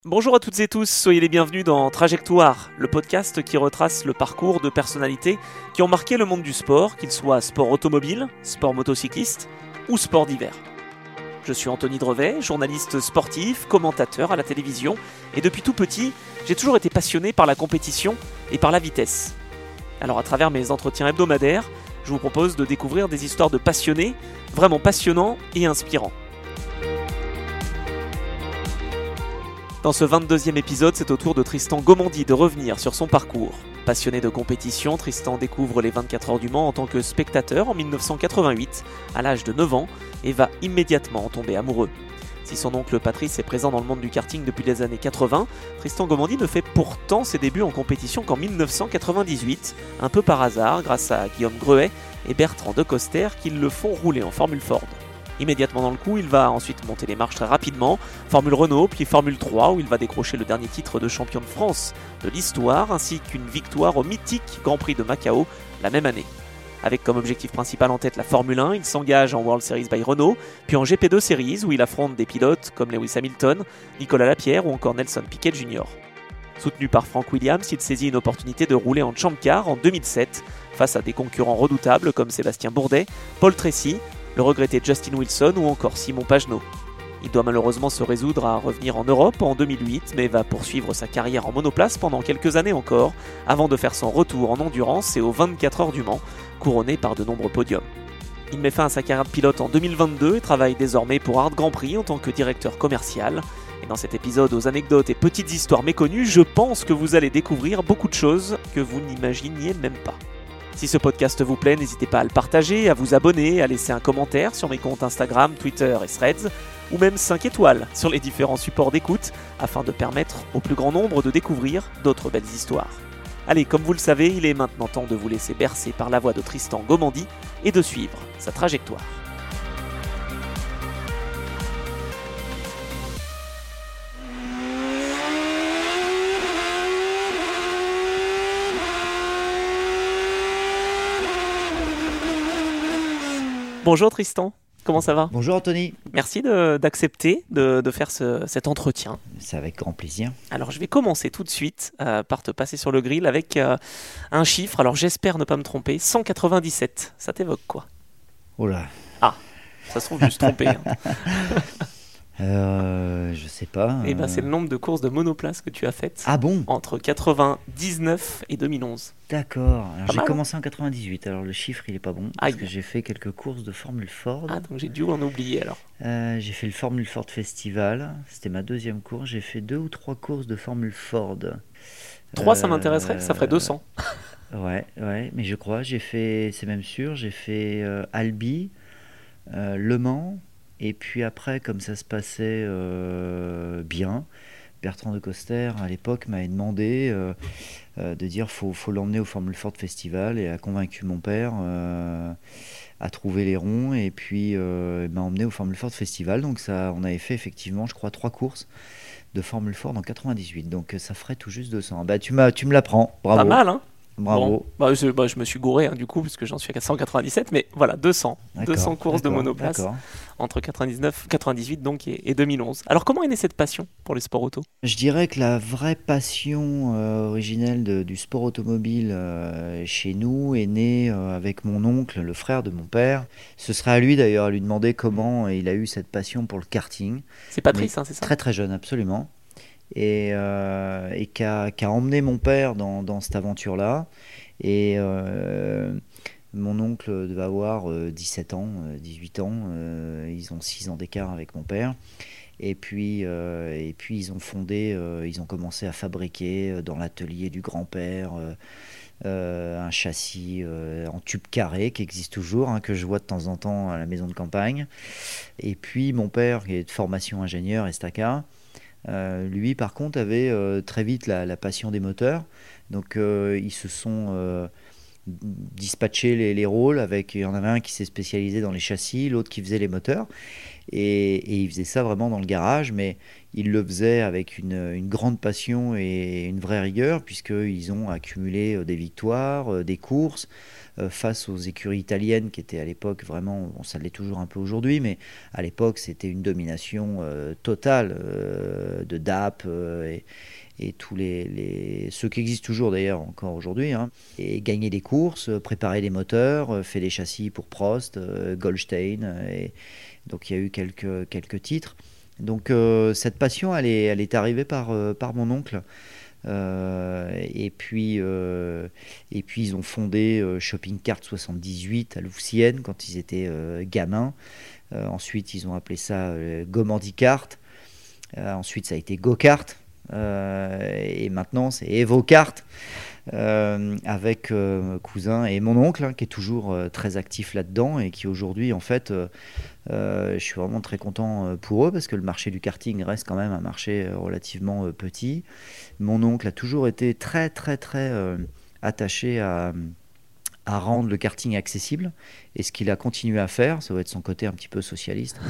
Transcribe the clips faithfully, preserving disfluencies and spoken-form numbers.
Bonjour à toutes et tous, soyez les bienvenus dans Trajectoire, le podcast qui retrace le parcours de personnalités qui ont marqué le monde du sport, qu'il soit sport automobile, sport motocycliste ou sport d'hiver. Je suis Anthony Drevet, journaliste sportif, commentateur à la télévision, et depuis tout petit, j'ai toujours été passionné par la compétition et par la vitesse. Alors à travers mes entretiens hebdomadaires, je vous propose de découvrir des histoires de passionnés, vraiment passionnants et inspirants. Dans ce vingt-deuxième épisode, c'est au tour de Tristan Gomandi de revenir sur son parcours. Passionné de compétition, Tristan découvre les vingt-quatre heures du Mans en tant que spectateur en dix-neuf cent quatre-vingt-huit, à l'âge de neuf ans, et va immédiatement en tomber amoureux. Si son oncle Patrice est présent dans le monde du karting depuis les années quatre-vingts, Tristan Gomandi ne fait pourtant ses débuts en compétition qu'en dix-neuf cent quatre-vingt-dix-huit, un peu par hasard grâce à Guillaume Gruet et Bertrand Decoster qui le font rouler en Formule Ford. Immédiatement dans le coup, il va ensuite monter les marches très rapidement, Formule Renault, puis Formule trois où il va décrocher le dernier titre de champion de France de l'histoire, ainsi qu'une victoire au mythique Grand Prix de Macao la même année. Avec comme objectif principal en tête la Formule un, il s'engage en World Series by Renault, puis en G P deux Series où il affronte des pilotes comme Lewis Hamilton, Nicolas Lapierre ou encore Nelson Piquet junior Soutenu par Frank Williams, il saisit une opportunité de rouler en Champ Car en deux mille sept face à des concurrents redoutables comme Sébastien Bourdet, Paul Tracy, le regretté Justin Wilson ou encore Simon Pagenaud. Il doit malheureusement se résoudre à revenir en Europe en deux mille huit, mais va poursuivre sa carrière en monoplace pendant quelques années encore, avant de faire son retour en endurance et aux vingt-quatre heures du Mans, couronné par de nombreux podiums. Il met fin à sa carrière de pilote en deux mille vingt-deux et travaille désormais pour Art Grand Prix en tant que directeur commercial. Et dans cet épisode aux anecdotes et petites histoires méconnues, je pense que vous allez découvrir beaucoup de choses que vous n'imaginiez même pas. Si ce podcast vous plaît, n'hésitez pas à le partager, à vous abonner, à laisser un commentaire sur mes comptes Instagram, Twitter et Threads, ou même cinq étoiles sur les différents supports d'écoute, afin de permettre au plus grand nombre de découvrir d'autres belles histoires. Allez, comme vous le savez, il est maintenant temps de vous laisser bercer par la voix de Tristan Gomandi et de suivre sa trajectoire. Bonjour Tristan, comment ça va ? Bonjour Anthony. Merci de, d'accepter de, de faire ce, cet entretien. C'est avec grand plaisir. Alors je vais commencer tout de suite euh, par te passer sur le grill avec euh, un chiffre, alors j'espère ne pas me tromper, cent quatre-vingt-dix-sept, ça t'évoque quoi ? Oh là. Ah, ça se trouve je me suis trompé. Hein. euh, je sais pas. Eh ben euh... c'est le nombre de courses de monoplace que tu as faites. Ah bon ? Entre quatre-vingt-dix-neuf et deux mille onze. D'accord. Alors, Pas j'ai mal, commencé en quatre-vingt-dix-huit, alors le chiffre il est pas bon, parce Aïe. que j'ai fait quelques courses de Formule Ford. Ah donc j'ai dû en oublier alors. Euh, j'ai fait le Formule Ford Festival, c'était ma deuxième course. J'ai fait deux ou trois courses de Formule Ford. Trois, euh... ça m'intéresserait, ça ferait deux cents. Ouais, ouais, mais je crois, j'ai fait, c'est même sûr, j'ai fait euh, Albi, euh, Le Mans, et puis après, comme ça se passait euh, bien, Bertrand Decoster, à l'époque, m'avait demandé euh, euh, de dire faut, faut l'emmener au Formule Ford Festival, et a convaincu mon père euh, à trouver les ronds, et puis euh, il m'a emmené au Formule Ford Festival. Donc ça, on avait fait effectivement, je crois, trois courses de Formule Ford en quatre-vingt-dix-huit, donc ça ferait tout juste deux cents. Bah, tu, m'as, tu me l'apprends, bravo. Pas mal, hein ? Bravo. Bon, bah, je, bah, je me suis gouré hein, du coup, puisque j'en suis à cent quatre-vingt-dix-sept, mais voilà, deux cents. D'accord, deux cents courses d'accord, de monoplace d'accord. entre quatre-vingt-dix-neuf, quatre-vingt-dix-huit donc, et, et deux mille onze. Alors comment est née cette passion pour les sports auto ? Je dirais que la vraie passion euh, originelle de, du sport automobile euh, chez nous est née euh, avec mon oncle, le frère de mon père. Ce serait à lui d'ailleurs à lui demander comment il a eu cette passion pour le karting. C'est Patrice, hein, c'est ça ? Très très jeune, absolument. Et, euh, et qui a, qui a emmené mon père dans, dans cette aventure-là. Et euh, mon oncle devait avoir euh, dix-sept ans, euh, dix-huit ans. Euh, ils ont six ans d'écart avec mon père. Et puis, euh, et puis ils ont fondé, euh, ils ont commencé à fabriquer euh, dans l'atelier du grand-père euh, euh, un châssis euh, en tube carré qui existe toujours, hein, que je vois de temps en temps à la maison de campagne. Et puis mon père, qui est de formation ingénieur Estaca, Euh, lui, par contre, avait euh, très vite la, la passion des moteurs. Donc, euh, ils se sont euh, dispatchés les, les rôles. Avec, il y en avait un qui s'est spécialisé dans les châssis, l'autre qui faisait les moteurs. Et, et il faisait ça vraiment dans le garage. Mais ils le faisaient avec une, une grande passion et une vraie rigueur, puisqu'ils ont accumulé euh, des victoires, euh, des courses, euh, face aux écuries italiennes qui étaient à l'époque vraiment, bon, ça l'est toujours un peu aujourd'hui, mais à l'époque c'était une domination euh, totale euh, de D A P euh, et, et tous les, les ceux qui existent toujours d'ailleurs encore aujourd'hui, hein, et gagner des courses, préparer des moteurs, fait des châssis pour Prost, euh, Goldstein, et donc il y a eu quelques, quelques titres. Donc euh, cette passion, elle est, elle est arrivée par, euh, par mon oncle. Euh, et, puis, euh, et puis ils ont fondé euh, Shopping Kart soixante-dix-huit à Louvciennes quand ils étaient euh, gamins. Euh, ensuite, ils ont appelé ça euh, Gomandi Kart. Euh, ensuite, ça a été Go-Kart. Euh, et maintenant, c'est Evo-Kart. Euh, avec euh, cousin et mon oncle hein, qui est toujours euh, très actif là-dedans et qui aujourd'hui en fait euh, euh, je suis vraiment très content pour eux parce que le marché du karting reste quand même un marché relativement euh, petit. Mon oncle a toujours été très très très euh, attaché à à rendre le karting accessible, et ce qu'il a continué à faire, ça va être son côté un petit peu socialiste.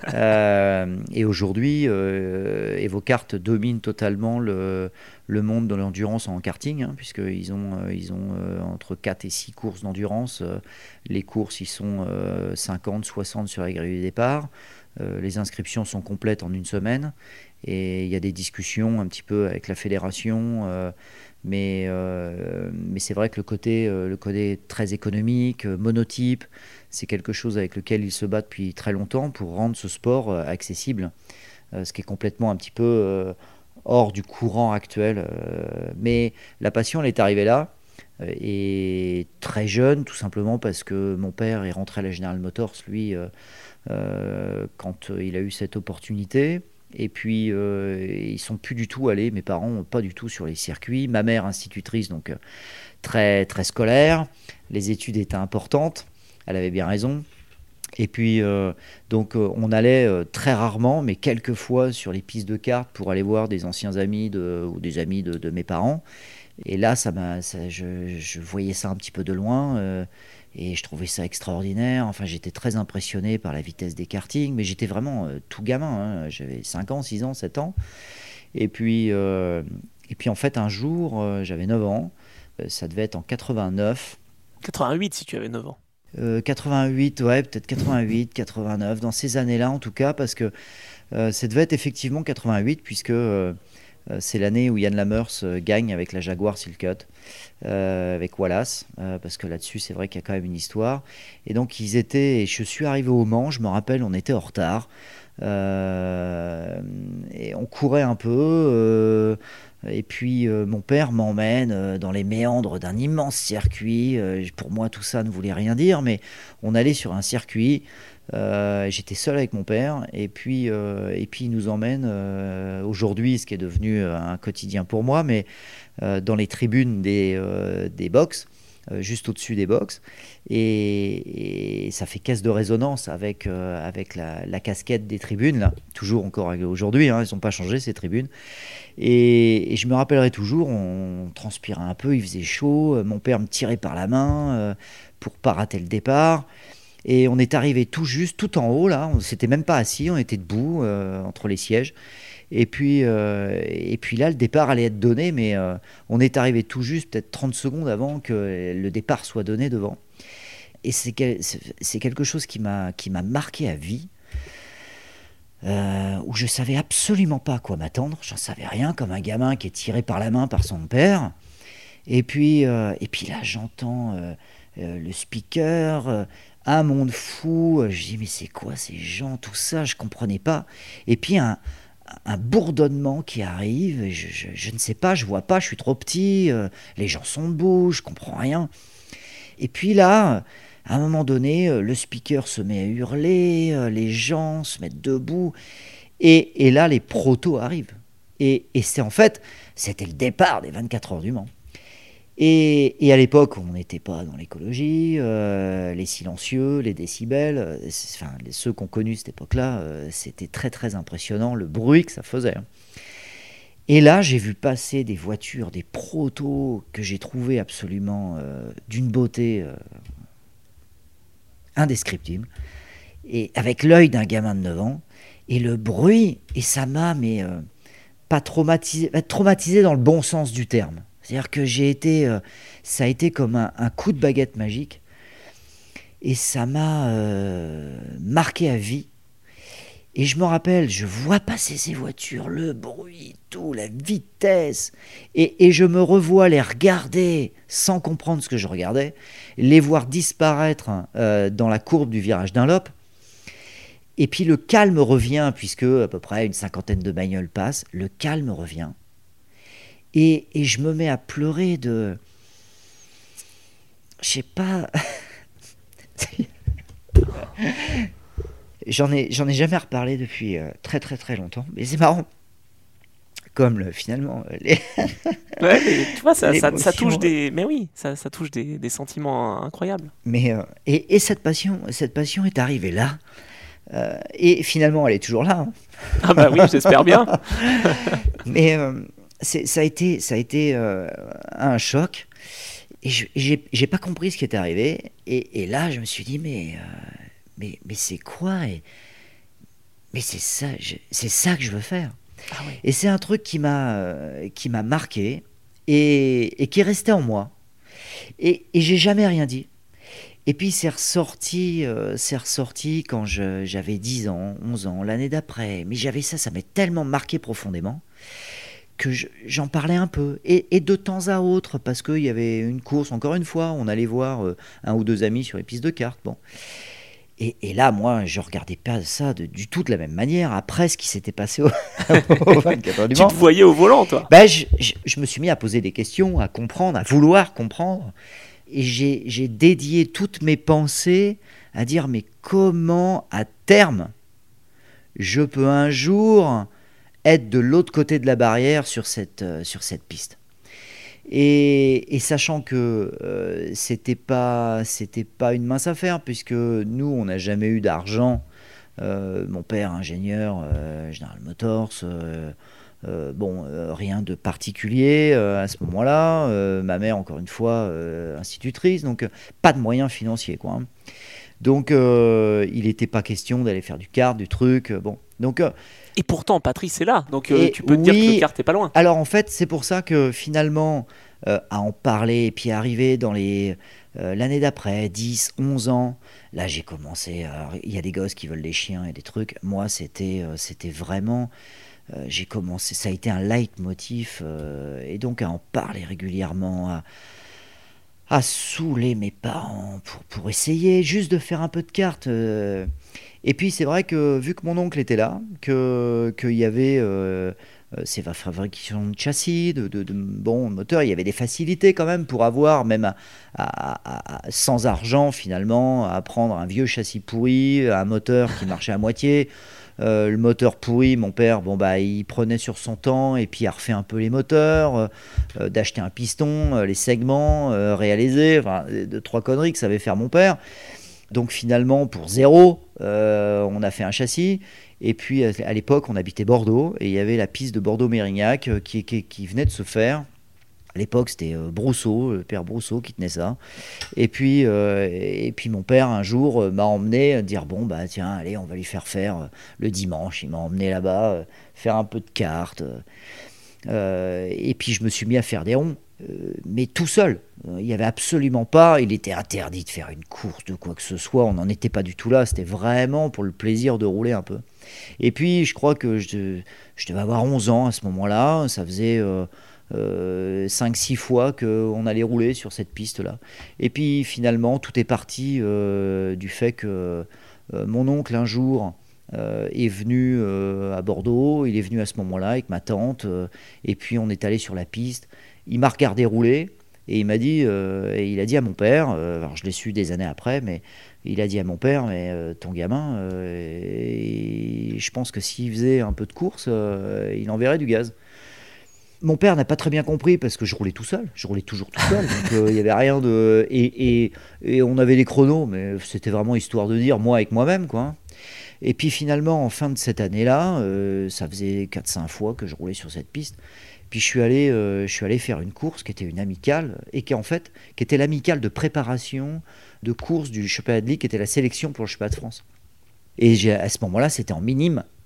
euh, et aujourd'hui, euh, EvoKart domine totalement le, le monde de l'endurance en karting, hein, puisqu'ils ont, euh, ils ont euh, entre quatre et six courses d'endurance. Euh, les courses, ils sont euh, cinquante, soixante sur la grille du départ. Euh, les inscriptions sont complètes en une semaine, et il y a des discussions un petit peu avec la fédération. Euh, Mais, euh, mais c'est vrai que le côté, euh, le côté très économique, euh, monotype, c'est quelque chose avec lequel il se bat depuis très longtemps pour rendre ce sport euh, accessible, euh, ce qui est complètement un petit peu euh, hors du courant actuel. Euh, mais la passion, elle est arrivée là, euh, et très jeune, tout simplement parce que mon père est rentré à la General Motors, lui, euh, euh, quand il a eu cette opportunité. Et puis, euh, ils sont plus du tout allés, mes parents, pas du tout sur les circuits. Ma mère, institutrice, donc euh, très, très scolaire. Les études étaient importantes. Elle avait bien raison. Et puis, euh, donc, euh, on allait euh, très rarement, mais quelques fois sur les pistes de kart pour aller voir des anciens amis de, ou des amis de, de mes parents. Et là, ça m'a, ça, je, je voyais ça un petit peu de loin. Euh, Et je trouvais ça extraordinaire. Enfin, j'étais très impressionné par la vitesse des kartings, mais j'étais vraiment euh, tout gamin. Hein. J'avais cinq ans, six ans, sept ans. Et puis, euh, et puis en fait, un jour, euh, j'avais neuf ans. Euh, ça devait être en quatre-vingt-neuf. quatre-vingt-huit si tu avais neuf ans. Euh, quatre-vingt-huit, ouais, peut-être quatre-vingt-huit, quatre-vingt-neuf, dans ces années-là en tout cas, parce que euh, ça devait être effectivement quatre-vingt-huit, puisque euh, euh, c'est l'année où Yann Lamers euh, gagne avec la Jaguar Silhouette, euh, avec Wallace, euh, parce que là-dessus, c'est vrai qu'il y a quand même une histoire. Et donc, ils étaient, et je suis arrivé au Mans, je me rappelle, on était en retard, euh, et on courait un peu, euh, et puis euh, mon père m'emmène euh, dans les méandres d'un immense circuit. Euh, pour moi, tout ça ne voulait rien dire, mais on allait sur un circuit. Euh, j'étais seul avec mon père, et puis, euh, et puis il nous emmène euh, aujourd'hui, ce qui est devenu un quotidien pour moi, mais euh, dans les tribunes des, euh, des box, euh, juste au-dessus des box, et, et ça fait caisse de résonance avec, euh, avec la, la casquette des tribunes, là, toujours encore aujourd'hui, hein, ils n'ont pas changé ces tribunes. Et, et je me rappellerai toujours, on transpirait un peu, il faisait chaud, mon père me tirait par la main euh, pour pas rater le départ. Et on est arrivé tout juste, tout en haut, là. On s'était même pas assis, on était debout euh, entre les sièges. Et puis, euh, et puis là, le départ allait être donné, mais euh, on est arrivé tout juste, peut-être trente secondes avant que le départ soit donné devant. Et c'est, c'est quelque chose qui m'a, qui m'a marqué à vie, euh, où je savais absolument pas à quoi m'attendre. J'en savais rien, comme un gamin qui est tiré par la main par son père. Et puis, euh, et puis là, j'entends euh, euh, le speaker... Euh, un monde fou, je dis mais c'est quoi ces gens, tout ça, je comprenais pas. Et puis un, un bourdonnement qui arrive, je, je, je ne sais pas, je vois pas, je suis trop petit, euh, les gens sont debout, je comprends rien. Et puis là, à un moment donné, le speaker se met à hurler, les gens se mettent debout, et, et là les protos arrivent. Et, et c'est en fait, c'était le départ des vingt-quatre heures du Mans. Et, et à l'époque, on n'était pas dans l'écologie, euh, les silencieux, les décibels, euh, enfin, les, ceux qu'on connus cette époque-là, euh, c'était très très impressionnant le bruit que ça faisait. Et là, j'ai vu passer des voitures, des protos que j'ai trouvés absolument euh, d'une beauté euh, indescriptible, et avec l'œil d'un gamin de neuf ans. Et le bruit, et ça m'a mais euh, pas traumatisé, traumatisé dans le bon sens du terme. C'est-à-dire que j'ai été, euh, ça a été comme un, un coup de baguette magique, et ça m'a euh, marqué à vie. Et je me rappelle, je vois passer ces voitures, le bruit, tout, la vitesse, et, et je me revois les regarder sans comprendre ce que je regardais, les voir disparaître euh, dans la courbe du virage Dunlop. Et puis le calme revient, puisque à peu près une cinquantaine de bagnoles passent, le calme revient. Et, et je me mets à pleurer de... Je sais pas... j'en ai, j'en ai jamais reparlé depuis euh, très très très longtemps, mais c'est marrant. Comme le, finalement... Les... ouais, mais tu vois, ça, ça, ça touche des... Mais oui, ça, ça touche des, des sentiments incroyables. Mais, euh, et, et cette passion, cette passion est arrivée là. Euh, et finalement, elle est toujours là. Hein. Ah bah oui, j'espère bien. Mais euh, c'est, ça a été, ça a été euh, un choc. Et je, j'ai, j'ai pas compris ce qui était arrivé. Et, et là, je me suis dit, mais, euh, mais, mais c'est quoi et, mais c'est ça, je, c'est ça que je veux faire. Ah oui. Et c'est un truc qui m'a, euh, qui m'a marqué et, et qui est resté en moi. Et, et j'ai jamais rien dit. Et puis c'est ressorti, euh, c'est ressorti quand je, j'avais dix ans, onze ans, l'année d'après. Mais j'avais ça, ça m'a tellement marqué profondément que je, j'en parlais un peu. Et, et de temps à autre, parce qu'il y avait une course, encore une fois, on allait voir euh, un ou deux amis sur les pistes de karts. Bon. Et, et là, moi, je regardais pas ça de, du tout de la même manière après ce qui s'était passé au, au vingt-quatre heures du Mans. Tu te voyais au volant, toi? Ben, je, je, je me suis mis à poser des questions, à comprendre, à vouloir comprendre. Et j'ai, j'ai dédié toutes mes pensées à dire mais comment à terme je peux un jour être de l'autre côté de la barrière sur cette, euh, sur cette piste. Et, et sachant que euh, c'était pas, c'était pas une mince affaire puisque nous on n'a jamais eu d'argent. Euh, mon père ingénieur euh, General Motors. Euh, Euh, bon, euh, rien de particulier euh, à ce moment-là. Euh, ma mère, encore une fois, euh, institutrice, donc euh, pas de moyens financiers, quoi. Hein. Donc, euh, il n'était pas question d'aller faire du kart, du truc. Euh, bon, donc. Euh, et pourtant, Patrice est là, donc euh, tu peux te oui, dire que le kart n'est pas loin. Alors, en fait, c'est pour ça que finalement, euh, à en parler et puis arriver dans les euh, l'année d'après, dix, onze ans. Là, j'ai commencé. Il y a des gosses qui veulent des chiens et des trucs. Moi, c'était, euh, c'était vraiment. Euh, j'ai commencé, ça a été un leitmotiv euh, et donc à en parler régulièrement, à, à saouler mes parents pour, pour essayer juste de faire un peu de cartes. Euh, et puis c'est vrai que vu que mon oncle était là, que qu'il y avait euh, ces fabrications de châssis, de, de, de bon moteur, il y avait des facilités quand même pour avoir même à, à, à, sans argent finalement à prendre un vieux châssis pourri, un moteur qui marchait à moitié. Euh, le moteur pourri, mon père, bon bah il prenait sur son temps et puis il a refait un peu les moteurs, euh, d'acheter un piston, euh, les segments, euh, réaliser, enfin deux trois conneries que savait faire mon père. Donc finalement pour zéro, euh, on a fait un châssis. Et puis à l'époque on habitait Bordeaux et il y avait la piste de Bordeaux-Mérignac euh, qui, qui, qui venait de se faire. À l'époque, c'était euh, Brousseau, le père Brousseau qui tenait ça. Et puis, euh, et puis mon père, un jour, euh, m'a emmené dire, bon, bah tiens, allez, on va lui faire faire euh, le dimanche. Il m'a emmené là-bas, euh, faire un peu de cartes. Euh, et puis, je me suis mis à faire des ronds, euh, mais tout seul. Il n'y avait absolument pas, il était interdit de faire une course de quoi que ce soit. On n'en était pas du tout là. C'était vraiment pour le plaisir de rouler un peu. Et puis, je crois que je, je devais avoir onze ans à ce moment-là. Ça faisait... Euh, Euh, cinq six fois qu'on allait rouler sur cette piste-là. Et puis finalement, tout est parti euh, du fait que euh, mon oncle, un jour, euh, est venu euh, à Bordeaux. Il est venu à ce moment-là avec ma tante. Euh, et puis on est allé sur la piste. Il m'a regardé rouler et il m'a dit, euh, et il a dit à mon père, euh, alors je l'ai su des années après, mais il a dit à mon père, mais euh, ton gamin, euh, et je pense que s'il faisait un peu de course, euh, il enverrait du gaz. Mon père n'a pas très bien compris parce que je roulais tout seul, je roulais toujours tout seul, donc il euh, n'y avait rien de... Et, et, et on avait les chronos, mais c'était vraiment histoire de dire, moi avec moi-même, quoi. Et puis finalement, en fin de cette année-là, euh, ça faisait quatre cinq fois que je roulais sur cette piste, puis je suis allé, euh, je suis allé faire une course qui était une amicale, et qui en fait, qui était l'amicale de préparation de course du championnat de ligue, qui était la sélection pour le championnat de France. Et j'ai, à ce moment-là, c'était en minime.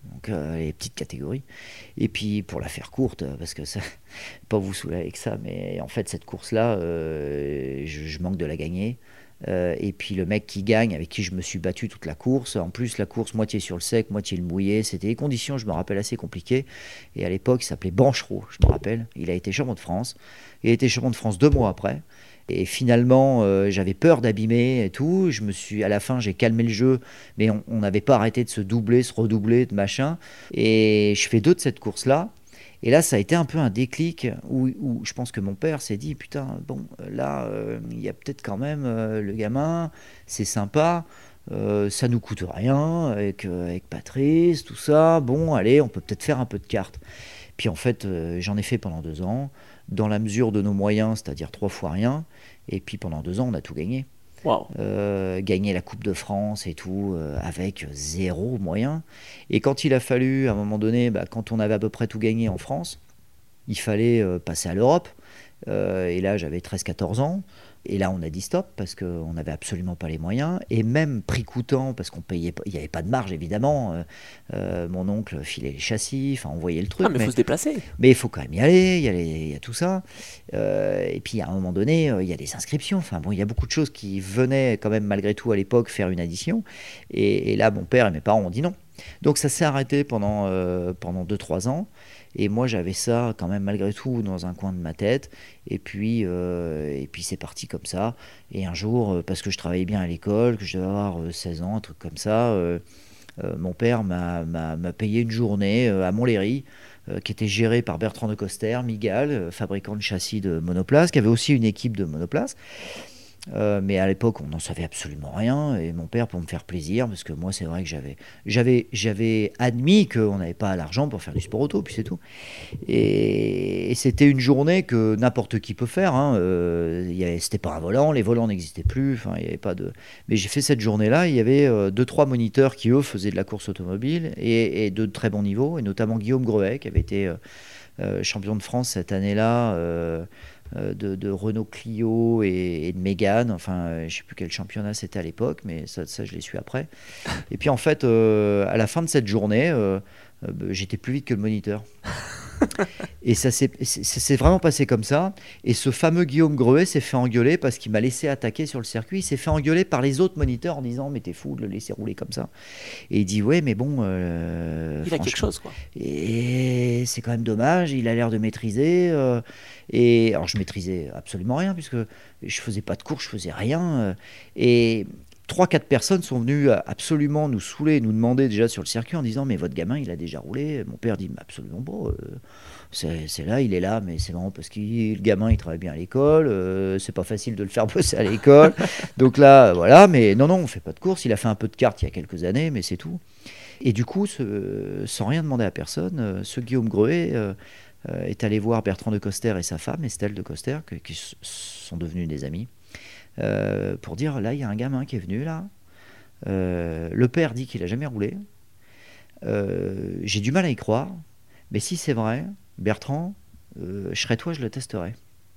donc euh, les petites catégories. Et puis pour la faire courte, parce que ça, pas vous saouler avec ça, mais en fait cette course-là, euh, je, je manque de la gagner. Euh, et puis le mec qui gagne, avec qui je me suis battu toute la course, en plus la course moitié sur le sec, moitié le mouillé, c'était des conditions, je me rappelle, assez compliquées. Et à l'époque, il s'appelait Banchereau, je me rappelle. Il a été champion de France. Il a été champion de France deux mois après. Et finalement, euh, j'avais peur d'abîmer et tout. Je me suis, à la fin, j'ai calmé le jeu, mais on n'avait pas arrêté de se doubler, se redoubler, de machin. Et je fais deux de cette course-là. Et là, ça a été un peu un déclic où, où je pense que mon père s'est dit, putain, bon, là, euh, il y a peut-être quand même euh, le gamin, c'est sympa, euh, ça nous coûte rien avec, euh, avec Patrice, tout ça. Bon, allez, on peut peut-être faire un peu de cartes. Puis en fait, euh, j'en ai fait pendant deux ans, dans la mesure de nos moyens, c'est-à-dire trois fois rien. Et puis pendant deux ans, on a tout gagné. Wow. Euh, gagner la Coupe de France et tout, euh, avec zéro moyen. Et quand il a fallu, à un moment donné, bah, quand on avait à peu près tout gagné en France, il fallait euh, passer à l'Europe. Euh, et là, j'avais treize quatorze ans. Et là, on a dit stop parce qu'on n'avait absolument pas les moyens. Et même prix coûtant, parce qu'on payait, il n'y avait pas de marge évidemment. Euh, euh, mon oncle filait les châssis, enfin, on voyait le truc. Ah, mais il faut se déplacer. Mais il faut quand même y aller, il y a, les, il y a tout ça. Euh, et puis à un moment donné, euh, il y a des inscriptions. Enfin bon, il y a beaucoup de choses qui venaient quand même malgré tout à l'époque faire une addition. Et, et là, mon père et mes parents ont dit non. Donc ça s'est arrêté pendant, euh, pendant deux trois ans. Et moi, j'avais ça quand même malgré tout dans un coin de ma tête. Et puis, euh, et puis c'est parti comme ça. Et un jour, parce que je travaillais bien à l'école, que je devais avoir seize ans, un truc comme ça, euh, euh, mon père m'a, m'a, m'a payé une journée euh, à Montlhéry, euh, qui était gérée par Bertrand de Coster, Migal, euh, fabricant de châssis de monoplace, qui avait aussi une équipe de monoplace. Euh, mais à l'époque, on n'en savait absolument rien. Et mon père, pour me faire plaisir, parce que moi, c'est vrai que j'avais, j'avais, j'avais admis qu'on n'avait pas l'argent pour faire du sport auto, puis c'est tout. Et, et c'était une journée que n'importe qui peut faire. Hein. Euh, y avait, c'était pas un volant, les volants n'existaient plus. Enfin, il y avait pas de. Mais j'ai fait cette journée-là. Il y avait euh, deux, trois moniteurs qui eux faisaient de la course automobile et, et de très bon niveau, et notamment Guillaume Greuet, qui avait été euh, euh, champion de France cette année-là. Euh, De, de Renault Clio et, et de Mégane, enfin euh, je ne sais plus quel championnat c'était à l'époque, mais ça, ça je l'ai su après. Et puis en fait, euh, à la fin de cette journée, euh, euh, j'étais plus vite que le moniteur. Et ça s'est, ça s'est vraiment passé comme ça. Et ce fameux Guillaume Greuet s'est fait engueuler parce qu'il m'a laissé attaquer sur le circuit. Il s'est fait engueuler par les autres moniteurs en disant mais t'es fou de le laisser rouler comme ça. Et il dit ouais mais bon. Euh, il a quelque chose quoi. Et c'est quand même dommage. Il a l'air de maîtriser. Euh, et alors je maîtrisais absolument rien puisque je faisais pas de cours, je faisais rien. Euh, et trois quatre personnes sont venues absolument nous saouler, nous demander déjà sur le circuit en disant mais votre gamin il a déjà roulé. Mon père dit mais absolument pas. Euh, c'est, c'est là, il est là, mais c'est vraiment parce que le gamin il travaille bien à l'école. Euh, c'est pas facile de le faire bosser à l'école. Donc là voilà, mais non non on fait pas de course. Il a fait un peu de cartes il y a quelques années, mais c'est tout. Et du coup, ce, sans rien demander à personne, ce Guillaume Greuet euh, est allé voir Bertrand de Coster et sa femme Estelle de Coster, que, qui sont devenus des amis. Euh, pour dire là il y a un gamin qui est venu là, euh, le père dit qu'il a jamais roulé, euh, j'ai du mal à y croire, mais si c'est vrai Bertrand, euh, je serais toi je le testerai.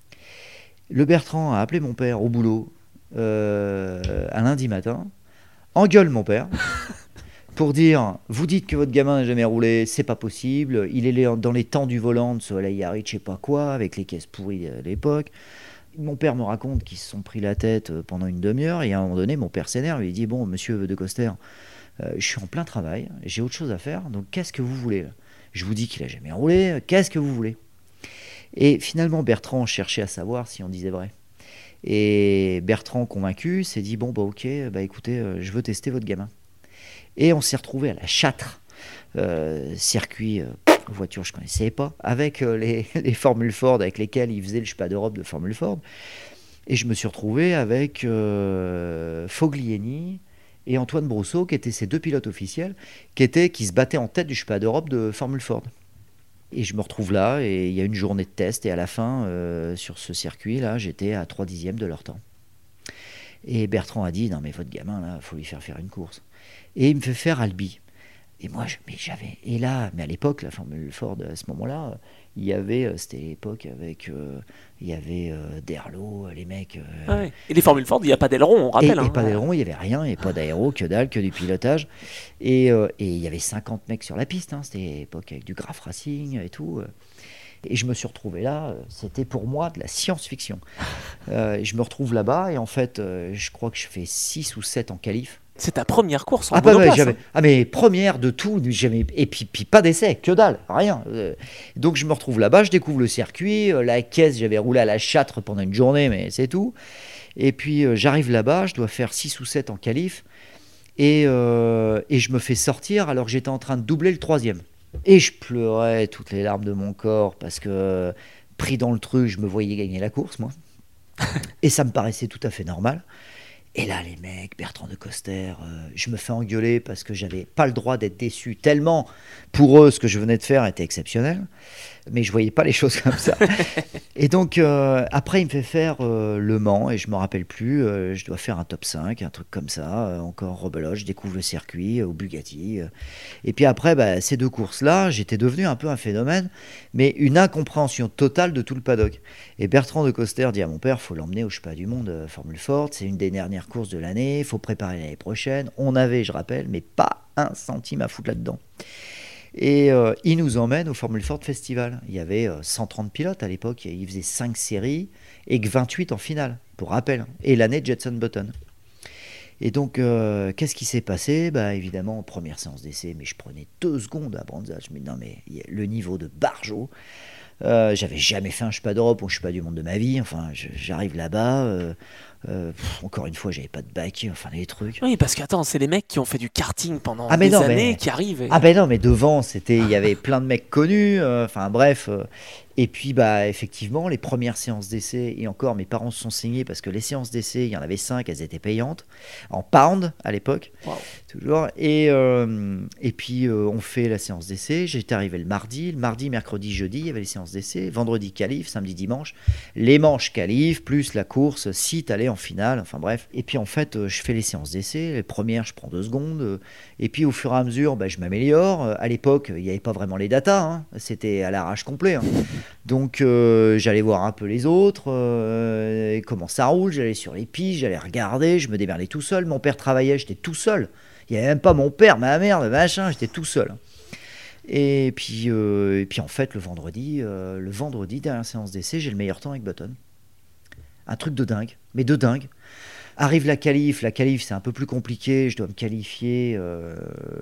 Le Bertrand a appelé mon père au boulot euh, un lundi matin, engueule mon père pour dire vous dites que votre gamin n'a jamais roulé, c'est pas possible, il est dans les temps du volant de ce Harry je sais pas quoi avec les caisses pourries à l'époque. Mon père me raconte qu'ils se sont pris la tête pendant une demi-heure et à un moment donné, mon père s'énerve et il dit « Bon, monsieur de Coster, euh, je suis en plein travail, j'ai autre chose à faire, donc qu'est-ce que vous voulez ?» Je vous dis qu'il n'a jamais roulé, qu'est-ce que vous voulez ? Et finalement, Bertrand cherchait à savoir si on disait vrai. Et Bertrand, convaincu, s'est dit « Bon, bah ok, bah écoutez, euh, je veux tester votre gamin. » Et on s'est retrouvé à la Châtre, euh, circuit... Euh, voiture je ne connaissais pas, avec euh, les, les Formule Ford avec lesquelles ils faisaient le Championnat d'Europe de Formule Ford. Et je me suis retrouvé avec euh, Foglieni et Antoine Brousseau, qui étaient ces deux pilotes officiels, qui, étaient, qui se battaient en tête du Championnat d'Europe de Formule Ford. Et je me retrouve là, et il y a une journée de test, et à la fin, euh, sur ce circuit-là, j'étais à trois dixièmes de leur temps. Et Bertrand a dit, non mais votre gamin, là, il faut lui faire faire une course. Et il me fait faire Albi. Et moi, je, mais j'avais. Et là, mais à l'époque, la Formule Ford, à ce moment-là, il y avait. C'était l'époque avec. Euh, il y avait euh, Derlo, les mecs. Euh, Ah ouais. Et les Formule Ford, il n'y a pas d'aileron, on et, rappelle. et hein. pas d'aileron, il n'y avait rien, et pas d'aéro, que dalle, que du pilotage. Et, euh, et il y avait cinquante mecs sur la piste, hein, c'était l'époque avec du graph racing et tout. Et je me suis retrouvé là, c'était pour moi de la science-fiction. Euh, je me retrouve là-bas, et en fait, euh, je crois que je fais six ou sept en qualif. C'est ta première course en Ah bah monoplace. ouais, j'avais, hein. ah mais première de tout, j'avais, et puis, puis pas d'essai, que dalle, rien. Euh, donc je me retrouve là-bas, je découvre le circuit, euh, la caisse, j'avais roulé à la châtre pendant une journée, mais c'est tout. Et puis euh, j'arrive là-bas, je dois faire six ou sept en qualif, et, euh, et je me fais sortir alors que j'étais en train de doubler le troisième. Et je pleurais toutes les larmes de mon corps parce que, pris dans le truc, je me voyais gagner la course, moi. Et ça me paraissait tout à fait normal. Et là, les mecs, Bertrand de Coster, euh, je me fais engueuler parce que j'avais pas le droit d'être déçu, tellement pour eux, ce que je venais de faire était exceptionnel. Mais je voyais pas les choses comme ça. Et donc, euh, après, il me fait faire euh, Le Mans, et je me rappelle plus, euh, je dois faire un top cinq, un truc comme ça, euh, encore rebelote, je découvre le circuit euh, au Bugatti. Euh. Et puis après, bah, ces deux courses-là, j'étais devenu un peu un phénomène, mais une incompréhension totale de tout le paddock. Et Bertrand de Coster dit à mon père, faut l'emmener au Championnat du Monde euh, Formule Ford, c'est une des dernières courses de l'année, il faut préparer l'année prochaine. On avait, je rappelle, mais pas un centime à foutre là-dedans. Et euh, il nous emmène au Formule Ford Festival. Il y avait euh, cent trente pilotes à l'époque, il faisait cinq séries et que vingt-huit en finale, pour rappel. Et l'année de Jenson Button. Et donc, euh, qu'est-ce qui s'est passé ? Bah, évidemment, première séance d'essai, mais je prenais deux secondes à Branza. Je me dis, non, mais le niveau de Barjot, euh, j'avais jamais fait un Championnat d'Europe ou un Championnat du Monde de ma vie. Enfin, je, j'arrive là-bas. Euh, Euh, pff, encore une fois, j'avais pas de bac, enfin des trucs. Oui, parce qu'attends, c'est les mecs qui ont fait du karting pendant Ah, mais des non, années mais... qui arrivent. Et... Ah ben non, mais devant, c'était, il y avait plein de mecs connus. euh, Enfin bref. euh, et puis bah effectivement, les premières séances d'essai, et encore, mes parents se sont signés parce que les séances d'essai, il y en avait cinq, elles étaient payantes en pound à l'époque, Wow. toujours. Et euh, et puis euh, on fait la séance d'essai. J'étais arrivé le mardi, le mardi, mercredi, jeudi, il y avait les séances d'essai. Vendredi qualif, samedi, dimanche, les manches qualif plus la course si t'allais en finale. Enfin bref. Et puis en fait, euh, je fais les séances d'essai. Les premières, je prends deux secondes. Euh, et puis au fur et à mesure, bah, je m'améliore. Euh, à l'époque, il n'y avait pas vraiment les datas. Hein. C'était à l'arrache complet. Hein. Donc euh, j'allais voir un peu les autres, euh, comment ça roule. J'allais sur les pistes, j'allais regarder. Je me démerdais tout seul. Mon père travaillait, j'étais tout seul. Il n'y avait même pas mon père, ma mère, le machin. J'étais tout seul. Et puis, euh, et puis en fait, le vendredi, euh, le vendredi, dernière séance d'essai, j'ai le meilleur temps avec Button. Un truc de dingue, mais de dingue. Arrive la qualif, la qualif c'est un peu plus compliqué, je dois me qualifier euh,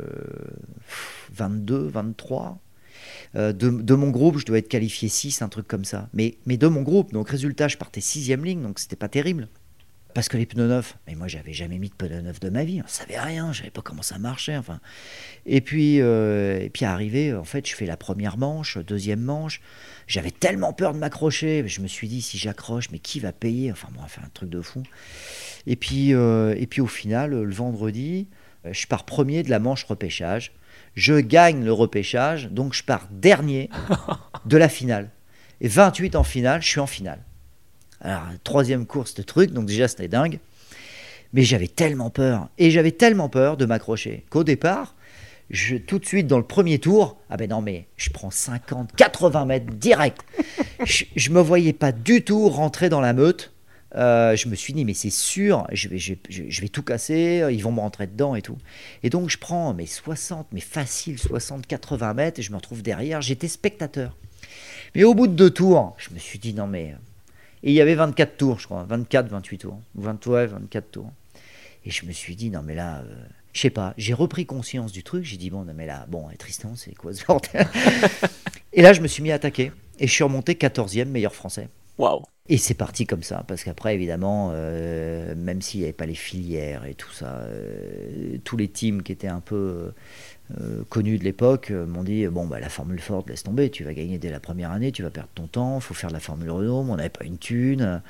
vingt-deux, vingt-trois. Euh, de, de mon groupe, je dois être qualifié six, un truc comme ça. Mais, mais de mon groupe, donc résultat, je partais sixième ligne, donc c'était pas terrible. Parce que les pneus neufs, mais moi j'avais jamais mis de pneus neufs de ma vie, on savait rien, je savais pas comment ça marchait. Enfin. Et puis, euh, et puis arrivé, en fait, je fais la première manche, deuxième manche. J'avais tellement peur de m'accrocher, je me suis dit si j'accroche, mais qui va payer ? Enfin, moi, fait un truc de fou. Et puis, euh, et puis au final, le vendredi, je pars premier de la manche repêchage. Je gagne le repêchage, donc je pars dernier de la finale. Et vingt-huit en finale, je suis en finale. Alors, troisième course de truc, donc déjà c'était dingue. Mais j'avais tellement peur, et j'avais tellement peur de m'accrocher, qu'au départ, je, tout de suite dans le premier tour, ah ben non mais je prends cinquante, quatre-vingts mètres direct. je, je me voyais pas du tout rentrer dans la meute. Euh, je me suis dit mais c'est sûr, je vais, je, je, je vais tout casser, ils vont me rentrer dedans et tout. Et donc je prends mes soixante, mais facile soixante, quatre-vingts mètres, et je me retrouve derrière. J'étais spectateur. Mais au bout de deux tours, je me suis dit non mais... Et il y avait vingt-quatre tours, je crois, vingt-quatre, vingt-huit tours, vingt, ouais, vingt-quatre tours. Et je me suis dit, non mais là, euh, je sais pas, j'ai repris conscience du truc, j'ai dit, bon, non mais là, bon, et Tristan, c'est quoi ce bordel ? Et là, je me suis mis à attaquer, et je suis remonté quatorzième meilleur français. Waouh. Et c'est parti comme ça, parce qu'après, évidemment, euh, même s'il n'y avait pas les filières et tout ça, euh, tous les teams qui étaient un peu... Euh, connus de l'époque euh, m'ont dit bon bah la Formule Ford laisse tomber, tu vas gagner dès la première année, tu vas perdre ton temps, faut faire de la Formule Renault, mais on n'avait pas une thune.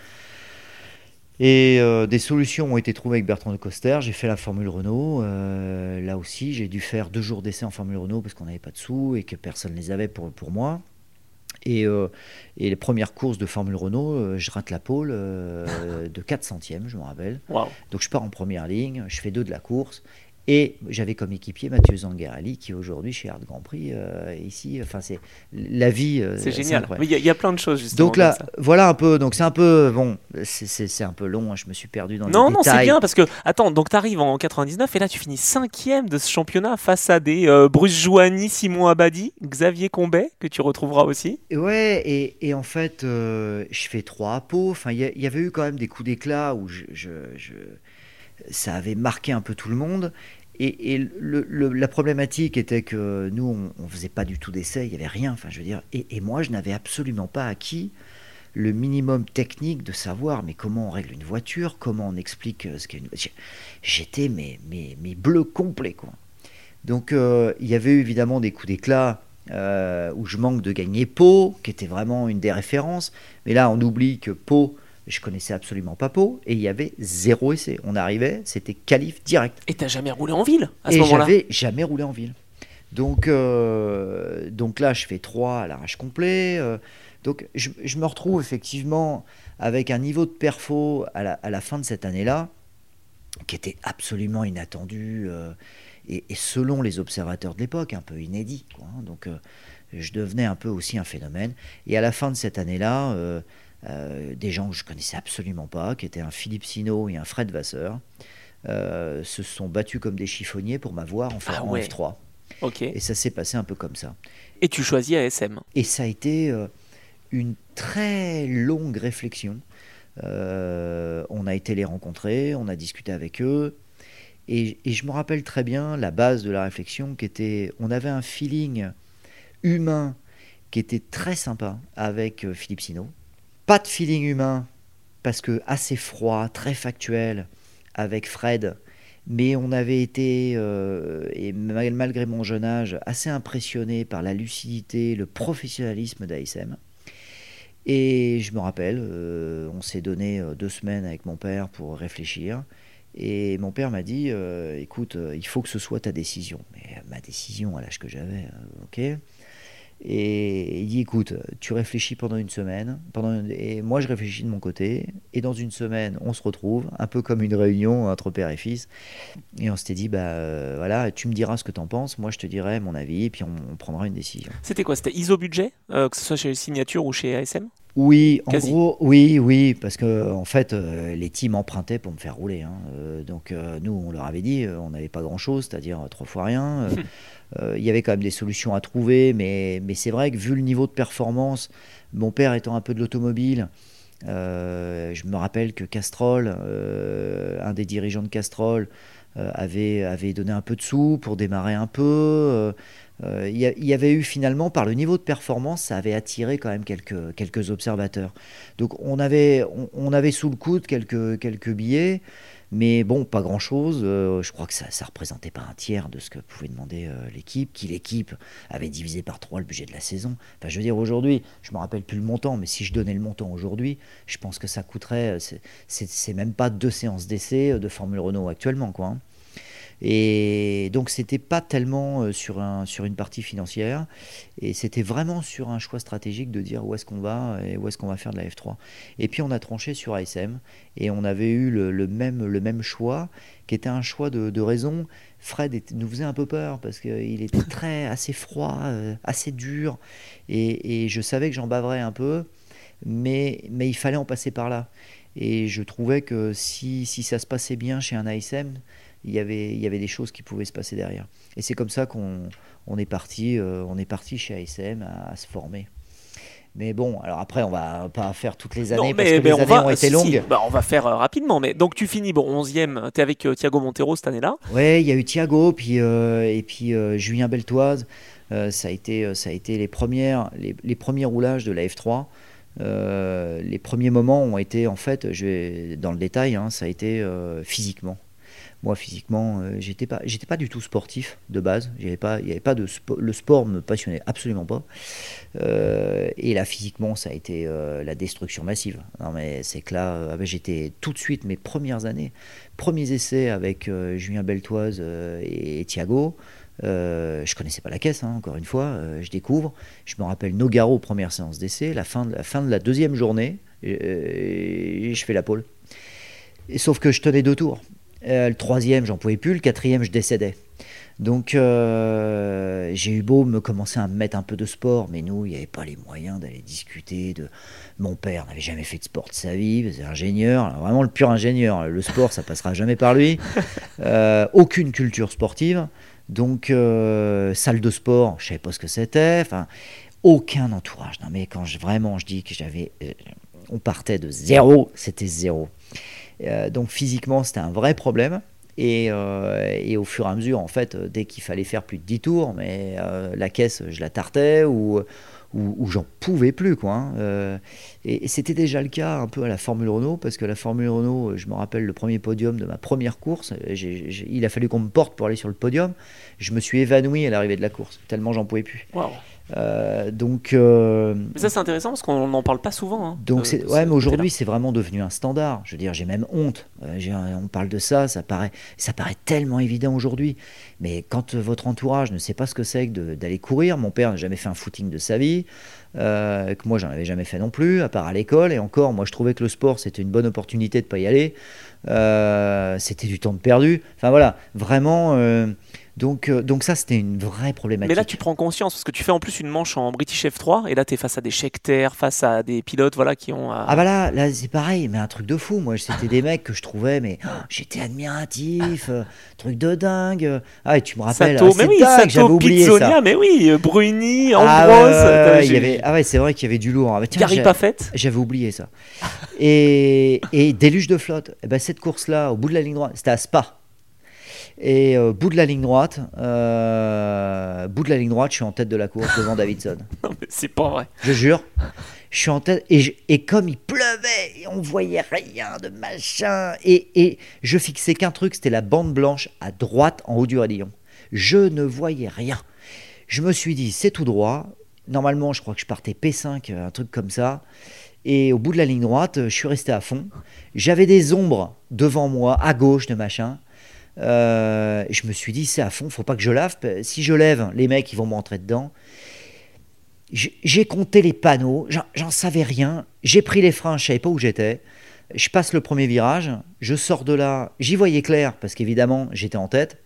Et euh, des solutions ont été trouvées avec Bertrand de Coster. J'ai fait la Formule Renault, euh, là aussi j'ai dû faire deux jours d'essai en Formule Renault parce qu'on n'avait pas de sous et que personne ne les avait pour, pour moi. Et, euh, et les premières courses de Formule Renault, euh, je rate la pole euh, de quatre centièmes, je me rappelle. Wow. Donc je pars en première ligne, je fais deux de la course. Et j'avais comme équipier Mathieu Zangarelli, qui est aujourd'hui chez Art Grand Prix, euh, ici. Enfin, c'est la vie. Euh, c'est génial. Il y, y a plein de choses, justement. Donc là, voilà un peu. Donc c'est un peu. Bon, c'est, c'est, c'est un peu long. Hein, je me suis perdu dans non, les non, détails. Non, c'est bien parce que, attends, donc tu arrives en quatre-vingt-dix-neuf et là, tu finis cinquième de ce championnat face à des euh, Bruce Jouani, Simon Abadi, Xavier Combet, que tu retrouveras aussi. Ouais, et, et en fait, euh, je fais trois à Pau. Enfin, il y, y avait eu quand même des coups d'éclat où je, je, je, ça avait marqué un peu tout le monde. Et, et le, le, la problématique était que nous, on ne faisait pas du tout d'essais, il n'y avait rien. Enfin, je veux dire, et, et moi, je n'avais absolument pas acquis le minimum technique de savoir mais comment on règle une voiture, comment on explique ce qu'est une voiture. J'étais mais, mais, mais bleu complet, quoi. Donc, euh, il y avait eu évidemment des coups d'éclat euh, où je manque de gagner Pau, qui était vraiment une des références. Mais là, on oublie que Pau, je connaissais absolument pas Pau, et il y avait zéro essai. On arrivait, c'était qualif direct. Et t'as jamais roulé en ville à ce et moment-là? Et j'avais jamais roulé en ville. Donc, euh, donc là, je fais trois à l'arrache complet. Euh, donc je, je me retrouve effectivement avec un niveau de perfo à la, à la fin de cette année-là qui était absolument inattendu euh, et, et selon les observateurs de l'époque, un peu inédit, quoi, hein. Donc euh, je devenais un peu aussi un phénomène. Et à la fin de cette année-là, euh, Euh, des gens que je connaissais absolument pas, qui étaient un Philippe Sinault et un Fred Vasseur, euh, se sont battus comme des chiffonniers pour m'avoir en, ah en ouais. F trois. Okay. Et ça s'est passé un peu comme ça. Et tu choisis A S M. Et ça a été euh, une très longue réflexion. Euh, on a été les rencontrer, on a discuté avec eux. Et, et je me rappelle très bien la base de la réflexion qui était, on avait un feeling humain qui était très sympa avec euh, Philippe Sinault. Pas de feeling humain, parce que assez froid, très factuel, avec Fred. Mais on avait été, euh, et malgré mon jeune âge, assez impressionné par la lucidité, le professionnalisme d'A S M. Et je me rappelle, euh, on s'est donné deux semaines avec mon père pour réfléchir. Et mon père m'a dit, euh, écoute, euh, il faut que ce soit ta décision. Mais ma décision à l'âge que j'avais, euh, ok. Et il dit, écoute, tu réfléchis pendant une semaine, pendant une... et moi je réfléchis de mon côté, et dans une semaine, on se retrouve, un peu comme une réunion entre père et fils, et on s'était dit, bah euh, voilà, tu me diras ce que t'en penses, moi je te dirai mon avis, et puis on, on prendra une décision. C'était quoi? C'était I S O budget, euh, que ce soit chez Signature ou chez A S M? Oui, en Quasi. gros, oui, oui, parce que en fait, euh, les teams empruntaient pour me faire rouler, hein. Euh, donc euh, nous, on leur avait dit, euh, on n'avait pas grand-chose, c'est-à-dire euh, trois fois rien. Euh, il euh, y avait quand même des solutions à trouver, mais, mais c'est vrai que vu le niveau de performance, mon père étant un peu de l'automobile, euh, je me rappelle que Castrol, euh, un des dirigeants de Castrol, euh, avait, avait donné un peu de sous pour démarrer un peu. Euh, euh, y, a, y avait eu finalement, par le niveau de performance, ça avait attiré quand même quelques, quelques observateurs. Donc on avait, on, on avait sous le coude quelques, quelques billets. Mais bon, pas grand-chose. Euh, je crois que ça ne représentait pas un tiers de ce que pouvait demander euh, l'équipe, qui l'équipe avait divisé par trois le budget de la saison. Enfin, je veux dire, aujourd'hui, je ne me rappelle plus le montant, mais si je donnais le montant aujourd'hui, je pense que ça coûterait, c'est, c'est, c'est même pas deux séances d'essai de Formule Renault actuellement, quoi, hein. Et donc c'était pas tellement euh, sur, un, sur une partie financière, et c'était vraiment sur un choix stratégique de dire où est-ce qu'on va et où est-ce qu'on va faire de la F trois. Et puis on a tranché sur A S M, et on avait eu le, le, même, le même choix, qui était un choix de, de raison. Fred était, nous faisait un peu peur, parce qu'il était très, assez froid, euh, assez dur, et, et je savais que j'en baverais un peu, mais, mais il fallait en passer par là. Et je trouvais que si, si ça se passait bien chez un A S M, il y avait, il y avait des choses qui pouvaient se passer derrière. Et c'est comme ça qu'on on est parti, euh, on est parti chez A S M à, à se former. Mais bon, alors après, on va pas faire toutes les années, non, mais, parce que mais les années va, ont été si, longues. Bah, on va faire euh, rapidement. Mais donc tu finis, bon, onzième, tu es avec euh, Thiago Montero cette année-là. Oui, il y a eu Thiago, puis, euh, et puis euh, Julien Beltoise. Euh, ça, a été, ça a été les, premières, les, les premiers roulages de la F trois. Euh, les premiers moments ont été, en fait, je vais dans le détail, hein, ça a été euh, physiquement. Moi, physiquement, euh, j'étais pas, j'étais pas du tout sportif de base. J'avais pas, il y avait pas de spo- le sport me passionnait absolument pas. Euh, et là, physiquement, ça a été euh, la destruction massive. Non, mais c'est que là, euh, j'étais tout de suite mes premières années, premiers essais avec euh, Julien Beltoise euh, et, et Thiago. Euh, je connaissais pas la caisse, hein, encore une fois. Euh, je découvre. Je me rappelle Nogaro, première séance d'essai, la fin de la fin de la deuxième journée, et, et je fais la pole. Et, sauf que je tenais deux tours. Euh, le troisième, j'en pouvais plus. Le quatrième, je décédais. Donc, euh, j'ai eu beau me commencer à me mettre un peu de sport, mais nous, il n'y avait pas les moyens d'aller discuter. De... Mon père n'avait jamais fait de sport de sa vie, c'est ingénieur, alors vraiment le pur ingénieur. Le sport, ça passera jamais par lui. Euh, aucune culture sportive. Donc, euh, salle de sport, je savais pas ce que c'était. Enfin, aucun entourage. Non, mais quand je, vraiment je dis que j'avais, euh, on partait de zéro, c'était zéro. Euh, donc, physiquement, c'était un vrai problème. Et, euh, et au fur et à mesure, en fait, dès qu'il fallait faire plus de dix tours, mais euh, la caisse, je la tartais ou, ou, ou j'en pouvais plus, quoi. Hein. Euh, et, et c'était déjà le cas un peu à la Formule Renault, parce que la Formule Renault, je me rappelle le premier podium de ma première course, j'ai, j'ai, il a fallu qu'on me porte pour aller sur le podium. Je me suis évanoui à l'arrivée de la course, tellement j'en pouvais plus. Wow. Euh, donc, euh, mais ça c'est intéressant parce qu'on n'en parle pas souvent. Hein, donc de, c'est, de ouais, mais aujourd'hui côté-là. c'est vraiment devenu un standard. Je veux dire, j'ai même honte. Euh, j'ai, on parle de ça, ça paraît, ça paraît tellement évident aujourd'hui. Mais quand euh, votre entourage ne sait pas ce que c'est que de, d'aller courir, mon père n'a jamais fait un footing de sa vie, euh, que moi j'en avais jamais fait non plus, à part à l'école. Et encore, moi je trouvais que le sport c'était une bonne opportunité de pas y aller. Euh, c'était du temps de perdu. Enfin voilà, vraiment. Euh, Donc, euh, donc ça, c'était une vraie problématique. Mais là, tu prends conscience, parce que tu fais en plus une manche en British F trois, et là, tu es face à des Scheckter, face à des pilotes voilà, qui ont... Euh... Ah bah là, là, c'est pareil, mais un truc de fou. Moi, c'était des mecs que je trouvais, mais oh, j'étais admiratif, euh, truc de dingue. Ah, et tu me rappelles, Sato, ah, mais c'est oui, dingue, Sato, j'avais oublié Pizzonia, ça. mais oui, Bruni, Ambrose... Ah ouais, ouais, ouais, j'ai... il y avait, ah ouais, c'est vrai qu'il y avait du lourd. Ah bah tiens, Gary j'ai, Paffett. j'avais oublié ça. Et, et déluge de flotte. Et ben, cette course-là, au bout de la ligne droite, c'était à Spa. Et au euh, bout de la ligne droite, euh, bout de la ligne droite, je suis en tête de la course devant Davidson. Non, mais c'est pas vrai. Je jure, je suis en tête et, je, et comme il pleuvait, et on voyait rien de machin, et, et je fixais qu'un truc, c'était la bande blanche à droite en haut du raidillon. Je ne voyais rien. Je me suis dit, c'est tout droit. Normalement, je crois que je partais P cinq, un truc comme ça. Et au bout de la ligne droite, je suis resté à fond. J'avais des ombres devant moi, à gauche de machin. Euh, je me suis dit, c'est à fond, faut pas que je lave. Si je lève, les mecs, ils vont me rentrer dedans. J'ai compté les panneaux, j'en, j'en savais rien. J'ai pris les freins, je savais pas où j'étais. Je passe le premier virage, je sors de là, j'y voyais clair, parce qu'évidemment, j'étais en tête.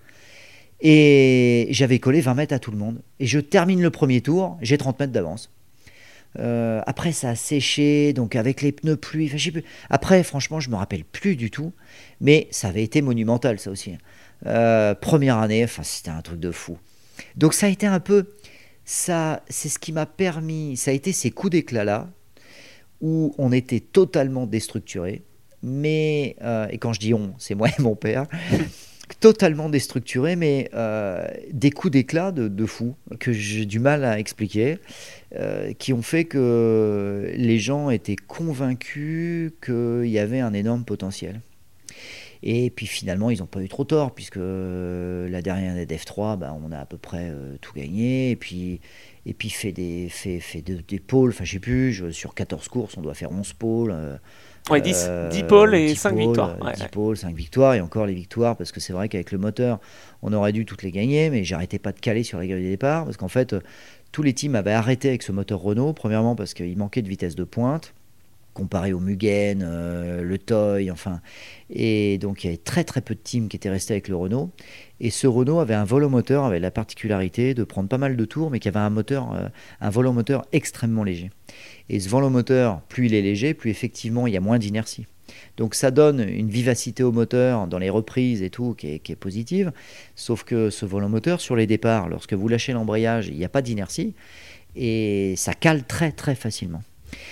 Et j'avais collé vingt mètres à tout le monde. Et je termine le premier tour, j'ai trente mètres d'avance. Euh, après, ça a séché, donc avec les pneus pluie. Enfin, je sais plus. Après, franchement, je me rappelle plus du tout, mais ça avait été monumental, ça aussi. Euh, première année, enfin, c'était un truc de fou. Donc, ça a été un peu, ça, c'est ce qui m'a permis. Ça a été ces coups d'éclat là, où on était totalement déstructuré. Mais euh, et quand je dis on, c'est moi et mon père. Totalement déstructuré, mais euh, des coups d'éclat de, de fou que j'ai du mal à expliquer, euh, qui ont fait que les gens étaient convaincus qu'il y avait un énorme potentiel. Et puis finalement, ils n'ont pas eu trop tort, puisque la dernière année d'F trois, bah, on a à peu près euh, tout gagné, et puis, et puis fait des, fait, fait de, des pôles, enfin je sais plus, je, sur quatorze courses, on doit faire onze pôles. Euh, Ouais, dix, dix pôles et cinq victoires. Ouais, dix ouais. pôles, cinq victoires, et encore les victoires, parce que c'est vrai qu'avec le moteur, on aurait dû toutes les gagner, mais j'arrêtais pas de caler sur la grille de départ, parce qu'en fait, euh, tous les teams avaient arrêté avec ce moteur Renault, premièrement parce qu'il manquait de vitesse de pointe, comparé au Mugen, euh, le Toy, enfin. Et donc il y avait très très peu de teams qui étaient restés avec le Renault. Et ce Renault avait un volomoteur, avait la particularité de prendre pas mal de tours, mais qui avait un moteur, euh, un volomoteur extrêmement léger. Et ce volomoteur, plus il est léger, plus effectivement il y a moins d'inertie. Donc ça donne une vivacité au moteur dans les reprises et tout qui est, qui est positive. Sauf que ce volomoteur, sur les départs, lorsque vous lâchez l'embrayage, il n'y a pas d'inertie. Et ça cale très très facilement.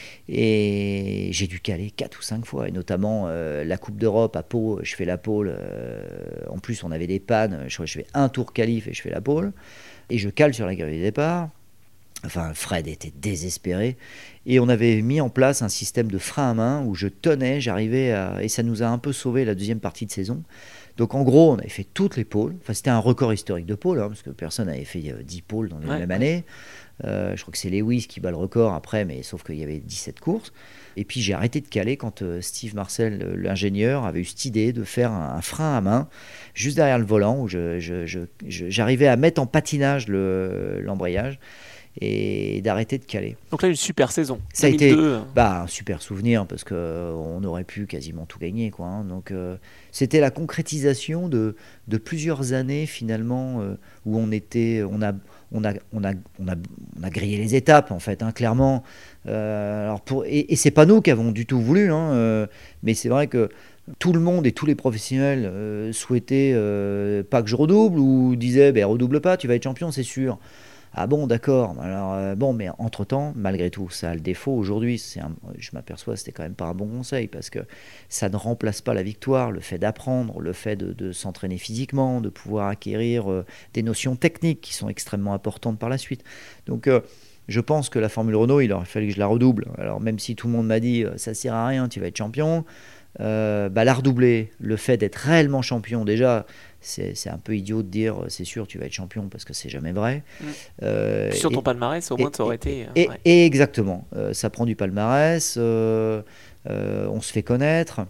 Et j'ai dû caler quatre ou cinq fois, et notamment euh, la Coupe d'Europe à Pau, je fais la pole, euh, en plus on avait des pannes, je, je fais un tour qualif et je fais la pole, et je cale sur la grille de départ. Enfin, Fred était désespéré, et on avait mis en place un système de frein à main où je tenais, j'arrivais à... et ça nous a un peu sauvé la deuxième partie de saison. Donc en gros, on avait fait toutes les pôles, enfin c'était un record historique de pôles, hein, parce que personne n'avait fait euh, dix pôles dans la ouais, même année. Euh, je crois que c'est Lewis qui bat le record après, mais sauf qu'il y avait dix-sept courses. Et puis j'ai arrêté de caler quand euh, Steve Marcel, l'ingénieur, avait eu cette idée de faire un, un frein à main juste derrière le volant, où je, je, je, je, j'arrivais à mettre en patinage le, l'embrayage. et d'arrêter de caler. Donc là, une super saison. Ça deux mille deux. a été bah, un super souvenir parce qu'on aurait pu quasiment tout gagner, quoi, hein. Donc, euh, c'était la concrétisation de, de plusieurs années finalement euh, où on, était, on, a, on, a, on, a, on, a, on a grillé les étapes en fait, hein, clairement. Euh, alors pour, et, et c'est pas nous qui avons du tout voulu, hein, euh, mais c'est vrai que tout le monde et tous les professionnels euh, souhaitaient euh, pas que je redouble ou disaient ben, redouble pas, tu vas être champion, c'est sûr. Ah bon, d'accord. Alors euh, bon, mais entre temps, malgré tout, ça a le défaut aujourd'hui. C'est un, je m'aperçois, c'était quand même pas un bon conseil parce que ça ne remplace pas la victoire. Le fait d'apprendre, le fait de, de s'entraîner physiquement, de pouvoir acquérir euh, des notions techniques qui sont extrêmement importantes par la suite. Donc euh, je pense que la Formule Renault, il aurait fallu que je la redouble. Alors même si tout le monde m'a dit ça sert à rien, tu vas être champion. Euh, bah, la redoubler, le fait d'être réellement champion, déjà, c'est, c'est un peu idiot de dire c'est sûr tu vas être champion parce que c'est jamais vrai. Mmh. Euh, Sur ton et, palmarès, au moins, tu aurais et, été. Et, ouais. et exactement, euh, ça prend du palmarès, euh, euh, on se fait connaître.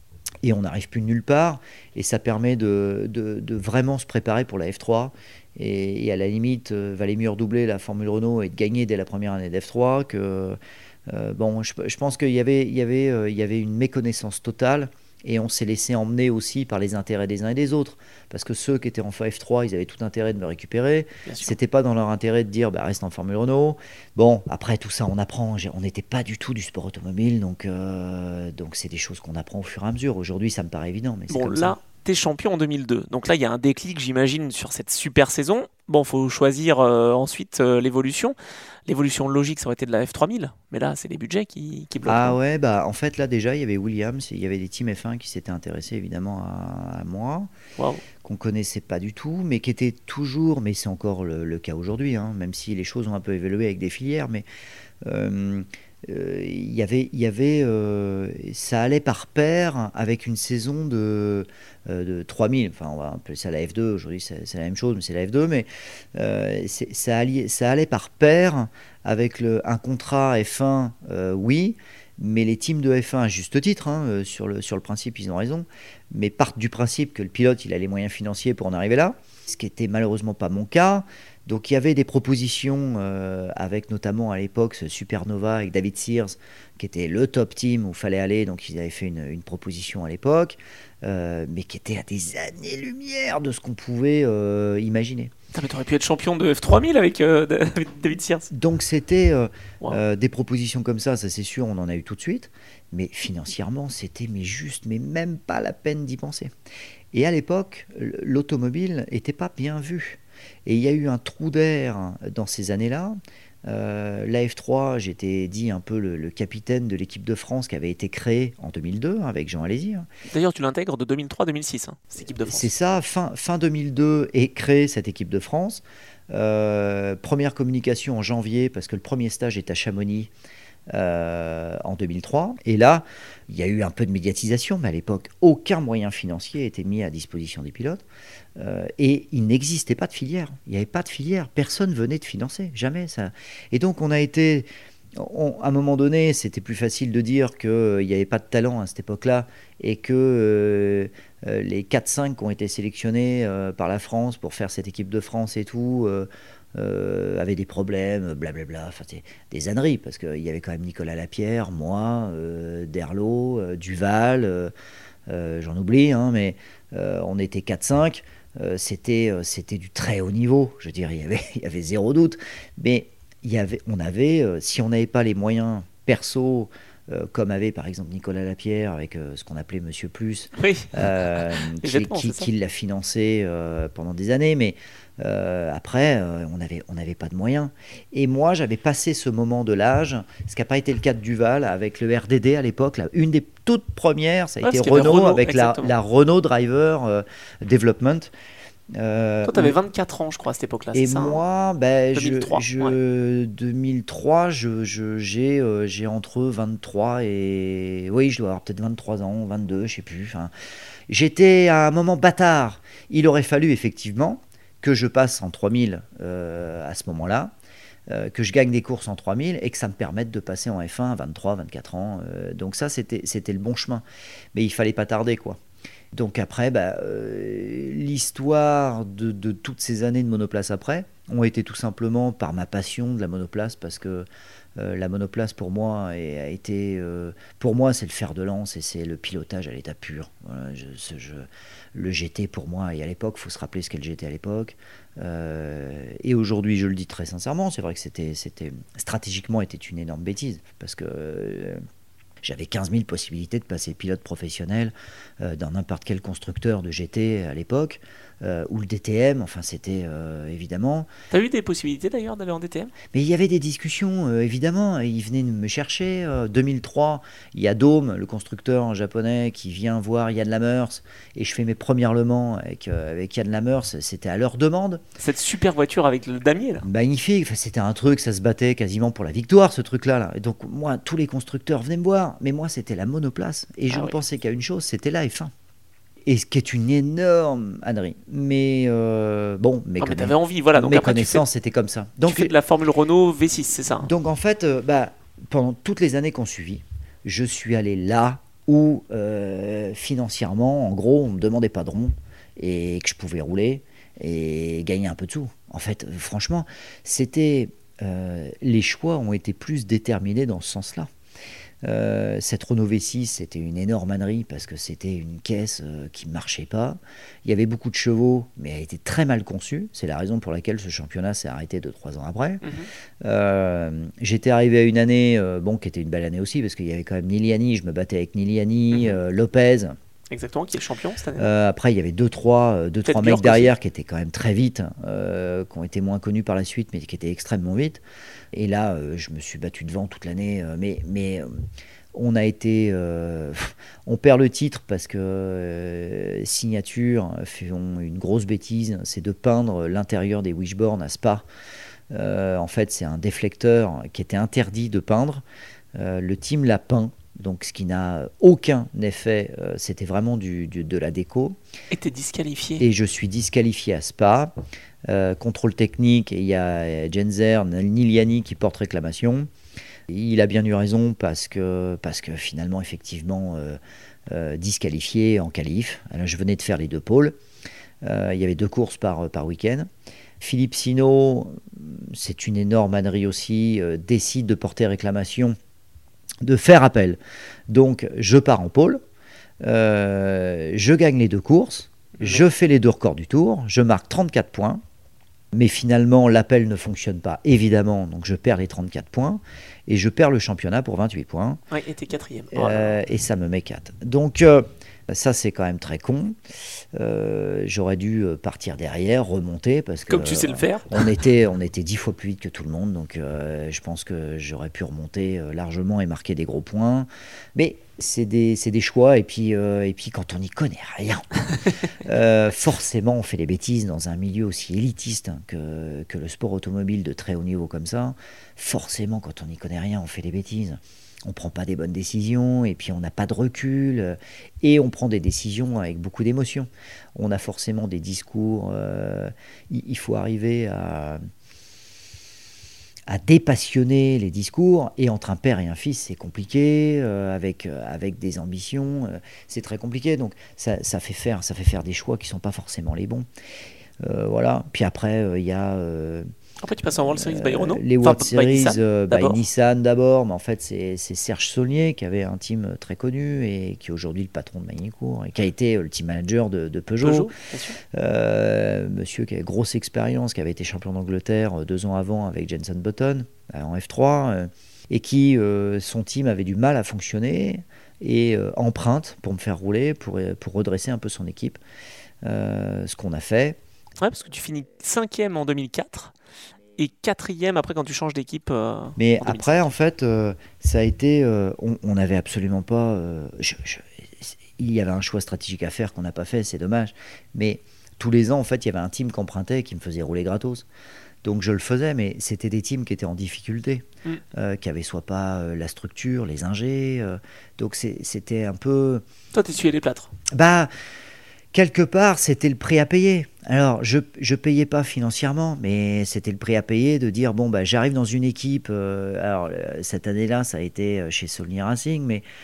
Et on n'arrive plus nulle part, et ça permet de, de, de vraiment se préparer pour la F trois. Et, et à la limite, euh, valait mieux redoubler la Formule Renault et de gagner dès la première année d'F trois que. Euh, bon, je, je pense qu'il y avait, il y, avait, euh, il y avait une méconnaissance totale, et on s'est laissé emmener aussi par les intérêts des uns et des autres, parce que ceux qui étaient en F trois, ils avaient tout intérêt de me récupérer. C'était pas dans leur intérêt de dire bah, reste en Formule Renault. Bon, après tout ça on apprend, on n'était pas du tout du sport automobile, donc, euh, donc c'est des choses qu'on apprend au fur et à mesure. Aujourd'hui ça me paraît évident, mais c'est bon, comme là, ça. T'es champion en deux mille deux, donc là il y a un déclic, j'imagine, sur cette super saison. Bon, faut choisir euh, ensuite euh, l'évolution. L'évolution logique, ça aurait été de la F trois mille, mais là, c'est les budgets qui, qui bloquent. Ah hein. ouais, bah en fait là déjà il y avait Williams, il y avait des teams F un qui s'étaient intéressés évidemment à, à moi, Waouh. qu'on connaissait pas du tout, mais qui étaient toujours, mais c'est encore le, le cas aujourd'hui, hein, même si les choses ont un peu évolué avec des filières, mais euh, euh, y avait, y avait, euh, ça allait par paire avec une saison de, euh, de trois mille, enfin on va appeler ça la F deux, aujourd'hui c'est, c'est la même chose, mais c'est la F deux, mais euh, c'est, ça, allait, ça allait par paire avec le, un contrat F un, euh, oui, mais les teams de F un, à juste titre, hein, euh, sur, le, sur le principe ils ont raison, mais partent du principe que le pilote il a les moyens financiers pour en arriver là, ce qui était malheureusement pas mon cas. Donc il y avait des propositions euh, avec notamment à l'époque ce Supernova avec David Sears qui était le top team où il fallait aller, donc ils avaient fait une, une proposition à l'époque, euh, mais qui était à des années-lumière de ce qu'on pouvait euh, imaginer. Putain, mais t'aurais pu être champion de F trois mille avec euh, David Sears. Donc c'était euh, wow. euh, des propositions comme ça, ça c'est sûr, on en a eu tout de suite, mais financièrement c'était mais juste, mais même pas la peine d'y penser. Et à l'époque, l'automobile n'était pas bien vue. Et il y a eu un trou d'air dans ces années-là. Euh, la F trois, j'étais dit un peu le, le capitaine de l'équipe de France qui avait été créée en deux mille deux avec Jean Alési. D'ailleurs, tu l'intègres de deux mille trois à deux mille six, hein, cette équipe de France. C'est ça, fin, fin deux mille deux est créée cette équipe de France. Euh, première communication en janvier, parce que le premier stage est à Chamonix. Euh, en deux mille trois, et là il y a eu un peu de médiatisation, mais à l'époque aucun moyen financier était mis à disposition des pilotes, euh, et il n'existait pas de filière, il n'y avait pas de filière, personne venait de financer, jamais ça. Et donc on a été, on, à un moment donné c'était plus facile de dire qu'il euh, n'y avait pas de talent à cette époque-là, et que euh, euh, les quatre cinq qui ont été sélectionnés euh, par la France pour faire cette équipe de France et tout euh, Euh, avait des problèmes, blablabla, enfin c'est des âneries, parce qu'il y avait quand même Nicolas Lapierre, moi, euh, Derlot, euh, Duval, euh, euh, j'en oublie, hein, mais euh, on était quatre cinq, euh, c'était, euh, c'était du très haut niveau, je veux dire, il y avait, il y avait zéro doute, mais il y avait, on avait, euh, si on n'avait pas les moyens perso, Euh, comme avait par exemple Nicolas Lapierre avec euh, ce qu'on appelait Monsieur Plus, oui. euh, qui, qui, qui l'a financé euh, pendant des années, mais euh, après euh, on n'avait on avait pas de moyens. Et moi j'avais passé ce moment de l'âge, ce qui n'a pas été le cas de Duval avec le R D D à l'époque, là, une des toutes premières, ça a ouais, été Renault, Renault avec la, la Renault Driver euh, Development. Euh, Toi, tu avais vingt-quatre ans, je crois, à cette époque-là. Et c'est ça, moi, hein ben, deux mille trois, je, je, ouais. deux mille trois, je, je, j'ai, euh, j'ai entre vingt-trois et... Oui, je dois avoir peut-être vingt-trois ans, vingt-deux, je sais plus. Enfin, j'étais à un moment bâtard. Il aurait fallu effectivement que je passe en trois mille euh, à ce moment-là, euh, que je gagne des courses en trois mille et que ça me permette de passer en F un à vingt-trois, vingt-quatre ans. Euh, donc ça, c'était, c'était le bon chemin. Mais il fallait pas tarder, quoi. Donc après, bah, euh, l'histoire de, de toutes ces années de monoplace après ont été tout simplement par ma passion de la monoplace, parce que euh, la monoplace pour moi est- a été, euh, pour moi c'est le fer de lance et c'est le pilotage à l'état pur. Voilà, je, ce- je- le G T pour moi, et à l'époque, il faut se rappeler ce qu'est le G T à l'époque. Euh, et aujourd'hui, je le dis très sincèrement, c'est vrai que c'était, c'était stratégiquement était une énorme bêtise, parce que euh, j'avais quinze mille possibilités de passer pilote professionnel euh, dans n'importe quel constructeur de G T à l'époque, euh, ou le D T M, enfin c'était euh, évidemment. T'as eu des possibilités d'ailleurs d'aller en D T M ? Mais il y avait des discussions, euh, évidemment, ils venaient me chercher. Euh, deux mille trois, il y a Dome, le constructeur japonais, qui vient voir Yann Lamers, et je fais mes premiers Le Mans avec, euh, avec Yann Lamers, c'était à leur demande. Cette super voiture avec le damier là. Magnifique, enfin, c'était un truc, ça se battait quasiment pour la victoire, ce truc-là. Là. Et donc, moi, tous les constructeurs venaient me voir, mais moi, c'était la monoplace. Et je Ah ne oui. pensais qu'à une chose, c'était la F un. Et ce qui est une énorme ânerie. Mais euh, bon, mes, Non, mais conna- t'avais envie, voilà. Donc mes après, tu fais, connaissances, c'était comme ça. tu Donc, fais de la Formule Renault V six, c'est ça hein ? donc en fait, euh, bah, pendant toutes les années qu'on suivit, je suis allé là où euh, financièrement, en gros, on me demandait pas de rond et que je pouvais rouler et gagner un peu de sous. En fait, euh, franchement, c'était euh, les choix ont été plus déterminés dans ce sens-là. Euh, cette Renault V six, c'était une énorme ânerie parce que c'était une caisse euh, qui ne marchait pas. Il y avait beaucoup de chevaux, mais elle était très mal conçue. C'est la raison pour laquelle ce championnat s'est arrêté deux trois ans après. Mhm. Euh, j'étais arrivé à une année, euh, bon, qui était une belle année aussi, parce qu'il y avait quand même Niliani, je me battais avec Niliani, Mhm. euh, Lopez. Exactement, qui est champion cette année. Euh, après, il y avait deux trois, euh, deux, Peut-être trois mecs Björk derrière qui étaient quand même très vite, euh, qui ont été moins connus par la suite, mais qui étaient extrêmement vite. Et là, euh, je me suis battu devant toute l'année. euh, mais mais euh, on a été. euh, on perd le titre parce que euh, Signature font une grosse bêtise, c'est de peindre l'intérieur des wishbones à Spa. Euh, en fait, c'est un déflecteur qui était interdit de peindre. Euh, le team l'a peint. Donc, ce qui n'a aucun effet, euh, c'était vraiment du, du- de la déco. Et t'es disqualifié. Et je suis disqualifié à Spa. Euh, contrôle technique, et il y a Genzer, Niliani qui porte réclamation. Il a bien eu raison parce que, parce que finalement, effectivement, euh, euh, disqualifié en qualif. Alors, je venais de faire les deux pôles. Euh, il y avait deux courses par, par week-end. Philippe Sino, c'est une énorme ânerie aussi, euh, décide de porter réclamation, de faire appel. Donc, je pars en pôle, euh, je gagne les deux courses, Mais- je fais les deux records du tour, je marque trente-quatre points, mais finalement, l'appel ne fonctionne pas, évidemment, donc je perds les trente-quatre points, et je perds le championnat pour vingt-huit points, Ouais, et t'es quatrième. Oh là là. euh, et ça me met quatre. Donc, euh, ça, c'est quand même très con. Euh, j'aurais dû euh, partir derrière, remonter, parce que Comme tu sais le faire. on était, on était dix fois plus vite que tout le monde, donc euh, je pense que j'aurais pu remonter euh, largement et marquer des gros points. Mais c'est des, c'est des choix, et puis, euh, et puis quand on n'y connaît rien, euh, forcément on fait des bêtises dans un milieu aussi élitiste hein, que, que le sport automobile de très haut niveau comme ça. Forcément, quand on n'y connaît rien, on fait des bêtises. On ne prend pas des bonnes décisions, et puis on n'a pas de recul, euh, et on prend des décisions avec beaucoup d'émotion. On a forcément des discours, euh, il, il faut arriver à, à dépassionner les discours, et entre un père et un fils, c'est compliqué, euh, avec, euh, avec des ambitions, euh, c'est très compliqué, donc ça, ça, fait faire, ça fait faire des choix qui ne sont pas forcément les bons. Euh, voilà. Puis après, il euh, y a... Euh, Après, tu passes en World Series by Renault. les Enfin, World by Series Nissan, euh, by d'abord. Nissan d'abord, mais en fait c'est, c'est Serge Saulnier qui avait un team très connu et qui est aujourd'hui le patron de Magny-Cours et qui a été euh, le team manager de, de Peugeot. Peugeot, bien sûr. Euh, monsieur qui a grosse expérience, qui avait été champion d'Angleterre euh, deux ans avant avec Jenson Button euh, en F trois euh, et qui, euh, son team avait du mal à fonctionner et euh, emprunte pour me faire rouler, pour, pour redresser un peu son équipe. Euh, ce qu'on a fait. Ouais, parce que tu finis cinquième en deux mille quatre et quatrième après quand tu changes d'équipe. euh, Mais en deux mille cinq. après, en fait, euh, ça a été. Euh, on n'avait absolument pas. Euh, je, je, il y avait un choix stratégique à faire qu'on n'a pas fait, c'est dommage. Mais tous les ans, en fait, il y avait un team qui empruntait et qui me faisait rouler gratos. Donc je le faisais, mais c'était des teams qui étaient en difficulté, Mm. euh, qui n'avaient soit pas euh, la structure, les ingés. Euh, donc c'est, c'était un peu. Toi, t'essuyais les plâtres. Bah. Quelque part, c'était le prix à payer. Alors, je ne payais pas financièrement, mais c'était le prix à payer de dire, bon, bah, j'arrive dans une équipe, euh, alors cette année-là, ça a été chez Saulnier Racing, mais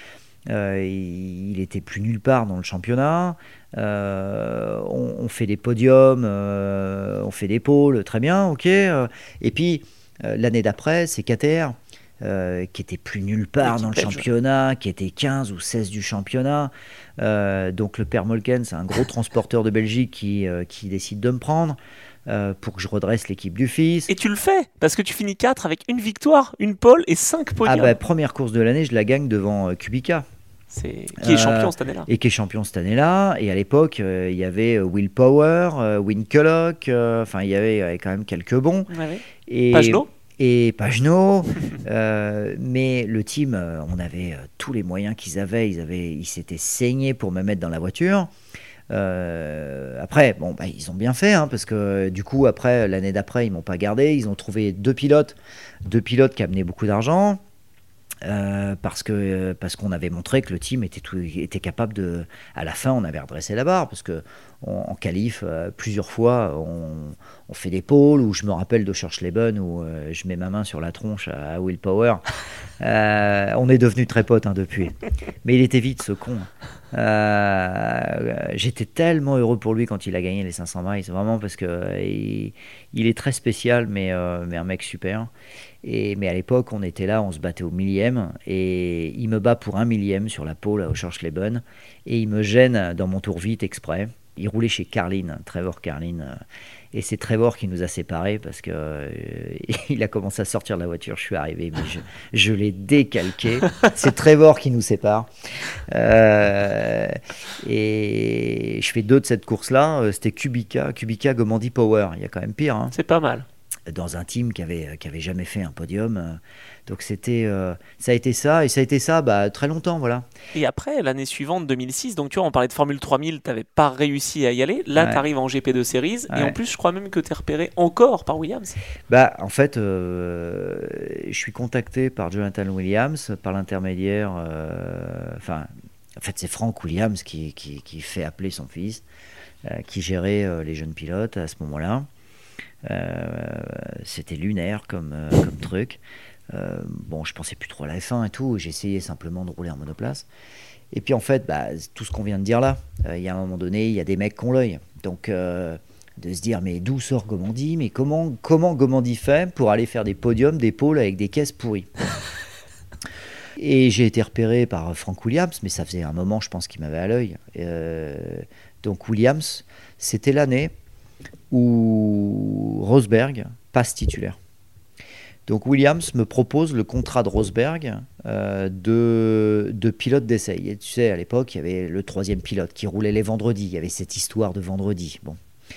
Euh, il, il était plus nulle part dans le championnat. Euh, on, on fait des podiums, euh, on fait des pôles, très bien, ok. Euh, et puis euh, l'année d'après, c'est K T R. Euh, qui était plus nulle part dans le belge. championnat, qui était quinze ou seize du championnat. Euh, donc le père Molken, c'est un gros transporteur de Belgique qui, euh, qui décide de me prendre euh, pour que je redresse l'équipe du fils. Et tu le fais, parce que tu finis quatre avec une victoire, une pole et cinq podiums. Ah bah, première course de l'année, je la gagne devant euh, Kubica. C'est... Qui est champion Euh, cette année-là. Et qui est champion cette année-là. Et à l'époque, euh, il y avait Will Power, euh, Win Culloch, enfin il y avait, il y avait quand même quelques bons. Ouais, ouais. Et, Pagenaud. Et Pagenaud, euh, mais le team, euh, on avait euh, tous les moyens qu'ils avaient. Ils avaient, ils s'étaient saignés pour me mettre dans la voiture. Euh, après, bon, bah, ils ont bien fait, hein, parce que du coup, après l'année d'après, ils m'ont pas gardé. Ils ont trouvé deux pilotes, deux pilotes qui amenaient beaucoup d'argent. Euh, parce que parce qu'on avait montré que le team était tout, était capable de. À la fin, on avait redressé la barre parce que on, en qualif euh, plusieurs fois, on, on fait des pôles où je me rappelle de Schurchleben où euh, je mets ma main sur la tronche à, à Will Power. Euh, on est devenus très potes hein, depuis, mais il était vite ce con. Euh, j'étais tellement heureux pour lui quand il a gagné les cinq cents miles, vraiment parce que euh, il, il est très spécial, mais euh, mais un mec super. Et, mais à l'époque, on était là, on se battait au millième, et il me bat pour un millième sur la pole au Schurchleben, et il me gêne dans mon tour vite exprès. Il roulait chez Carlin, Trevor Carlin, et c'est Trevor qui nous a séparés parce que euh, il a commencé à sortir de la voiture. Je suis arrivé, mais je, je l'ai décalqué. C'est Trevor qui nous sépare. Euh, et je fais deux de cette course-là. C'était Kubica, Kubica, Gomandi Power. Il y a quand même pire. Hein. C'est pas mal. Dans un team qui avait, qui avait jamais fait un podium. Donc c'était, euh, ça a été ça, et ça a été ça bah, très longtemps, voilà. Et après, l'année suivante, deux mille six, donc tu vois, on parlait de Formule trois mille, t'avais pas réussi à y aller. Là, Ouais. t'arrives en G P deux Series, Ouais. et en plus, je crois même que t'es repéré encore par Williams. Bah, en fait, euh, je suis contacté par Jonathan Williams, par l'intermédiaire, euh, enfin, en fait, c'est Frank Williams qui, qui, qui fait appeler son fils, euh, qui gérait euh, les jeunes pilotes à ce moment-là. Euh, c'était lunaire comme, euh, comme truc. Euh, bon, je pensais plus trop à la F un et tout, j'essayais simplement de rouler en monoplace. Et puis en fait, bah, tout ce qu'on vient de dire là, il euh, y a un moment donné, il y a des mecs qui ont l'œil. Donc euh, de se dire, mais d'où sort Gomandi, mais comment, comment Gomandi fait pour aller faire des podiums, des pôles avec des caisses pourries. Et j'ai été repéré par Frank Williams, mais ça faisait un moment, je pense, qu'il m'avait à l'œil. Euh, donc Williams, c'était l'année où Rosberg passe titulaire. Donc Williams me propose le contrat de Rosberg euh, de, de pilote d'essai. Et tu sais, à l'époque, il y avait le troisième pilote qui roulait les vendredis. Il y avait cette histoire de vendredi. Bon.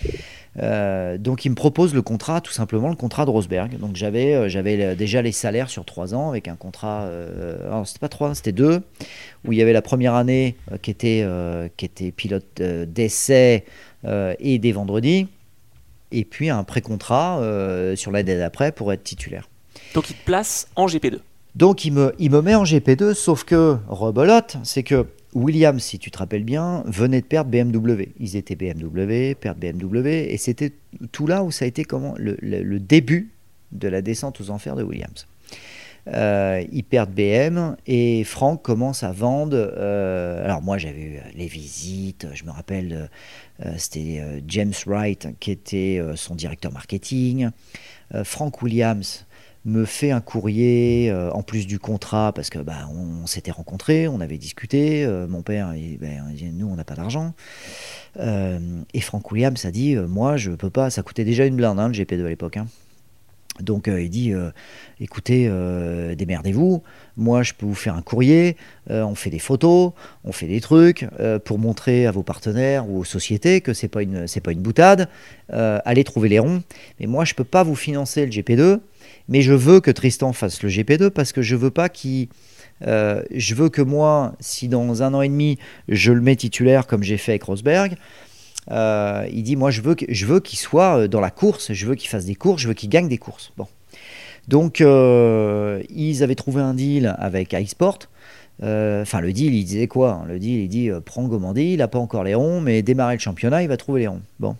Euh, donc il me propose le contrat, tout simplement le contrat de Rosberg. Donc j'avais, euh, j'avais déjà les salaires sur trois ans avec un contrat. Euh, alors c'était pas trois, c'était deux. Où il y avait la première année euh, qui était euh, qui était pilote euh, d'essai euh, et des vendredis. Et puis un pré-contrat euh, sur l'année d'après pour être titulaire. Donc il te place en G P deux. Donc il me, il me met en G P deux, sauf que, rebelote, c'est que Williams, si tu te rappelles bien, venait de perdre B M W. Ils étaient B M W, perdent B M W, et c'était tout là où ça a été comment, le, le, le début de la descente aux enfers de Williams. Euh, ils perdent B M et Franck commence à vendre. Euh, alors moi j'avais eu les visites, je me rappelle, euh, c'était euh, James Wright qui était euh, son directeur marketing. Euh, Frank Williams me fait un courrier euh, en plus du contrat parce que bah, on, on s'était rencontrés, on avait discuté. Euh, mon père, il, ben, il dit, nous on n'a pas d'argent. Euh, et Frank Williams a dit, euh, moi je peux pas. Ça coûtait déjà une blinde hein, le G P deux à l'époque. Hein. Donc euh, il dit, euh, écoutez, euh, démerdez-vous, moi je peux vous faire un courrier, euh, on fait des photos, on fait des trucs euh, pour montrer à vos partenaires ou aux sociétés que c'est pas une, c'est pas une boutade, euh, allez trouver les ronds, mais moi je peux pas vous financer le G P deux, mais je veux que Tristan fasse le G P deux parce que je veux pas qu'il... Euh, je veux que moi, si dans un an et demi je le mets titulaire comme j'ai fait avec Rosberg, Euh, il dit moi je veux, que, je veux qu'il soit dans la course, je veux qu'il fasse des courses, je veux qu'il gagne des courses. Bon. Donc euh, ils avaient trouvé un deal avec iSport. Enfin euh, le deal il disait quoi? Le deal il dit euh, prends Gomandi, il n'a pas encore les ronds, mais démarrer le championnat il va trouver les ronds. Bon.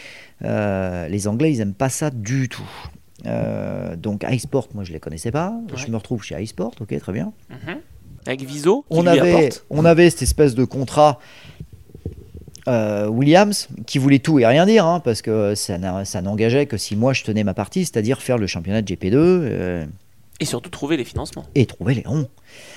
Euh, les Anglais ils n'aiment pas ça du tout. Euh, donc iSport moi je ne les connaissais pas. Ouais. Je me retrouve chez iSport, ok très bien. Mm-hmm. Avec Viso, qui on lui avait, apporte. on avait cette espèce de contrat euh, Williams qui voulait tout et rien dire, hein, parce que ça, n'a, ça n'engageait que si moi je tenais ma partie, c'est-à-dire faire le championnat de G P deux euh, Et surtout trouver les financements. et trouver les ronds.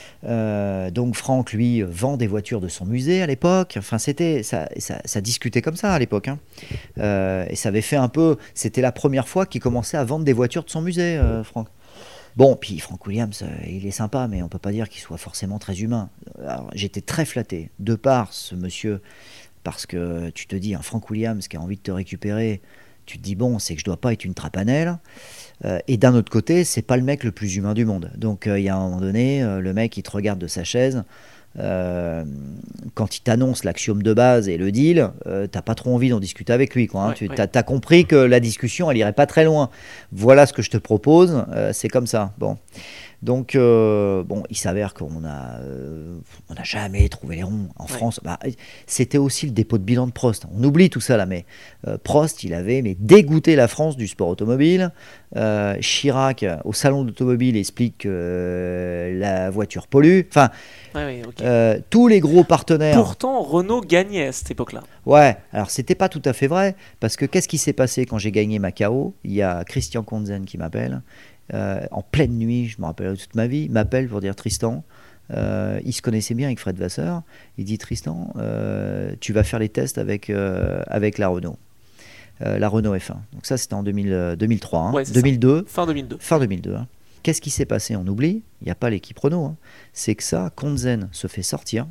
Euh, donc Franck, lui, vend des voitures de son musée à l'époque. Enfin, c'était, ça, ça, ça discutait comme ça à l'époque. Hein. Euh, et ça avait fait un peu... C'était la première fois qu'il commençait à vendre des voitures de son musée, euh, Franck. Bon, puis Frank Williams, euh, il est sympa, mais on peut pas dire qu'il soit forcément très humain. Alors, j'étais très flatté de par ce monsieur, parce que tu te dis, un Frank Williams qui a envie de te récupérer, tu te dis, bon, c'est que je dois pas être une trapanelle. Euh, et d'un autre côté, c'est pas le mec le plus humain du monde. Donc il euh, y a un moment donné, euh, le mec il te regarde de sa chaise, euh, quand il t'annonce l'axiome de base et le deal, euh, t'as pas trop envie d'en discuter avec lui, quoi, hein. Ouais, Tu ouais. t'as, t'as compris que la discussion elle irait pas très loin. Voilà ce que je te propose, euh, c'est comme ça. Bon. Donc, euh, bon, il s'avère qu'on a, euh, on n'a jamais trouvé les ronds en Ouais. France. Bah, c'était aussi le dépôt de bilan de Prost. On oublie tout ça là, mais euh, Prost, il avait mais dégoûté la France du sport automobile. Euh, Chirac, au salon d'automobile, explique que euh, la voiture pollue. Enfin, Ouais, ouais, ok. euh, tous les gros partenaires. Pourtant, Renault gagnait à cette époque-là. Ouais, alors c'était pas tout à fait vrai, parce que qu'est-ce qui s'est passé quand j'ai gagné Macao? Il y a Christian Konzen qui m'appelle, euh, en pleine nuit, je me rappelle toute ma vie, il m'appelle pour dire Tristan, euh, il se connaissait bien avec Fred Vasseur, il dit Tristan, euh, tu vas faire les tests avec, euh, avec la Renault, euh, la Renault F un. Donc ça c'était en deux mille, deux mille trois, hein. Ouais, c'est deux mille deux, Fin deux mille deux. fin deux mille deux. Hein. Qu'est-ce qui s'est passé? On oublie, il n'y a pas l'équipe Renault, hein. C'est que ça, Konzen se fait sortir.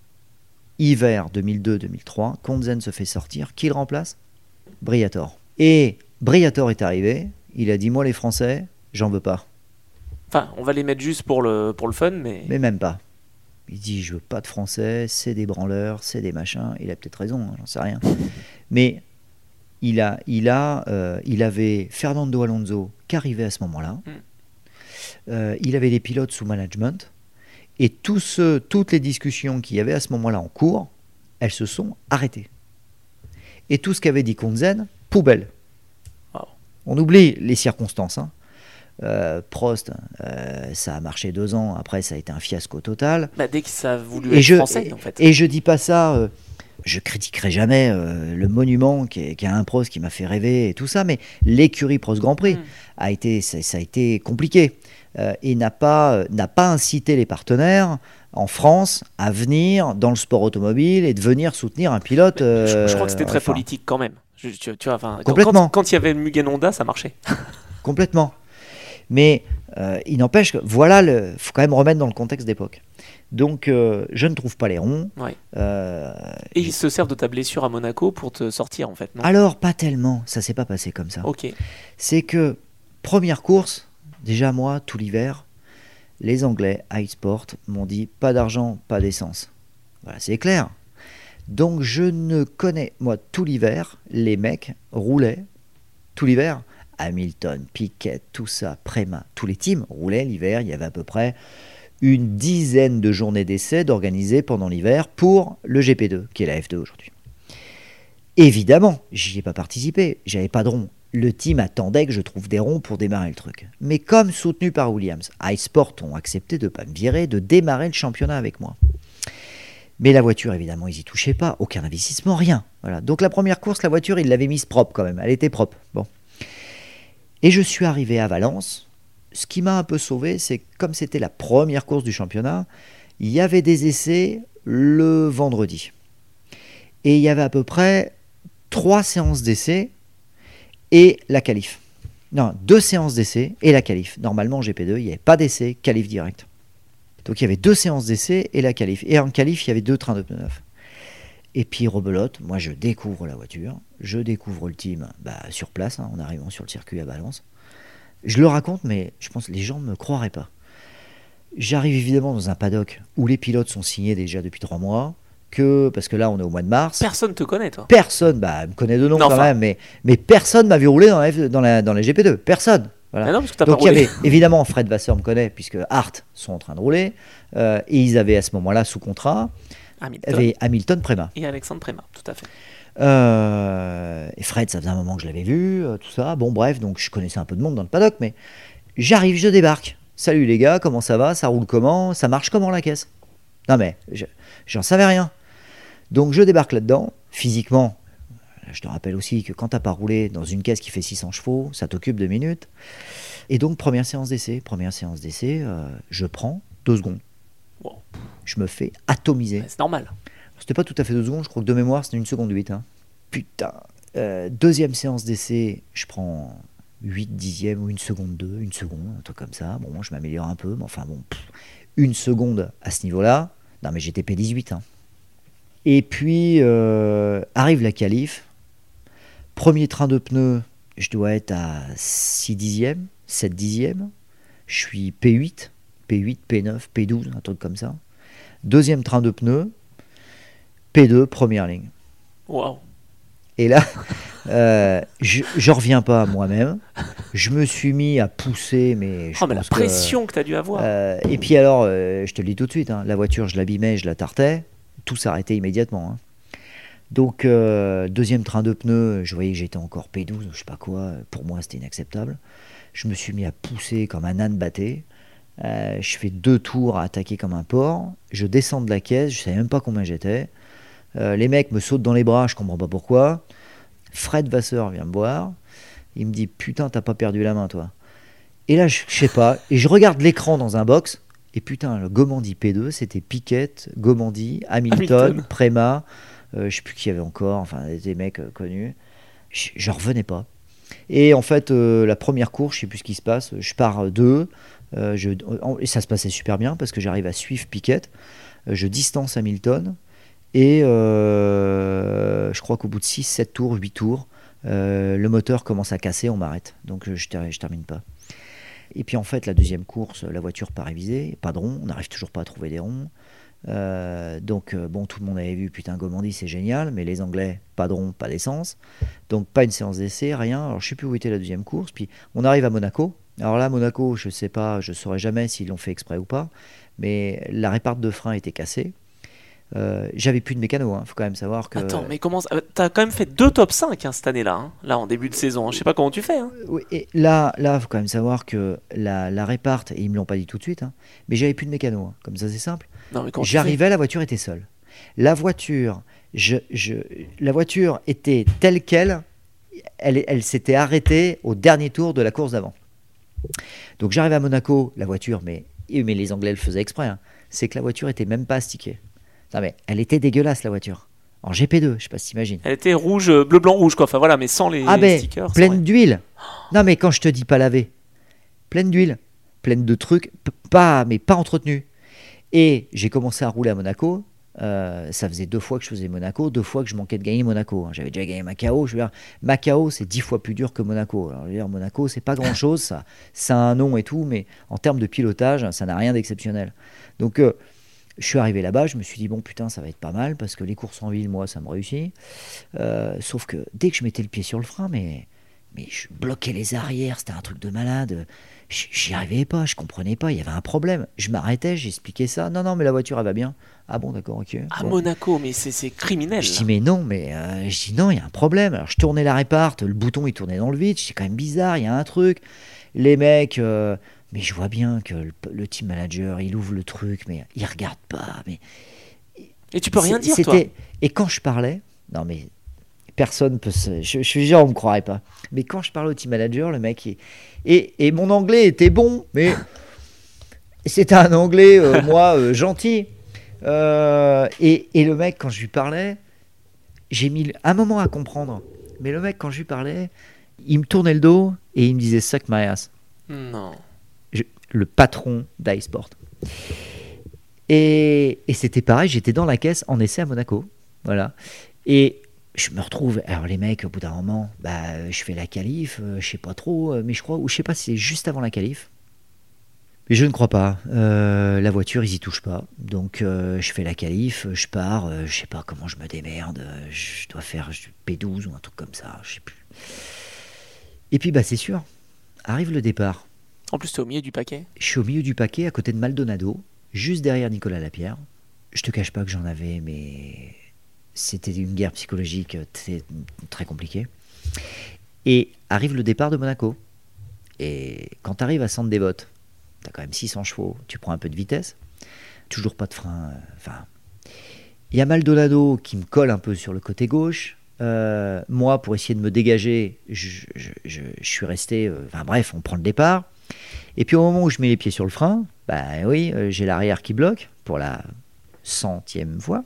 Hiver deux mille deux deux mille trois, Konzen se fait sortir. Qui le remplace? Briatore. Et Briatore est arrivé. Il a dit, moi les Français, j'en veux pas. Enfin, on va les mettre juste pour le, pour le fun, mais... Mais même pas. Il dit, je veux pas de Français, c'est des branleurs, c'est des machins. Il a peut-être raison, hein, j'en sais rien. Mais il, a, il, a, euh, il avait Fernando Alonso qui arrivait à ce moment-là. Mm. Euh, il avait des pilotes sous management. Et tout ce, toutes les discussions qu'il y avait à ce moment-là en cours, elles se sont arrêtées. Et tout ce qu'avait dit Konzen, poubelle. Wow. On oublie les circonstances. Hein. Euh, Prost, euh, ça a marché deux ans, après ça a été un fiasco total. Bah, dès que ça a voulu Et être je, français, et, en fait. et je dis pas ça, euh, je critiquerai jamais euh, le monument qui est, qui est un Prost qui m'a fait rêver et tout ça, mais l'écurie Prost Grand Prix Mm. a été, ça, ça a été compliqué. Euh, et n'a pas, euh, n'a pas incité les partenaires en France à venir dans le sport automobile et de venir soutenir un pilote. Mais je, je euh, crois que c'était très enfin, politique quand même. Je- tu, tu vois, enfin, quand- Complètement. Quand, quand il y avait le Mugen Honda, ça marchait. Complètement. Mais euh, il n'empêche que, voilà, il faut quand même remettre dans le contexte d'époque. Donc, euh, je ne trouve pas les ronds. Ouais. Euh, Et ils se servent de ta blessure à Monaco pour te sortir, en fait, non? alors, pas tellement. Ça s'est pas passé comme ça. Ok. C'est que, première course, déjà moi, tout l'hiver, les Anglais, High Sport, m'ont dit pas d'argent, pas d'essence. Voilà, c'est clair. Donc je ne connais, moi, tout l'hiver, les mecs roulaient, tout l'hiver, Hamilton, Piquet, tout ça, Préma, tous les teams roulaient l'hiver. Il y avait à peu près une dizaine de journées d'essais d'organiser pendant l'hiver pour le G P deux, qui est la F deux aujourd'hui. Évidemment, j'y ai pas participé, j'avais pas de rond. Le team attendait que je trouve des ronds pour démarrer le truc. Mais comme soutenu par Williams, iSport ont accepté de ne pas me virer, de démarrer le championnat avec moi. Mais la voiture, évidemment, ils n'y touchaient pas, aucun investissement, rien. Voilà. Donc la première course, la voiture, ils l'avaient mise propre quand même, elle était propre. Bon. Et je suis arrivé à Valence. Ce qui m'a un peu sauvé, c'est que comme c'était la première course du championnat, il y avait des essais le vendredi. Et il y avait à peu près trois séances d'essais et la qualif. Non, deux séances d'essai et la qualif. Normalement, en G P deux, il n'y avait pas d'essai, qualif direct. Donc il y avait deux séances d'essai et la qualif. Et en qualif, il y avait deux trains de pneus neufs. Et puis rebelote, moi je découvre la voiture, je découvre le team bah, sur place, hein, en arrivant sur le circuit à Valence. Je le raconte, mais je pense que les gens ne me croiraient pas. J'arrive évidemment dans un paddock où les pilotes sont signés déjà depuis trois mois. Que, parce que là on est au mois de mars. Personne te connaît, toi. Personne, bah, me connaît de nom Non, quand enfin... même, mais, mais personne m'a vu rouler dans la, F, dans la, dans la G P deux. Personne. Voilà. Ah non, parce que t'as Donc pas il y roulé. avait évidemment Fred Vasseur me connaît puisque Hart sont en train de rouler euh, et ils avaient à ce moment-là sous contrat Hamilton. avait Hamilton Préma. Et Alexandre Préma, tout à fait. Euh, et Fred, ça faisait un moment que je l'avais vu, euh, tout ça. Bon bref, donc je connaissais un peu de monde dans le paddock, mais j'arrive, je débarque. Salut les gars, comment ça va? Ça roule comment? Ça marche comment la caisse? Non mais, je, j'en savais rien. Donc je débarque là-dedans, physiquement. Je te rappelle aussi que quand t'as pas roulé dans une caisse qui fait six cents chevaux, ça t'occupe deux minutes. Et donc première séance d'essai, première séance d'essai, euh, je prends deux secondes. Wow. Je me fais atomiser. Ouais, c'est normal. C'était pas tout à fait deux secondes, je crois que de mémoire c'était une seconde huit. Hein. Putain. Euh, deuxième séance d'essai, je prends huit dixièmes ou une seconde deux, une seconde, un truc comme ça. Bon, moi je m'améliore un peu, mais enfin bon, pff, une seconde à ce niveau-là. Non mais j'étais P dix-huit. Hein. Et puis euh, arrive la qualif. Premier train de pneus, je dois être à six dixièmes, sept dixièmes. Je suis P huit, P huit, P neuf, P douze, un truc comme ça. Deuxième train de pneus, P deux, première ligne. Waouh. Et là, euh, je ne reviens pas à moi-même. Je me suis mis à pousser, mais je Oh, mais la pense pression que, que tu as dû avoir. euh, et puis alors, euh, je te le dis tout de suite, hein, la voiture, je l'abîmais, je la tartais. Tout s'arrêtait immédiatement. Hein. Donc, euh, deuxième train de pneus, je voyais que j'étais encore P douze, je sais pas quoi. Pour moi, c'était inacceptable. Je me suis mis à pousser comme un âne batté. Euh, je fais deux tours à attaquer comme un porc. Je descends de la caisse, je savais même pas combien j'étais. Euh, les mecs me sautent dans les bras, je comprends pas pourquoi. Fred Vasseur vient me voir. Il me dit putain, t'as pas perdu la main, toi. Et là, je, je sais pas. Et je regarde l'écran dans un box. Et putain, le Gomandi P deux, c'était Piquet, Gomandi, Hamilton, Hamilton. Préma. Euh, je sais plus qui y avait encore. Enfin, des mecs euh, connus. Je, je revenais pas. Et en fait, euh, la première course, je sais plus ce qui se passe. Je pars deux. Euh, je, et ça se passait super bien parce que j'arrive à suivre Piquet. Euh, je distance Hamilton. Et euh, je crois qu'au bout de six sept tours, huit tours, euh, le moteur commence à casser, on m'arrête. Donc je ne termine pas. Et puis en fait, la deuxième course, la voiture pas révisée, pas de rond, on n'arrive toujours pas à trouver des ronds. Euh, donc euh, bon, tout le monde avait vu, putain, Gomandi c'est génial, mais les Anglais, pas de rond, pas d'essence. Donc pas une séance d'essai, rien. Alors je sais plus où était la deuxième course. Puis on arrive à Monaco. Alors là, Monaco, je sais pas, je saurais jamais s'ils l'ont fait exprès ou pas, mais la réparte de frein était cassée. Euh, j'avais plus de mécano, il hein. Faut quand même savoir que... Attends, mais comment ça... T'as quand même fait deux top cinq hein, cette année-là, hein, là en début de saison. Hein. Je sais pas comment tu fais. Hein. Oui, et là, là, faut quand même savoir que la, la réparte, et ils me l'ont pas dit tout de suite, hein, mais j'avais plus de mécano, hein. Comme ça c'est simple. Non, mais comment tu J'arrivais, fais la voiture était seule. La voiture, je, je, la voiture était telle qu'elle, elle, elle s'était arrêtée au dernier tour de la course d'avant. Donc j'arrive à Monaco, la voiture, mais, mais les Anglais le faisaient exprès, hein, c'est que la voiture était même pas astiquée. Non mais elle était dégueulasse la voiture. En G P deux, je sais pas si t'imagines. Elle était rouge, bleu, blanc, rouge quoi. Enfin voilà, mais sans les ah ben, stickers. Pleine sans... d'huile. Non mais quand je te dis pas laver, pleine d'huile, pleine de trucs, p- pas mais pas entretenu. Et j'ai commencé à rouler à Monaco. Euh, ça faisait deux fois que je faisais Monaco, deux fois que je manquais de gagner Monaco. Hein. J'avais déjà gagné Macao. Je veux dire, Macao c'est dix fois plus dur que Monaco. Alors, je veux dire, Monaco c'est pas grand chose, ça, ça a un nom et tout, mais en termes de pilotage, ça n'a rien d'exceptionnel. Donc euh, je suis arrivé là-bas, je me suis dit bon putain ça va être pas mal parce que les courses en ville moi ça me réussit. Euh, sauf que dès que je mettais le pied sur le frein, mais mais je bloquais les arrières, c'était un truc de malade. J'y arrivais pas, je comprenais pas, il y avait un problème. Je m'arrêtais, j'expliquais ça. Non non mais la voiture elle va bien. Ah bon d'accord ok. À bon. Monaco, mais c'est, c'est criminel. Je dis mais non mais euh, je dis non il y a un problème. Alors je tournais la réparte, le bouton il tournait dans le vide. C'est quand même bizarre, il y a un truc. Les mecs. Euh, Mais je vois bien que le, le team manager, il ouvre le truc, mais il regarde pas. Mais et tu peux rien dire, c'était... toi. Et quand je parlais, non mais personne peut se... Je, je suis genre, on me croirait pas. Mais quand je parlais au team manager, le mec, il... et, et mon anglais était bon, mais c'était un anglais, euh, moi, euh, gentil. Euh, et, et le mec, quand je lui parlais, j'ai mis un moment à comprendre. Mais le mec, quand je lui parlais, il me tournait le dos et il me disait « suck my ass ». Non. Je, le patron d'iSport. Et, et c'était pareil, j'étais dans la caisse en essai à Monaco. Voilà. Et je me retrouve. Alors, les mecs, au bout d'un moment, bah, je fais la qualif, euh, je sais pas trop, euh, mais je crois, ou je sais pas si c'est juste avant la qualif. Mais je ne crois pas. Euh, la voiture, ils y touchent pas. Donc, euh, je fais la qualif, je pars, euh, je sais pas comment je me démerde. Je dois faire P douze ou un truc comme ça, je sais plus. Et puis, bah, c'est sûr, arrive le départ. En plus, t'es au milieu du paquet. Je suis au milieu du paquet, à côté de Maldonado, juste derrière Nicolas Lapierre. Je te cache pas que j'en avais, mais c'était une guerre psychologique très, très compliquée. Et arrive le départ de Monaco. Et quand tu arrives à Centre des Bottes, tu as quand même six cents chevaux, tu prends un peu de vitesse, toujours pas de frein. Enfin, euh, il y a Maldonado qui me colle un peu sur le côté gauche. Euh, moi, pour essayer de me dégager, je, je, je, je suis resté. Euh, enfin bref, on prend le départ. Et puis au moment où je mets les pieds sur le frein, bah oui, euh, j'ai l'arrière qui bloque pour la centième fois.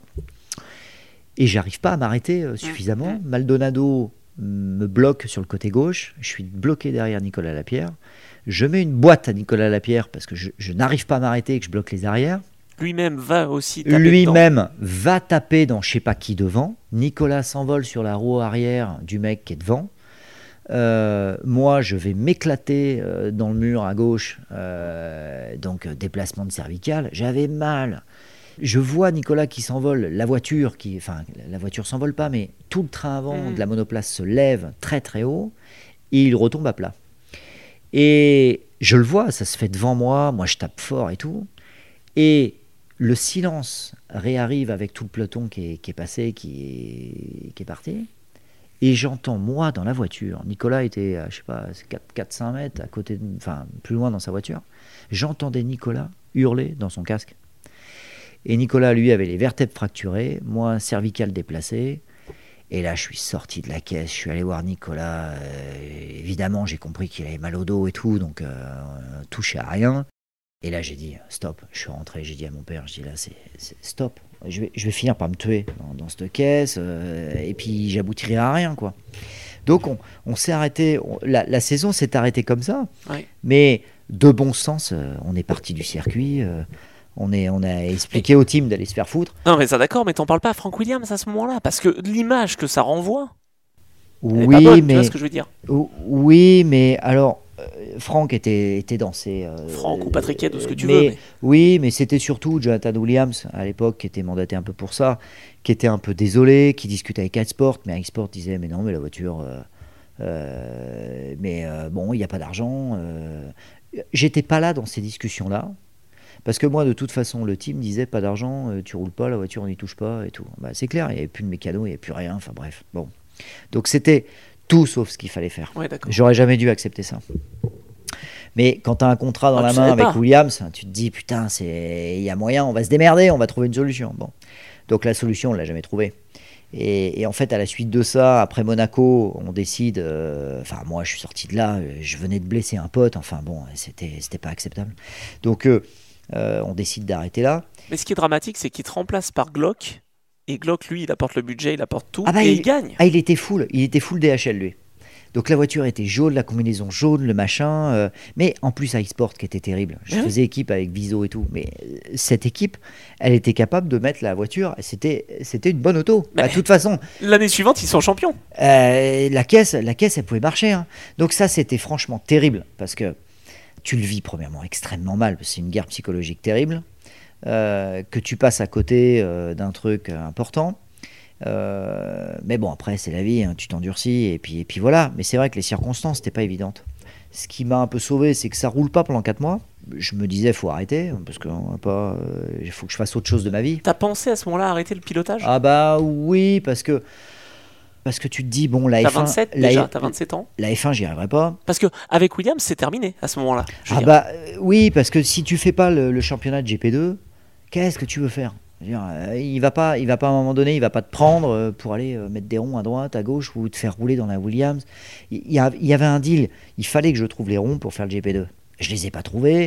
Et j'arrive pas à m'arrêter euh, suffisamment. Maldonado me bloque sur le côté gauche. Je suis bloqué derrière Nicolas Lapierre. Je mets une boîte à Nicolas Lapierre parce que je, je n'arrive pas à m'arrêter et que je bloque les arrières. Lui-même va aussi taper Lui-même dedans. va taper dans je sais pas qui devant. Nicolas s'envole sur la roue arrière du mec qui est devant. Euh, moi, je vais m'éclater euh, dans le mur à gauche. Euh, donc, euh, déplacement de cervicale. J'avais mal. Je vois Nicolas qui s'envole, la voiture, qui, enfin, la voiture s'envole pas, mais tout le train avant mmh. de la monoplace se lève très très haut et il retombe à plat. Et je le vois, ça se fait devant moi, moi je tape fort et tout. Et le silence réarrive avec tout le peloton qui est, qui est passé, qui est, qui est parti. Et j'entends, moi, dans la voiture, Nicolas était, à, je sais pas, quatre à cinq mètres à côté, de, enfin, plus loin dans sa voiture. J'entendais Nicolas hurler dans son casque. Et Nicolas, lui, avait les vertèbres fracturées, moi, cervicale déplacée. Et là, je suis sorti de la caisse, je suis allé voir Nicolas. Euh, évidemment, j'ai compris qu'il avait mal au dos et tout, donc euh, touché à rien. Et là, j'ai dit, stop. Je suis rentré, j'ai dit à mon père, je dis là, c'est, c'est stop. Je vais, je vais finir par me tuer dans, dans cette caisse, euh, et puis j'aboutirai à rien, quoi. Donc, on, on s'est arrêté, on, la, la saison s'est arrêtée comme ça, oui. Mais de bon sens, euh, on est parti du circuit. Euh, On, est, on a expliqué mais... au team d'aller se faire foutre. Non, mais ça d'accord, mais t'en parles pas à Frank Williams à ce moment-là, parce que l'image que ça renvoie, oui, elle est pas bonne, mais... tu vois ce que je veux dire. Oui, mais alors, euh, Frank était, était dans ses... Euh, Frank ou Patrick Head, ou ce que tu mais, veux. Mais... Oui, mais c'était surtout Jonathan Williams, à l'époque, qui était mandaté un peu pour ça, qui était un peu désolé, qui discutait avec Export, mais Export disait, mais non, mais la voiture... Euh, euh, mais euh, bon, il n'y a pas d'argent. Euh... J'étais pas là dans ces discussions-là. Parce que moi, de toute façon, le team disait pas d'argent, euh, tu roules pas, la voiture on n'y touche pas et tout. Bah, c'est clair, il n'y avait plus de mécano, il n'y avait plus rien. Enfin bref, bon. Donc c'était tout sauf ce qu'il fallait faire. Ouais, J'aurais jamais dû accepter ça. Mais quand tu as un contrat dans ah, la main avec pas. Williams, tu te dis putain, il y a moyen, on va se démerder, on va trouver une solution. Bon. Donc la solution, on ne l'a jamais trouvée. Et, et en fait, à la suite de ça, après Monaco, on décide. Enfin, euh, moi, je suis sorti de là, je venais de blesser un pote. Enfin bon, c'était, c'était pas acceptable. Donc. Euh, Euh, on décide d'arrêter là. Mais ce qui est dramatique, c'est qu'il te remplace par Glock. Et Glock, lui, il apporte le budget, il apporte tout. Ah bah et il, il gagne. Ah, il était full. Il était full D H L, lui. Donc la voiture était jaune, la combinaison jaune, le machin. Euh, mais en plus, High Sport qui était terrible. Je mmh. faisais équipe avec Viso et tout. Mais euh, cette équipe, elle était capable de mettre la voiture. C'était, c'était une bonne auto. Bah, de toute façon. L'année suivante, ils sont champions. Euh, la caisse, la caisse, elle pouvait marcher. Hein. Donc ça, c'était franchement terrible. Parce que. Tu le vis premièrement extrêmement mal, parce que c'est une guerre psychologique terrible, euh, que tu passes à côté euh, d'un truc important. Euh, mais bon, après, c'est la vie, hein, tu t'endurcis, et puis, et puis voilà. Mais c'est vrai que les circonstances n'étaient pas évidentes. Ce qui m'a un peu sauvé, c'est que ça roule pas pendant quatre mois. Je me disais, il faut arrêter, parce qu'il euh, faut que je fasse autre chose de ma vie. T'as pensé à ce moment-là à arrêter le pilotage ? Ah bah oui, parce que... Parce que tu te dis, bon, la t'as F un... vingt-sept la déjà, F... t'as vingt-sept ans. La F un, j'y arriverai pas. Parce qu'avec Williams, c'est terminé à ce moment-là. Ah dire. bah euh, oui, parce que si tu fais pas le, le championnat de G P deux, qu'est-ce que tu veux faire ? Je veux dire, euh, il va pas, il va pas à un moment donné, il va pas te prendre euh, pour aller euh, mettre des ronds à droite, à gauche ou te faire rouler dans la Williams. Il y, a, il y avait un deal, il fallait que je trouve les ronds pour faire le G P deux. Je les ai pas trouvés.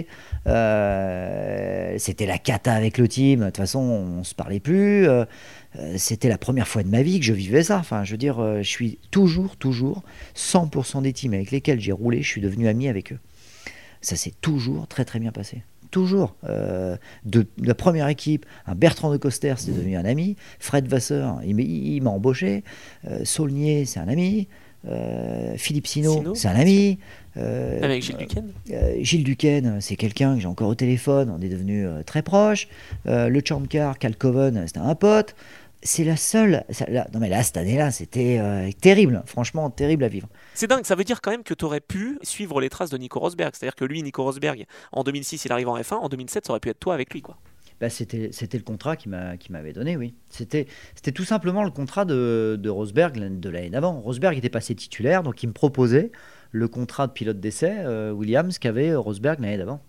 Euh, c'était la cata avec le team. De toute façon, on se parlait plus. Euh, c'était la première fois de ma vie que je vivais ça. Enfin, je veux dire, euh, je suis toujours, toujours, cent pour cent des teams avec lesquels j'ai roulé, je suis devenu ami avec eux. Ça s'est toujours très très bien passé. Toujours. Euh, de, de la première équipe, un Bertrand de Coster, c'est devenu un ami. Fred Vasseur, il, il m'a embauché. Euh, Saulnier, c'est un ami. Euh, Philippe Sino, Sino, c'est un ami. Euh, Avec Gilles Duquesne euh, Gilles Duquesne, c'est quelqu'un que j'ai encore au téléphone, on est devenus euh, très proches. Euh, le Champcar, Cal Coven, c'était un pote. C'est la seule. Ça, là, non, mais là, cette année-là, c'était euh, terrible, franchement, terrible à vivre. C'est dingue, ça veut dire quand même que tu aurais pu suivre les traces de Nico Rosberg. C'est-à-dire que lui, Nico Rosberg, en deux mille six, il arrive en F un, en deux mille sept, ça aurait pu être toi avec lui, quoi. Bah, c'était, c'était le contrat qu'il, m'a, qu'il m'avait donné, oui. C'était, c'était tout simplement le contrat de, de Rosberg de l'année d'avant. Rosberg était passé titulaire, donc il me proposait le contrat de pilote d'essai euh, Williams qu'avait Rosberg l'année d'avant.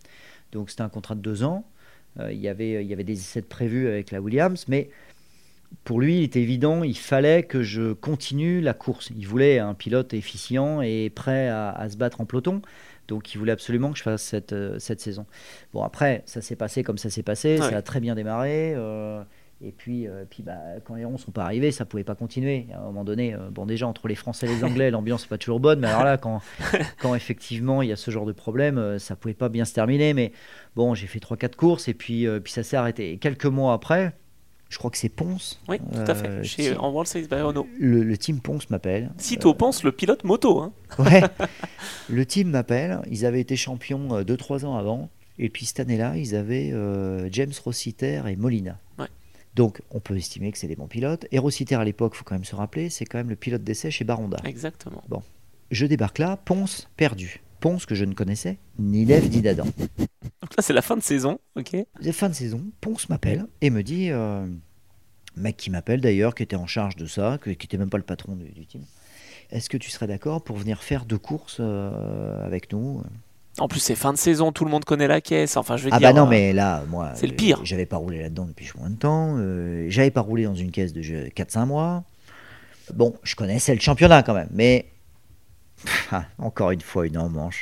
Donc c'était un contrat de deux ans. Euh, il y avait, il y avait des essais de prévus avec la Williams, mais pour lui, il était évident, il fallait que je continue la course. Il voulait un pilote efficient et prêt à, à se battre en peloton. Donc il voulait absolument que je fasse cette, euh, cette saison. Bon, après, ça s'est passé comme ça s'est passé. Ouais. Ça a très bien démarré. Euh, et puis, euh, puis bah, quand les ronds ne sont pas arrivés, ça ne pouvait pas continuer. À un moment donné, euh, bon, déjà, entre les Français et les Anglais, l'ambiance n'est pas toujours bonne. Mais alors là, quand, quand effectivement il y a ce genre de problème, euh, ça ne pouvait pas bien se terminer. Mais bon, j'ai fait trois quatre courses et puis, euh, puis ça s'est arrêté. Et quelques mois après, je crois que c'est Ponce. Oui, tout à fait. Euh, Chez, team- en World Series by Renault. le, le team Ponce m'appelle. Sitôt pense le pilote moto. Hein. Ouais, le team m'appelle. Ils avaient été champions deux trois ans avant. Et puis cette année-là, ils avaient euh, James Rossiter et Molina. Ouais. Donc on peut estimer que c'est des bons pilotes. Et Rossiter à l'époque, il faut quand même se rappeler, c'est quand même le pilote d'essai chez Baronda. Exactement. Bon, je débarque là, Ponce perdu. Ponce que je ne connaissais ni lève ni d'Adam. Donc là, c'est la fin de saison. Ok. Fin de saison, Ponce m'appelle et me dit, euh, mec qui m'appelle d'ailleurs, qui était en charge de ça, que- qui n'était même pas le patron du, du team. Est-ce que tu serais d'accord pour venir faire deux courses euh, avec nous? En plus, c'est fin de saison, tout le monde connaît la caisse. Enfin, je veux Ah dire. bah non, euh, mais là, moi, c'est le euh, pire. j'avais pas roulé là-dedans depuis moins de temps. Euh, j'avais pas roulé dans une caisse de quatre cinq mois. Bon, je connaissais le championnat quand même, mais pff, ah, encore une fois, une en manche.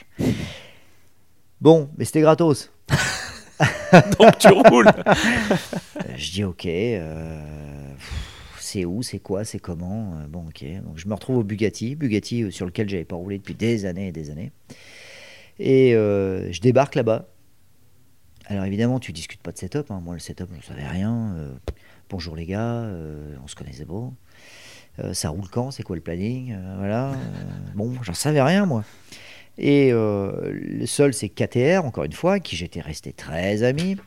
Bon, mais c'était gratos. Donc tu roules. Euh, je dis ok. euh, pff, c'est où, c'est quoi, c'est comment euh, Bon, ok. Donc je me retrouve au Bugatti, Bugatti euh, sur lequel j'avais pas roulé depuis des années et des années. Et euh, je débarque là-bas. Alors évidemment, tu discutes pas de setup. Hein. Moi, le setup, je ne savais rien. Euh, bonjour les gars, euh, on se connaissait pas. Euh, ça roule quand? C'est quoi le planning? Euh, Voilà. Euh, bon, j'en savais rien, moi. Et euh, le seul, c'est K T R, encore une fois, qui j'étais resté très ami.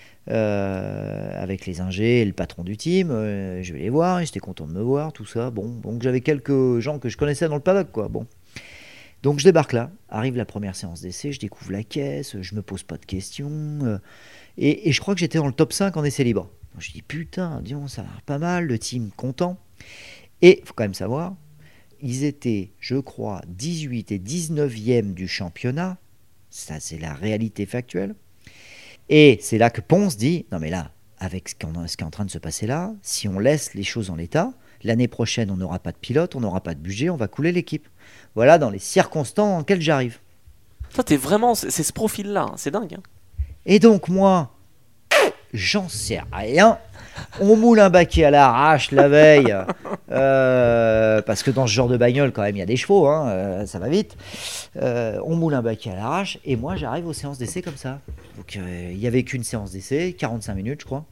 Euh, avec les ingés et le patron du team. Euh, je vais les voir, ils étaient contents de me voir, tout ça. Bon, donc j'avais quelques gens que je connaissais dans le paddock, quoi. Bon. Donc je débarque là, arrive la première séance d'essai, je découvre la caisse, je me pose pas de questions, euh, et, et je crois que j'étais dans le top cinq en essai libre. Donc je dis putain, disons, ça a l'air pas mal, le team content. Et il faut quand même savoir, ils étaient, je crois, dix-huit et dix-neuvième du championnat, ça c'est la réalité factuelle. Et c'est là que Ponce dit, non mais là, avec ce, qu'on, ce qui est en train de se passer là, si on laisse les choses en l'état, l'année prochaine on n'aura pas de pilote, on n'aura pas de budget, on va couler l'équipe. Voilà dans les circonstances dans lesquelles j'arrive. Toi, t'es vraiment. C'est, c'est ce profil-là. Hein. C'est dingue. Hein. Et donc moi, j'en sais rien. On moule un baquet à l'arrache la veille, euh, parce que dans ce genre de bagnole, quand même, il y a des chevaux, hein, euh, ça va vite. Euh, on moule un baquet à l'arrache, et moi, j'arrive aux séances d'essai comme ça. Donc, euh, il n'y avait qu'une séance d'essai, quarante-cinq minutes, je crois.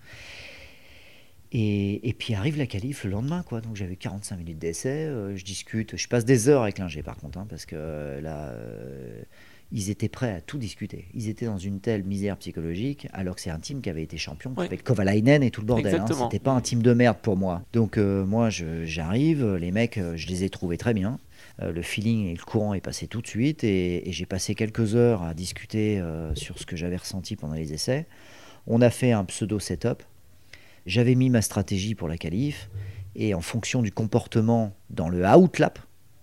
Et, et puis arrive la qualif le lendemain, quoi. Donc j'avais quarante-cinq minutes d'essai, euh, je discute, je passe des heures avec l'ingé par contre, hein, parce que euh, là, euh, ils étaient prêts à tout discuter. Ils étaient dans une telle misère psychologique, alors que c'est un team qui avait été champion, Ouais. avec Kovalainen et tout le bordel. Hein. Exactement. C'était pas un team de merde pour moi. Donc euh, moi, je, j'arrive, les mecs, euh, je les ai trouvés très bien. Euh, le feeling et le courant est passé tout de suite, et, et j'ai passé quelques heures à discuter euh, sur ce que j'avais ressenti pendant les essais. On a fait un pseudo setup. J'avais mis ma stratégie pour la qualif, et en fonction du comportement dans le outlap,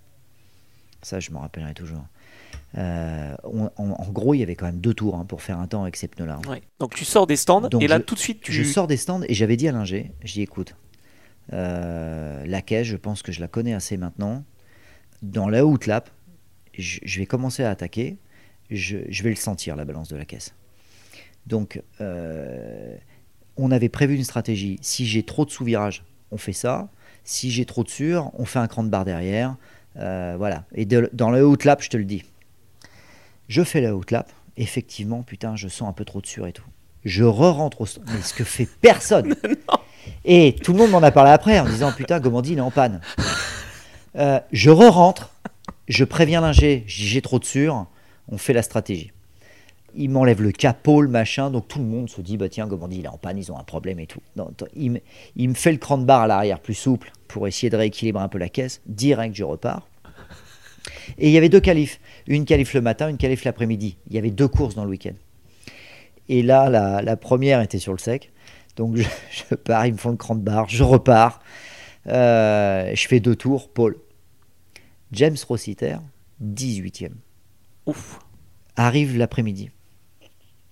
ça je me rappellerai toujours, euh, on, en, en gros il y avait quand même deux tours hein, pour faire un temps avec ces pneus-là. Hein. Ouais. Donc tu sors des stands Donc et là je, tout de suite tu. Je sors des stands et j'avais dit à l'ingé, je dis écoute, euh, la caisse, je pense que je la connais assez maintenant. Dans le outlap, je, je vais commencer à attaquer, je, je vais le sentir la balance de la caisse. Donc euh, on avait prévu une stratégie. Si j'ai trop de sous-virage, on fait ça. Si j'ai trop de sur, on fait un cran de barre derrière. Euh, voilà. Et de, dans le outlap, je te le dis. Je fais le outlap. Effectivement, putain, je sens un peu trop de sur et tout. Je re-rentre au stand. Mais ce que fait personne. Et tout le monde m'en a parlé après en disant putain, Gomandi, il est en panne. Euh, je re-rentre. Je préviens l'ingé. Je dis j'ai trop de sur. On fait la stratégie. Il m'enlève le capot, le machin, donc tout le monde se dit bah tiens, Gomandi il est en panne, ils ont un problème et tout. Non, il, me, il me fait le cran de barre à l'arrière plus souple pour essayer de rééquilibrer un peu la caisse. Direct, je repars. Et il y avait deux qualifs, une qualif le matin, une qualif l'après-midi. Il y avait deux courses dans le week-end. Et là, la, la première était sur le sec, donc je, je pars, ils me font le cran de barre, je repars, euh, je fais deux tours, Paul. James Rossiter, dix-huitième. Ouf. Arrive l'après-midi.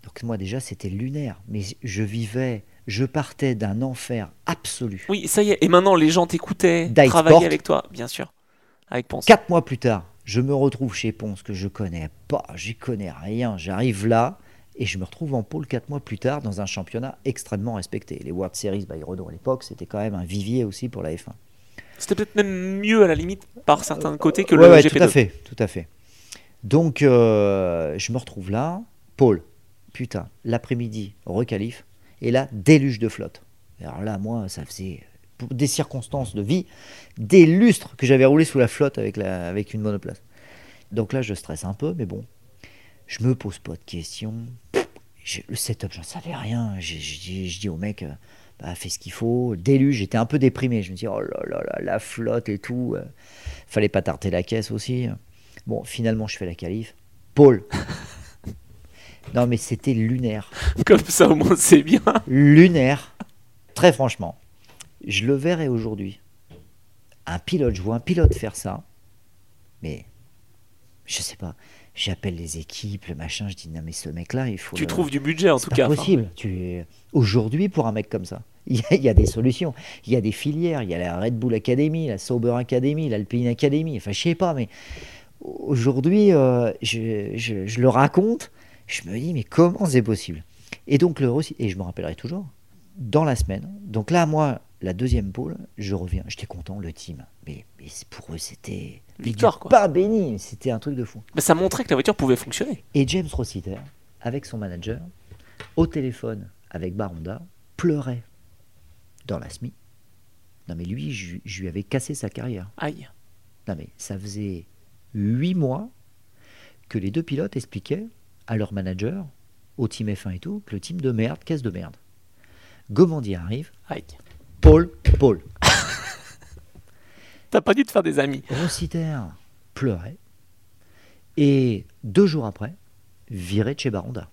Donc moi déjà c'était lunaire, mais je vivais, je partais d'un enfer absolu. Oui, ça y est. Et maintenant, les gens t'écoutaient, Dive travaillaient Sport. avec toi, bien sûr. Avec Ponce. Quatre mois plus tard, je me retrouve chez Ponce que je connais pas, j'y connais rien. J'arrive là et je me retrouve en pôle quatre mois plus tard dans un championnat extrêmement respecté. Les World Series by Renault à l'époque, c'était quand même un vivier aussi pour la F un. C'était peut-être même mieux à la limite par certains côtés que ouais, le ouais, G P deux. Tout à fait, tout à fait. Donc euh, je me retrouve là, pôle, putain, l'après-midi, requalif, et là, déluge de flotte. Alors là, moi, ça faisait pour des circonstances de vie, des lustres que j'avais roulé sous la flotte avec, la, avec une monoplace. Donc là, je stresse un peu, mais bon, je me pose pas de questions. Je, le setup, j'en savais rien. Je, je, je dis au mec, euh, bah, fais ce qu'il faut. Déluge, j'étais un peu déprimé. Je me dis, oh là là là, la flotte et tout. Euh, fallait pas tarter la caisse aussi. Bon, finalement, je fais la qualif. Paul. Non, mais c'était lunaire. Comme ça, au moins, c'est bien. Lunaire. Très franchement. Je le verrai aujourd'hui. Un pilote, je vois un pilote faire ça. Mais, je sais pas. J'appelle les équipes, le machin. Je dis, non, mais ce mec-là, il faut. Tu le... trouves du budget, en c'est tout pas cas. possible. Enfin... Tu... Aujourd'hui, pour un mec comme ça, il y, a, il y a des solutions. Il y a des filières. Il y a la Red Bull Academy, la Sauber Academy, l'Alpine Academy. Enfin, je sais pas, mais aujourd'hui, euh, je, je, je le raconte. Je me dis, mais comment c'est possible? Et donc, le et je me rappellerai toujours, dans la semaine, donc là, moi, la deuxième pole, je reviens, j'étais content, le team. Mais, mais pour eux, c'était victoire, quoi. Pas béni, c'était un truc de fou. Mais ça montrait que la voiture pouvait fonctionner. Et James Rossiter, avec son manager, au téléphone avec Baronda, pleurait dans la S M I. Non, mais lui, je, je lui avais cassé sa carrière. Aïe. Non, mais ça faisait huit mois que les deux pilotes expliquaient à leur manager, au team F un et tout, que le team de merde, caisse de merde. Gomandi arrive. Aïe. Paul, Paul. T'as pas dû te faire des amis. Rossiter pleurait. Et deux jours après, viré de chez Baronda.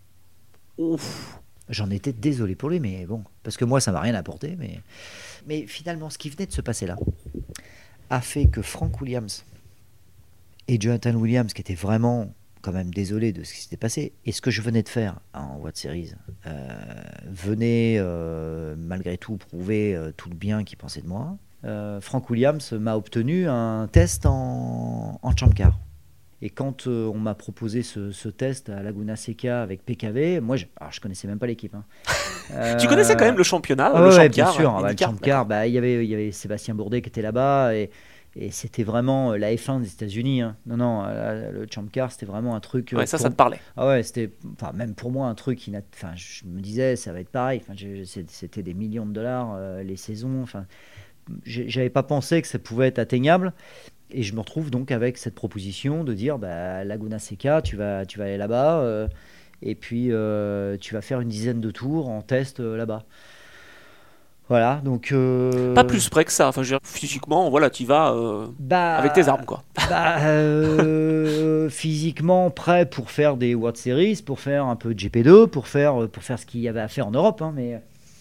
Ouf. J'en étais désolé pour lui, mais bon, parce que moi, ça m'a rien apporté. Mais, mais finalement, ce qui venait de se passer là a fait que Frank Williams et Jonathan Williams, qui étaient vraiment quand même désolé de ce qui s'était passé, et ce que je venais de faire en World Series euh, venait euh, malgré tout prouver euh, tout le bien qu'ils pensaient de moi. Euh, Frank Williams m'a obtenu un test en, en Champ Car. Et quand euh, on m'a proposé ce, ce test à Laguna Seca avec P K V, moi je, alors je connaissais même pas l'équipe. Hein. Euh, tu connaissais quand même le championnat, ah, le ouais, Champ bien Car, sûr, euh, bah, le Champ Car, bah, il y avait, il y avait Sébastien Bourdet qui était là-bas et Et c'était vraiment la F un des États-Unis. Hein. Non, non, la, le Champ Car, c'était vraiment un truc. Ouais, ça, pour... ça te parlait. Ah ouais, c'était. Enfin, même pour moi, un truc qui n'a. Enfin, je me disais, ça va être pareil. Enfin, je, c'était des millions de dollars euh, les saisons. Enfin, j'avais pas pensé que ça pouvait être atteignable. Et je me retrouve donc avec cette proposition de dire, bah, Laguna Seca, tu vas, tu vas aller là-bas, euh, et puis euh, tu vas faire une dizaine de tours en test euh, là-bas. Voilà, donc... Euh... Pas plus près que ça, enfin, je veux dire, physiquement, voilà, tu y vas euh, bah, avec tes armes, quoi. Bah, euh, physiquement prêt pour faire des World Series, pour faire un peu de G P deux, pour faire, pour faire ce qu'il y avait à faire en Europe, hein, mais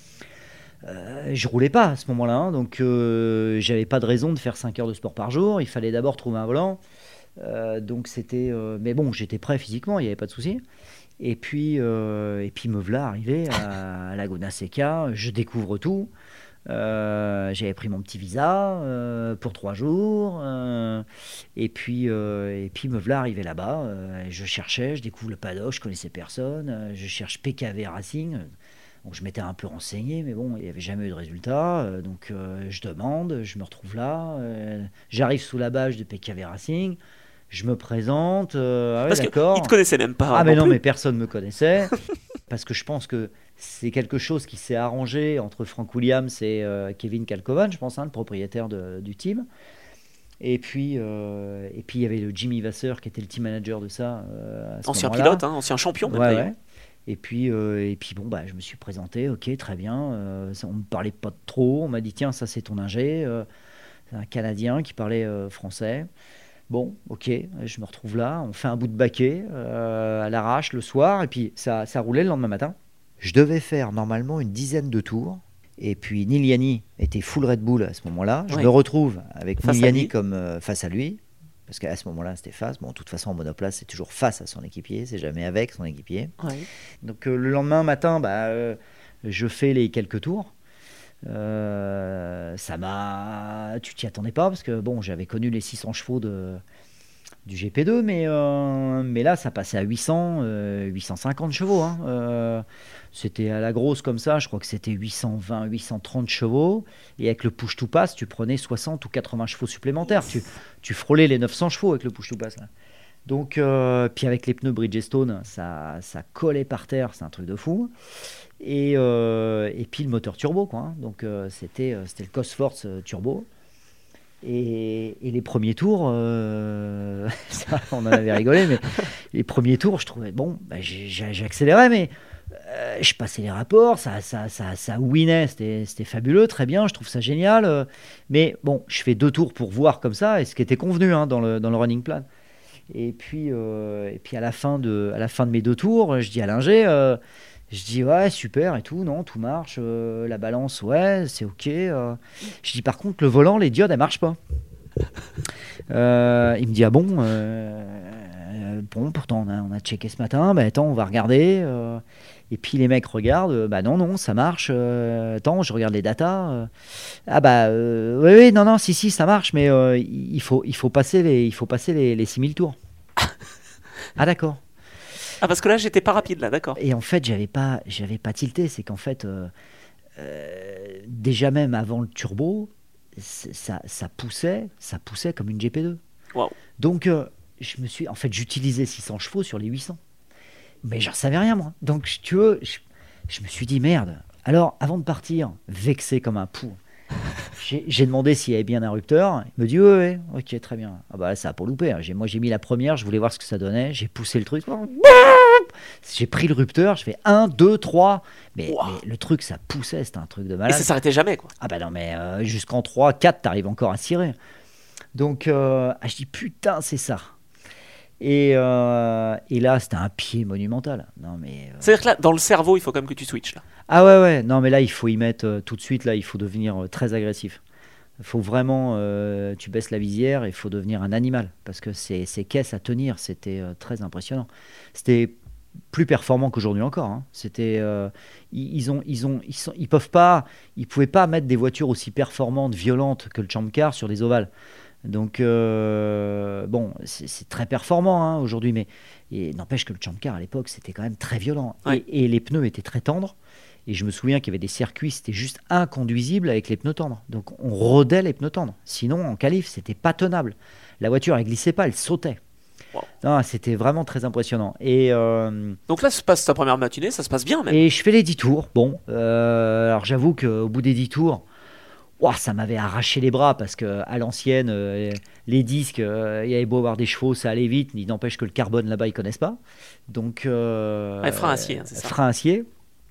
euh, je roulais pas à ce moment-là, hein, donc euh, j'avais pas de raison de faire cinq heures de sport par jour, il fallait d'abord trouver un volant, euh, donc c'était... Euh, mais bon, j'étais prêt physiquement, il n'y avait pas de souci. Et puis, euh, et puis me voilà arrivé à, à Laguna Seca, je découvre tout. Euh, j'avais pris mon petit visa euh, pour trois jours. Euh, et, puis, euh, et puis me voilà arrivé là-bas. Euh, je cherchais, je découvre le paddock, je connaissais personne. Euh, je cherche P K V Racing. Donc je m'étais un peu renseigné, mais bon, il n'y avait jamais eu de résultat. Euh, donc euh, je demande, je me retrouve là. Euh, j'arrive sous la bâche de P K V Racing. Je me présente, euh, ah ouais, parce d'accord. qu'ils ne te connaissaient même pas. Ah mais non, plus. mais personne ne me connaissait. Parce que je pense que c'est quelque chose qui s'est arrangé entre Frank Williams et euh, Kevin Kalkovan, je pense, hein, le propriétaire de, du team. Et puis, euh, et puis il y avait le Jimmy Vasser qui était le team manager de ça. Euh, à ce ancien moment-là. pilote, hein, ancien champion. Ouais, même, ouais. Et puis, euh, et puis bon, bah, je me suis présenté, ok, très bien. Euh, ça, on ne me parlait pas trop. On m'a dit, tiens, ça c'est ton ingé. Euh, c'est un Canadien qui parlait euh, français. Bon, ok, je me retrouve là, on fait un bout de baquet euh, à l'arrache le soir, et puis ça, ça roulait le lendemain matin. Je devais faire normalement une dizaine de tours, et puis Niliani était full Red Bull à ce moment-là. Je ouais. me retrouve avec face Niliani comme euh, face à lui. Parce qu'à ce moment-là, c'était face. Bon, de toute façon, en monoplace, c'est toujours face à son équipier, c'est jamais avec son équipier. Ouais. Donc euh, le lendemain matin, bah, euh, je fais les quelques tours. Euh, ça m'a... Tu t'y attendais pas parce que bon, j'avais connu les six cents chevaux de... du G P deux, mais, euh, mais là, ça passait à huit cents, euh, huit cent cinquante chevaux. Hein. Euh, c'était à la grosse comme ça, je crois que c'était huit cent vingt, huit cent trente chevaux. Et avec le push-to-pass, tu prenais soixante ou quatre-vingts chevaux supplémentaires. Tu, tu frôlais les neuf cents chevaux avec le push-to-pass. Là. Donc, euh, puis avec les pneus Bridgestone, ça, ça collait par terre, c'est un truc de fou. Et, euh, et puis le moteur turbo, quoi. Hein. Donc, euh, c'était, c'était le Cosworth turbo. Et, et les premiers tours, euh, ça, on en avait rigolé, mais les premiers tours, je trouvais, bon, bah, j'ai, j'ai accéléré, mais euh, je passais les rapports, ça, ça, ça, ça winait, c'était, c'était fabuleux, très bien, je trouve ça génial. Euh, mais bon, je fais deux tours pour voir comme ça, et ce qui était convenu hein, dans, le, dans le running plan. Et puis, euh, et puis à, la fin de, à la fin de mes deux tours, je dis à l'ingé, euh, je dis ouais super et tout, non tout marche, euh, la balance ouais c'est ok. Euh. Je dis par contre le volant, les diodes elles marchent pas. Euh, il me dit ah bon, euh, euh, bon pourtant on a, on a checké ce matin, bah attends on va regarder. Euh. Et puis les mecs regardent, bah non non ça marche. Euh, attends je regarde les datas. Euh. Ah bah euh, oui oui non non si si ça marche mais euh, il faut il faut passer les il faut passer les, les six mille tours. Ah d'accord. Ah, parce que là, j'étais pas rapide, là, d'accord. Et en fait, j'avais pas, j'avais pas tilté. C'est qu'en fait, euh, euh, déjà même avant le turbo, ça, ça poussait, ça poussait comme une G P deux. Wow. Donc, euh, je me suis, en fait, j'utilisais six cents chevaux sur les huit cents. Mais j'en savais rien, moi. Donc, tu veux, je, je me suis dit, merde. Alors, avant de partir, vexé comme un pou, j'ai, j'ai demandé s'il y avait bien un rupteur. Il me dit, oui, oui, ok, très bien. Ah bah, ça a pas loupé. Hein. J'ai, moi, j'ai mis la première, je voulais voir ce que ça donnait. J'ai poussé le truc. J'ai pris le rupteur, je fais un, deux, trois. Mais, wow. mais le truc, ça poussait, c'était un truc de malade. Et ça s'arrêtait jamais, quoi. Ah bah non, mais euh, jusqu'en trois, quatre, t'arrives encore à cirer. Donc, euh, ah, je dis, putain, c'est ça. Et, euh, et là, c'était un pied monumental. Non, mais, euh... C'est-à-dire que là, dans le cerveau, il faut quand même que tu switches, là. Ah ouais, ouais. Non, mais là, il faut y mettre euh, tout de suite, là, il faut devenir euh, très agressif. Il faut vraiment, euh, tu baisses la visière, il faut devenir un animal. Parce que ces, ces caisses à tenir, c'était euh, très impressionnant. C'était plus performant qu'aujourd'hui encore. Hein. C'était, euh, ils, ils ont, ils ont, ils sont, ils peuvent pas, ils pouvaient pas mettre des voitures aussi performantes, violentes que le Champ Car sur des ovales. Donc euh, bon, c'est, c'est très performant hein, aujourd'hui, mais et, n'empêche que le Champ Car à l'époque c'était quand même très violent. Ouais. Et, et les pneus étaient très tendres. Et je me souviens qu'il y avait des circuits, c'était juste inconduisible avec les pneus tendres. Donc on rodait les pneus tendres. Sinon en qualif, c'était pas tenable. La voiture elle glissait pas, elle sautait. Wow. Non, c'était vraiment très impressionnant. Et euh, donc là, se passe ta première matinée, ça se passe bien même. Et je fais les dix tours. Bon, euh, alors j'avoue qu'au bout des dix tours, wow, ça m'avait arraché les bras parce qu'à l'ancienne, euh, les disques, euh, il y avait beau avoir des chevaux, ça allait vite. Il n'empêche que le carbone là-bas, ils connaissent pas. Donc, euh, ouais, frein acier, hein, c'est ça. Frein acier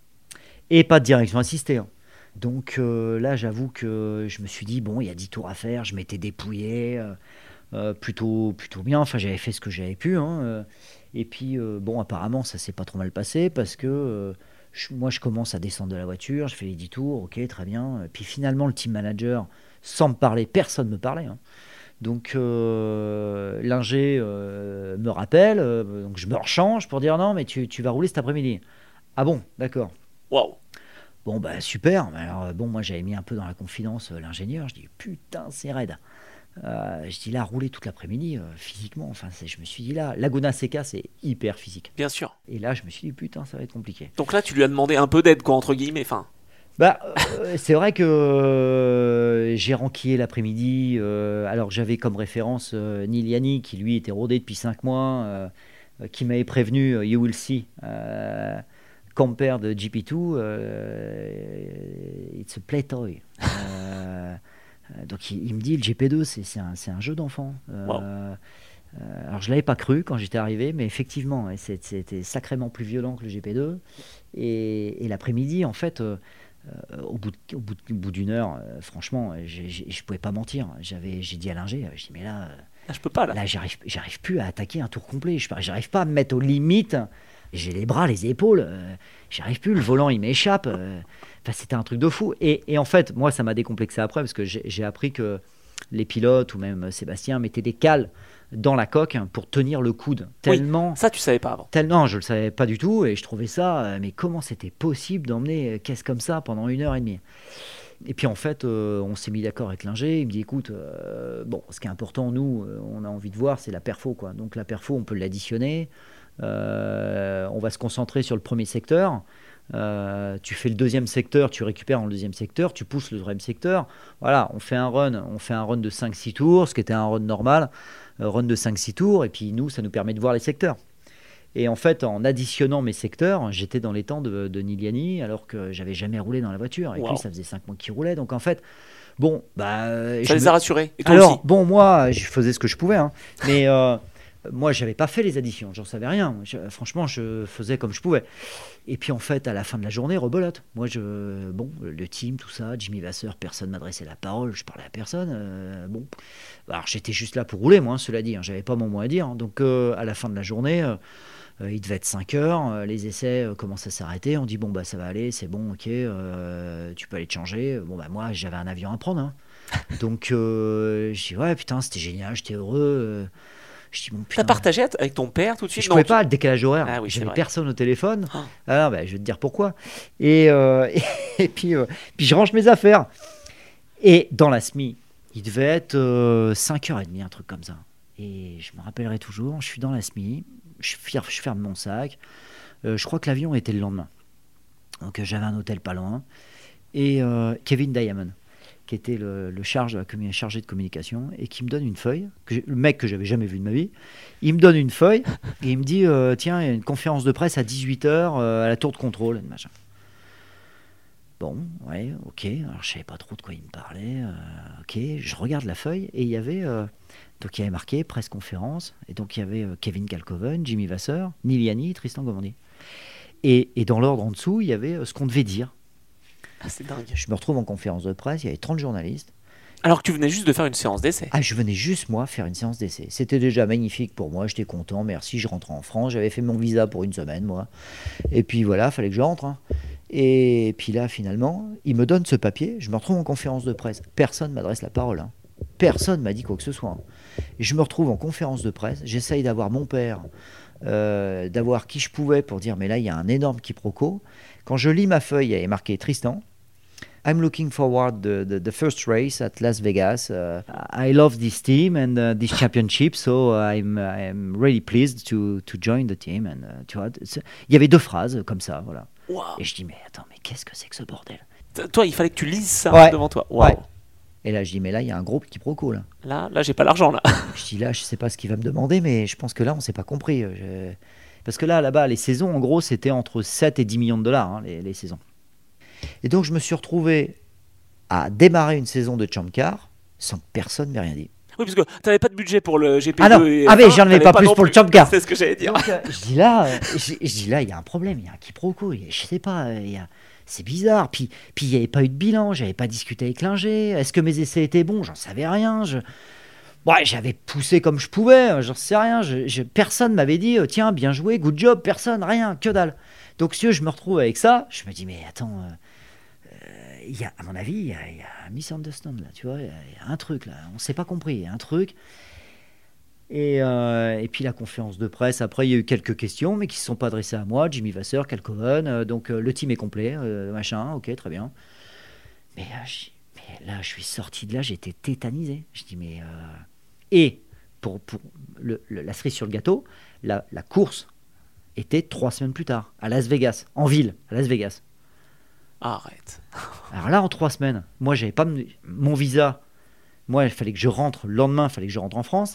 et pas de direction assistée. Hein. Donc euh, là, j'avoue que je me suis dit bon, il y a dix tours à faire. Je m'étais dépouillé. Euh, Euh, plutôt, plutôt bien, enfin j'avais fait ce que j'avais pu hein, euh, et puis euh, bon apparemment ça s'est pas trop mal passé parce que euh, je, moi je commence à descendre de la voiture, je fais les dix tours, ok très bien, et puis finalement le team manager sans me parler, personne me parlait hein. Donc euh, l'ingé euh, me rappelle, euh, donc je me rechange pour dire non mais tu, tu vas rouler cet après-midi. Ah bon, d'accord. Waouh. Bon bah super, alors bon moi j'avais mis un peu dans la confidence euh, l'ingénieur, je dis putain c'est raide. Euh, je dis là, rouler toute l'après-midi, euh, physiquement, enfin, c'est, je me suis dit là, Laguna Seca, c'est hyper physique. Bien sûr. Et là, je me suis dit, putain, ça va être compliqué. Donc là, tu lui as demandé un peu d'aide, quoi, entre guillemets, enfin. Bah, euh, c'est vrai que euh, j'ai renquillé l'après-midi, euh, alors que j'avais comme référence euh, Neil Yanni, qui lui était rodé depuis cinq mois, euh, qui m'avait prévenu, euh, you will see, euh, compared de G P deux, euh, it's a play toy. Euh, Donc il, il me dit le G P deux c'est, c'est, un, c'est un jeu d'enfant. Euh, wow. euh, alors je l'avais pas cru quand j'étais arrivé, mais effectivement c'est, c'était sacrément plus violent que le G P deux. Et, et l'après-midi en fait, euh, au, bout de, au, bout de, au bout d'une heure, euh, franchement, j'ai, j'ai, je pouvais pas mentir. J'avais, j'ai dit à l'ingé, je dis mais là, là je peux pas là. Là j'arrive, j'arrive plus à attaquer un tour complet. Je, j'arrive pas à me mettre aux limites. J'ai les bras, les épaules. Euh, j'arrive plus. Le volant il m'échappe. Euh, Enfin, c'était un truc de fou. Et, et en fait, moi, ça m'a décomplexé après parce que j'ai, j'ai appris que les pilotes ou même Sébastien mettaient des cales dans la coque pour tenir le coude. Tellement, oui, ça tu savais pas avant. Tellement, je le savais pas du tout et je trouvais ça, mais comment c'était possible d'emmener caisse comme ça pendant une heure et demie. Et puis en fait, euh, on s'est mis d'accord avec l'ingé. Il me dit, écoute, euh, bon, ce qui est important, nous, euh, on a envie de voir, c'est la perfo, quoi. Donc la perfo, on peut l'additionner. Euh, on va se concentrer sur le premier secteur. Euh, tu fais le deuxième secteur, tu récupères dans le deuxième secteur, tu pousses le troisième secteur. Voilà, on fait un run, on fait un run de cinq six tours, ce qui était un run normal, euh, run de cinq six tours, et puis nous, ça nous permet de voir les secteurs. Et en fait, en additionnant mes secteurs, j'étais dans les temps de, de Niliani, alors que j'avais jamais roulé dans la voiture. Et wow. Puis ça faisait cinq mois qu'il roulait, donc en fait, bon, bah, ça les me... a rassurés. Et toi alors, aussi. bon, moi, je faisais ce que je pouvais, hein, mais euh, moi, j'avais pas fait les additions, j'en savais rien. Je, franchement, je faisais comme je pouvais. Et puis en fait, à la fin de la journée, rebelote. Moi, je, bon, le team, tout ça, Jimmy Vasser, personne m'adressait la parole, je parlais à personne. Euh, bon, alors j'étais juste là pour rouler, moi, hein, cela dit, hein, j'avais pas mon mot à dire. Hein, donc euh, à la fin de la journée. Euh, Euh, il devait être cinq heures, euh, les essais euh, commencent à s'arrêter, on dit bon bah ça va aller, c'est bon, ok, euh, tu peux aller te changer. Bon bah moi j'avais un avion à prendre, hein. Donc euh, je dis ouais putain c'était génial, j'étais heureux. Euh, je dis bon putain. T'as partagé avec ton père tout de suite? Je non, pouvais tu... pas, le décalage horaire, ah, oui, j'avais vrai. personne au téléphone. Oh. Alors bah, je vais te dire pourquoi. Et, euh, et, et puis, euh, puis je range mes affaires. Et dans la S M I, il devait être euh, cinq heures trente, un truc comme ça. Et je me rappellerai toujours, je suis dans la S M I. Je ferme mon sac. Euh, je crois que l'avion était le lendemain. Donc euh, j'avais un hôtel pas loin. Et euh, Kevin Diamond, qui était le, le charge de la commun- chargé de communication, et qui me donne une feuille, que le mec que j'avais jamais vu de ma vie, il me donne une feuille et il me dit euh, tiens, il y a une conférence de presse à dix-huit heures euh, à la tour de contrôle. Machin. Bon, ouais, ok. Alors je savais pas trop de quoi il me parlait. Euh, ok, je regarde la feuille et il y avait... Euh, Donc il y avait marqué presse conférence, et donc il y avait euh, Kevin Kalkoven, Jimmy Vasser, Niliani, Tristan Gommandi. Et, et dans l'ordre en dessous, il y avait euh, ce qu'on devait dire. Ah, c'est dingue. Je me retrouve en conférence de presse, il y avait trente journalistes. Alors que tu venais juste de faire une séance d'essai. Ah, je venais juste, moi, faire une séance d'essai. C'était déjà magnifique pour moi, j'étais content, merci, je rentrais en France. J'avais fait mon visa pour une semaine, moi. Et puis voilà, il fallait que je rentre. Hein. Et puis là, finalement, il me donne ce papier, je me retrouve en conférence de presse. Personne ne m'adresse la parole. Hein. Personne ne m'a dit quoi que ce soit. Hein. Et je me retrouve en conférence de presse, j'essaye d'avoir mon père, euh, d'avoir qui je pouvais pour dire mais là il y a un énorme quiproquo. Quand je lis ma feuille, il y a marqué Tristan. I'm looking forward to the, the first race at Las Vegas. Uh, I love this team and uh, this championship, so I'm, I'm really pleased to, to join the team. And, uh, tu vois, il y avait deux phrases comme ça, voilà. Wow. Et je dis mais attends, mais qu'est-ce que c'est que ce bordel? T- Toi, il fallait que tu lises ça ouais. devant toi. Wow. Ouais. Et là, je dis, mais là, il y a un gros quiproquo, là. Là, là, j'ai pas l'argent, là. Je dis, là, je sais pas ce qu'il va me demander, mais je pense que là, on s'est pas compris. Je... Parce que là, là-bas, les saisons, en gros, c'était entre sept et dix millions de dollars, hein, les, les saisons. Et donc, je me suis retrouvé à démarrer une saison de Champ Car sans que personne m'ait rien dit. Oui, parce que t'avais pas de budget pour le G P deux. Ah non, et ah mais F un, j'en avais pas, pas plus pour le Champ Car. C'est ce que j'allais dire. Donc, euh, je dis là, euh, je, je dis là, il y a un problème, il y a un quiproquo, je sais pas, il y a... C'est bizarre. Puis puis il n'y avait pas eu de bilan, j'avais pas discuté avec l'ingé. Est-ce que mes essais étaient bons? J'en savais rien. Je... Ouais, j'avais poussé comme je pouvais, j'en sais rien. Je, je... Personne m'avait dit tiens, bien joué, good job, personne, rien, que dalle. Donc si je me retrouve avec ça, je me dis mais attends, euh, y a, à mon avis, il y, y a un misunderstand là, tu vois, il y, y a un truc là, on s'est pas compris, il y a un truc. Et, euh, et puis la conférence de presse, après il y a eu quelques questions, mais qui ne se sont pas adressées à moi, Jimmy Vasser, Kalkoven, euh, donc euh, le team est complet, euh, machin, ok, très bien. Mais, euh, je, mais là, je suis sorti de là, j'étais tétanisé. Je dis, mais... Euh... Et, pour, pour le, le, la cerise sur le gâteau, la, la course était trois semaines plus tard, à Las Vegas, en ville, à Las Vegas. Arrête. Alors là, en trois semaines, moi, j'avais pas mon visa. Moi, il fallait que je rentre, le lendemain, il fallait que je rentre en France.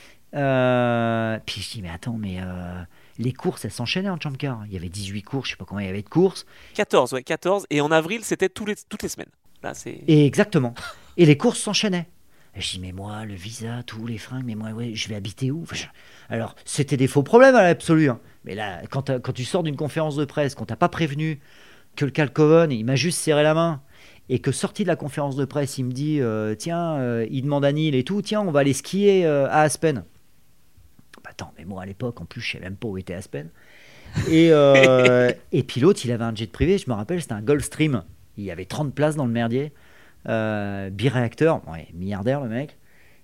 Euh, puis je dis mais attends mais euh, les courses elles s'enchaînaient en Champ Car, il y avait dix-huit courses, je sais pas combien il y avait de courses. quatorze, ouais, quatorze, et en avril c'était tous les, toutes les semaines. Là, c'est... Et exactement, et les courses s'enchaînaient. Et je dis mais moi le visa, tous les fringues, mais moi ouais, je vais habiter où? Enfin, je... Alors c'était des faux problèmes à l'absolu, hein. Mais là quand, quand tu sors d'une conférence de presse, qu'on t'a pas prévenu que le Kalkoven il m'a juste serré la main, et que sorti de la conférence de presse il me dit euh, tiens euh, il demande à Neil et tout, tiens on va aller skier euh, à Aspen. Attends, mais moi à l'époque, en plus, je ne savais même pas où était Aspen. Et, euh, et puis l'autre, il avait un jet privé, je me rappelle, c'était un Gulfstream. Il y avait trente places dans le merdier. Euh, biréacteur, ouais, milliardaire le mec.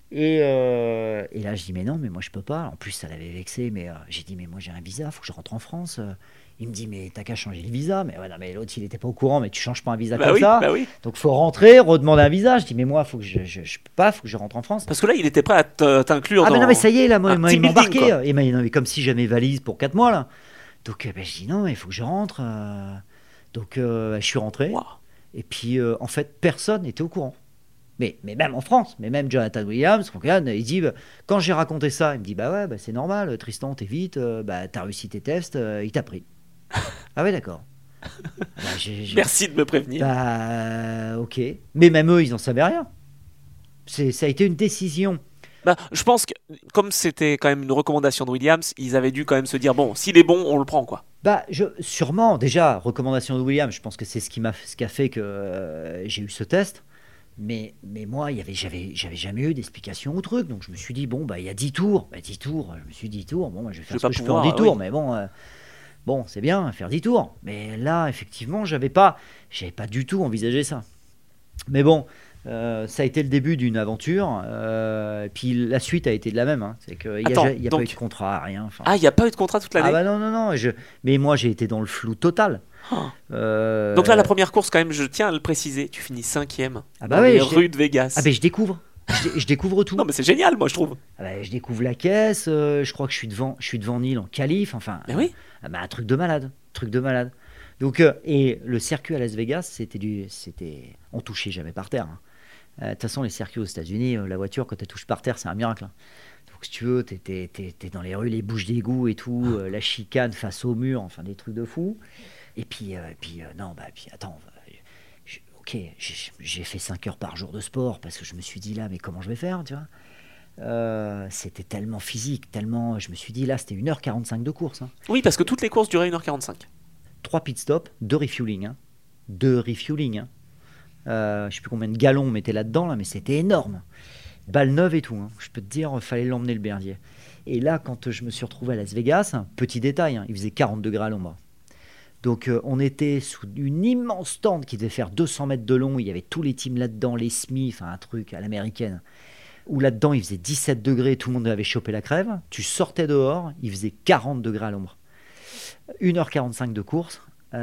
Et, euh, et là, je dis, mais non, mais moi, je peux pas. En plus, ça l'avait vexé, mais euh, j'ai dit, mais moi, j'ai un visa, faut que je rentre en France. Euh, Il me dit, mais t'as qu'à changer le visa. Mais ouais, non, mais l'autre, il était pas au courant, mais tu changes pas un visa Bah comme oui, ça. bah oui. Donc, faut rentrer, redemander un visa. Je dis, mais moi, faut que je, je, je peux pas, faut que je rentre en France. Parce que là, il était prêt à te- t'inclure Ah, dans mais non, mais ça y est, là, moi, un moi, team il m'a building, embarqué. quoi. Et mais, non, mais comme si j'avais valise pour quatre mois, là. Donc, euh, ben, je dis, non, il faut que je rentre. euh. Donc, euh, je suis rentré. Waouh. Et puis, euh, en fait, personne n'était au courant. Mais, mais même en France, mais même Jonathan Williams, il dit, bah, quand j'ai raconté ça, il me dit, bah ouais, bah, c'est normal, Tristan, t'es vite, euh, bah, t'as réussi tes tests, euh, il t'a pris. Ah ouais, d'accord. Bah, j'ai- j'ai- Merci de me prévenir. Bah, ok. Mais même eux, ils n'en savaient rien. C'est, ça a été une décision. Bah, je pense que comme c'était quand même une recommandation de Williams, ils avaient dû quand même se dire bon, s'il est bon, on le prend quoi. Bah, je, sûrement, déjà, recommandation de Williams, je pense que c'est ce qui m'a, ce qui a fait que euh, j'ai eu ce test. Mais, mais moi, il y avait, j'avais, j'avais jamais eu d'explication au truc. Donc je me suis dit, bon, bah, il y a dix tours. Bah, dix tours, je me suis dit dix tours. Bon, moi, je vais Je faire vais ce pas que je peux pouvoir, en dix tours. oui. Mais bon, euh, bon, c'est bien, faire dix tours. Mais là, effectivement, j'avais pas, j'avais pas du tout envisagé ça. Mais bon, euh, ça a été le début d'une aventure. Euh, et puis la suite a été de la même. Hein. C'est qu'il n'y a, Attends, ja- il y a donc- pas eu de contrat, rien. Enfin, Ah, il n'y a pas eu de contrat toute l'année. ah bah non, non, non. Je, mais moi, j'ai été dans le flou total. Oh. Euh, Donc là, la première course, quand même, je tiens à le préciser, tu finis cinquième Ah bah dans ouais, les je- rues de Vegas. Ah ben je découvre. Je, dé- je découvre tout. Non, mais c'est génial, moi, je trouve. Ah bah, je découvre la caisse. euh, je crois que je suis devant, je suis devant Neil en qualif. Enfin, Mais oui. ah bah, un truc de malade, truc de malade. Donc euh, et le circuit à Las Vegas, c'était du, c'était, on touchait jamais par terre. hein. Euh, De toute façon, les circuits aux États-Unis, euh, la voiture quand elle touche par terre, c'est un miracle. hein. Donc si tu veux, t'es, t'es, t'es, t'es dans les rues, les bouches d'égout et tout, euh, la chicane face au mur, enfin des trucs de fou. Et puis, euh, et puis euh, non, bah puis attends. je- Ok, j'ai, j'ai fait cinq heures par jour de sport parce que je me suis dit là, mais comment je vais faire, tu vois Euh, C'était tellement physique, tellement. Je me suis dit là, c'était une heure quarante-cinq de course. Hein. Oui, parce que toutes les courses duraient une heure quarante-cinq. Trois pit stops, deux refueling. Hein. Deux refueling. Hein. Euh, je ne sais plus combien de gallons on mettait là-dedans, là, mais c'était énorme. Balle neuve et tout. Hein. Je peux te dire, il fallait l'emmener le berdier. Et là, quand je me suis retrouvé à Las Vegas, petit détail, hein, il faisait quarante degrés à l'ombre. Donc euh, on était sous une immense tente qui devait faire deux cents mètres de long. Il y avait tous les teams là-dedans, les S M I, enfin un truc à l'américaine. Où là-dedans, il faisait dix-sept degrés, tout le monde avait chopé la crève. Tu sortais dehors, il faisait quarante degrés à l'ombre. une heure quarante-cinq de course.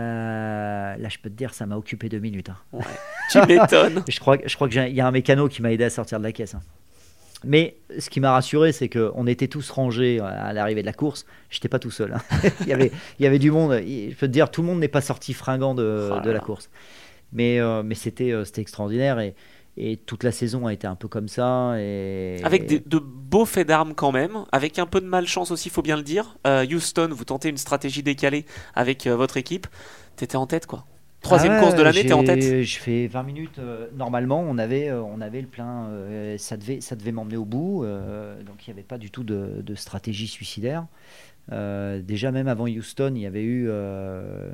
Euh, là, je peux te dire, ça m'a occupé deux minutes. hein. Ouais. Tu m'étonnes. Je crois, je crois qu'il y a un mécano qui m'a aidé à sortir de la caisse. hein. Mais ce qui m'a rassuré, c'est qu'on était tous rangés à l'arrivée de la course. Je n'étais pas tout seul. hein. il, y avait, il y avait du monde. Je peux te dire, tout le monde n'est pas sorti fringant de, Oh là de la là. course. Mais, euh, mais c'était, euh, c'était extraordinaire. Et, et toute la saison a été un peu comme ça. Et... Avec des- de beaux faits d'armes quand même, avec un peu de malchance aussi, faut bien le dire. Euh, Houston, vous tentez une stratégie décalée avec euh, votre équipe. T'étais en tête, quoi. Troisième Ah ouais, course de l'année, j'ai- t'es en tête. Je fais vingt minutes. euh, normalement, on avait, euh, on avait le plein. euh, ça, devait, ça devait m'emmener au bout. euh, donc, il n'y avait pas du tout de, de stratégie suicidaire. Euh, déjà, même avant Houston, il y avait eu euh,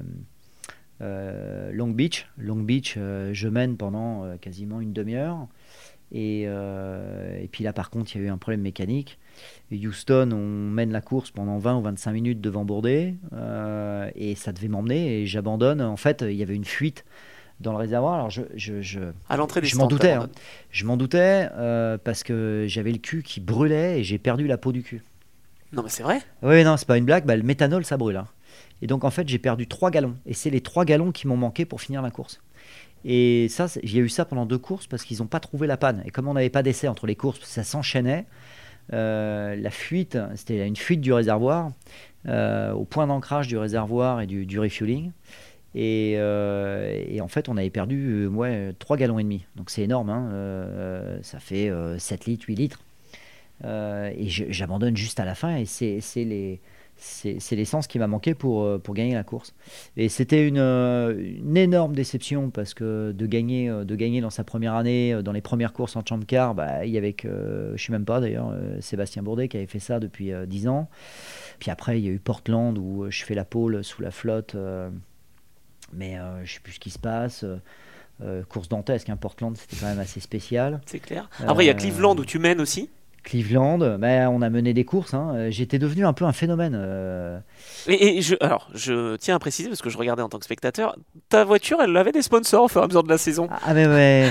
euh, Long Beach. Long Beach, euh, je mène pendant euh, quasiment une demi-heure. Et, euh, et puis là, par contre, il y a eu un problème mécanique. Et Houston, on mène la course pendant vingt ou vingt-cinq minutes devant Bourdais. euh, et ça devait m'emmener. Et j'abandonne. En fait, il y avait une fuite dans le réservoir. Alors, je, je, je, À l'entrée des je m'en stands, doutais. hein. t'abandonnes. Je m'en doutais euh, parce que j'avais le cul qui brûlait et j'ai perdu la peau du cul. Non, mais c'est vrai. Oui, non, c'est pas une blague. Bah, le méthanol, ça brûle. hein. Et donc, en fait, j'ai perdu trois gallons. Et c'est les trois gallons qui m'ont manqué pour finir la course. Et ça, c'est- j'ai eu ça pendant deux courses parce qu'ils n'ont pas trouvé la panne. Et comme on n'avait pas d'essai entre les courses, ça s'enchaînait. euh, la fuite, c'était une fuite du réservoir, euh, au point d'ancrage du réservoir et du, du refueling. Et, euh, et en fait, on avait perdu euh, ouais, trois gallons et demi. Donc c'est énorme. hein. Euh, ça fait euh, sept litres, huit litres. Euh, et je- j'abandonne juste à la fin. Et c'est c'est les. C'est c'est l'essence qui m'a manqué pour, euh, pour gagner la course. Et c'était une, euh, une énorme déception parce que de gagner, euh, de gagner dans sa première année, euh, dans les premières courses en Champ Car, bah, il y avait que, euh, je ne sais même pas d'ailleurs, euh, Sébastien Bourdet qui avait fait ça depuis euh, dix ans. Puis après, il y a eu Portland où euh, je fais la pole sous la flotte, euh, mais euh, je ne sais plus ce qui se passe. Euh, euh, course dantesque, hein, Portland, c'était quand même assez spécial. C'est clair. Après, il y a Euh, Cleveland où tu mènes aussi. Cleveland, bah, on a mené des courses. hein. Euh, J'étais devenu un peu un phénomène. euh, Et, et je, alors, je tiens à préciser, parce que je regardais en tant que spectateur, ta voiture, elle avait des sponsors au fur et à mesure de la saison. Ah mais, mais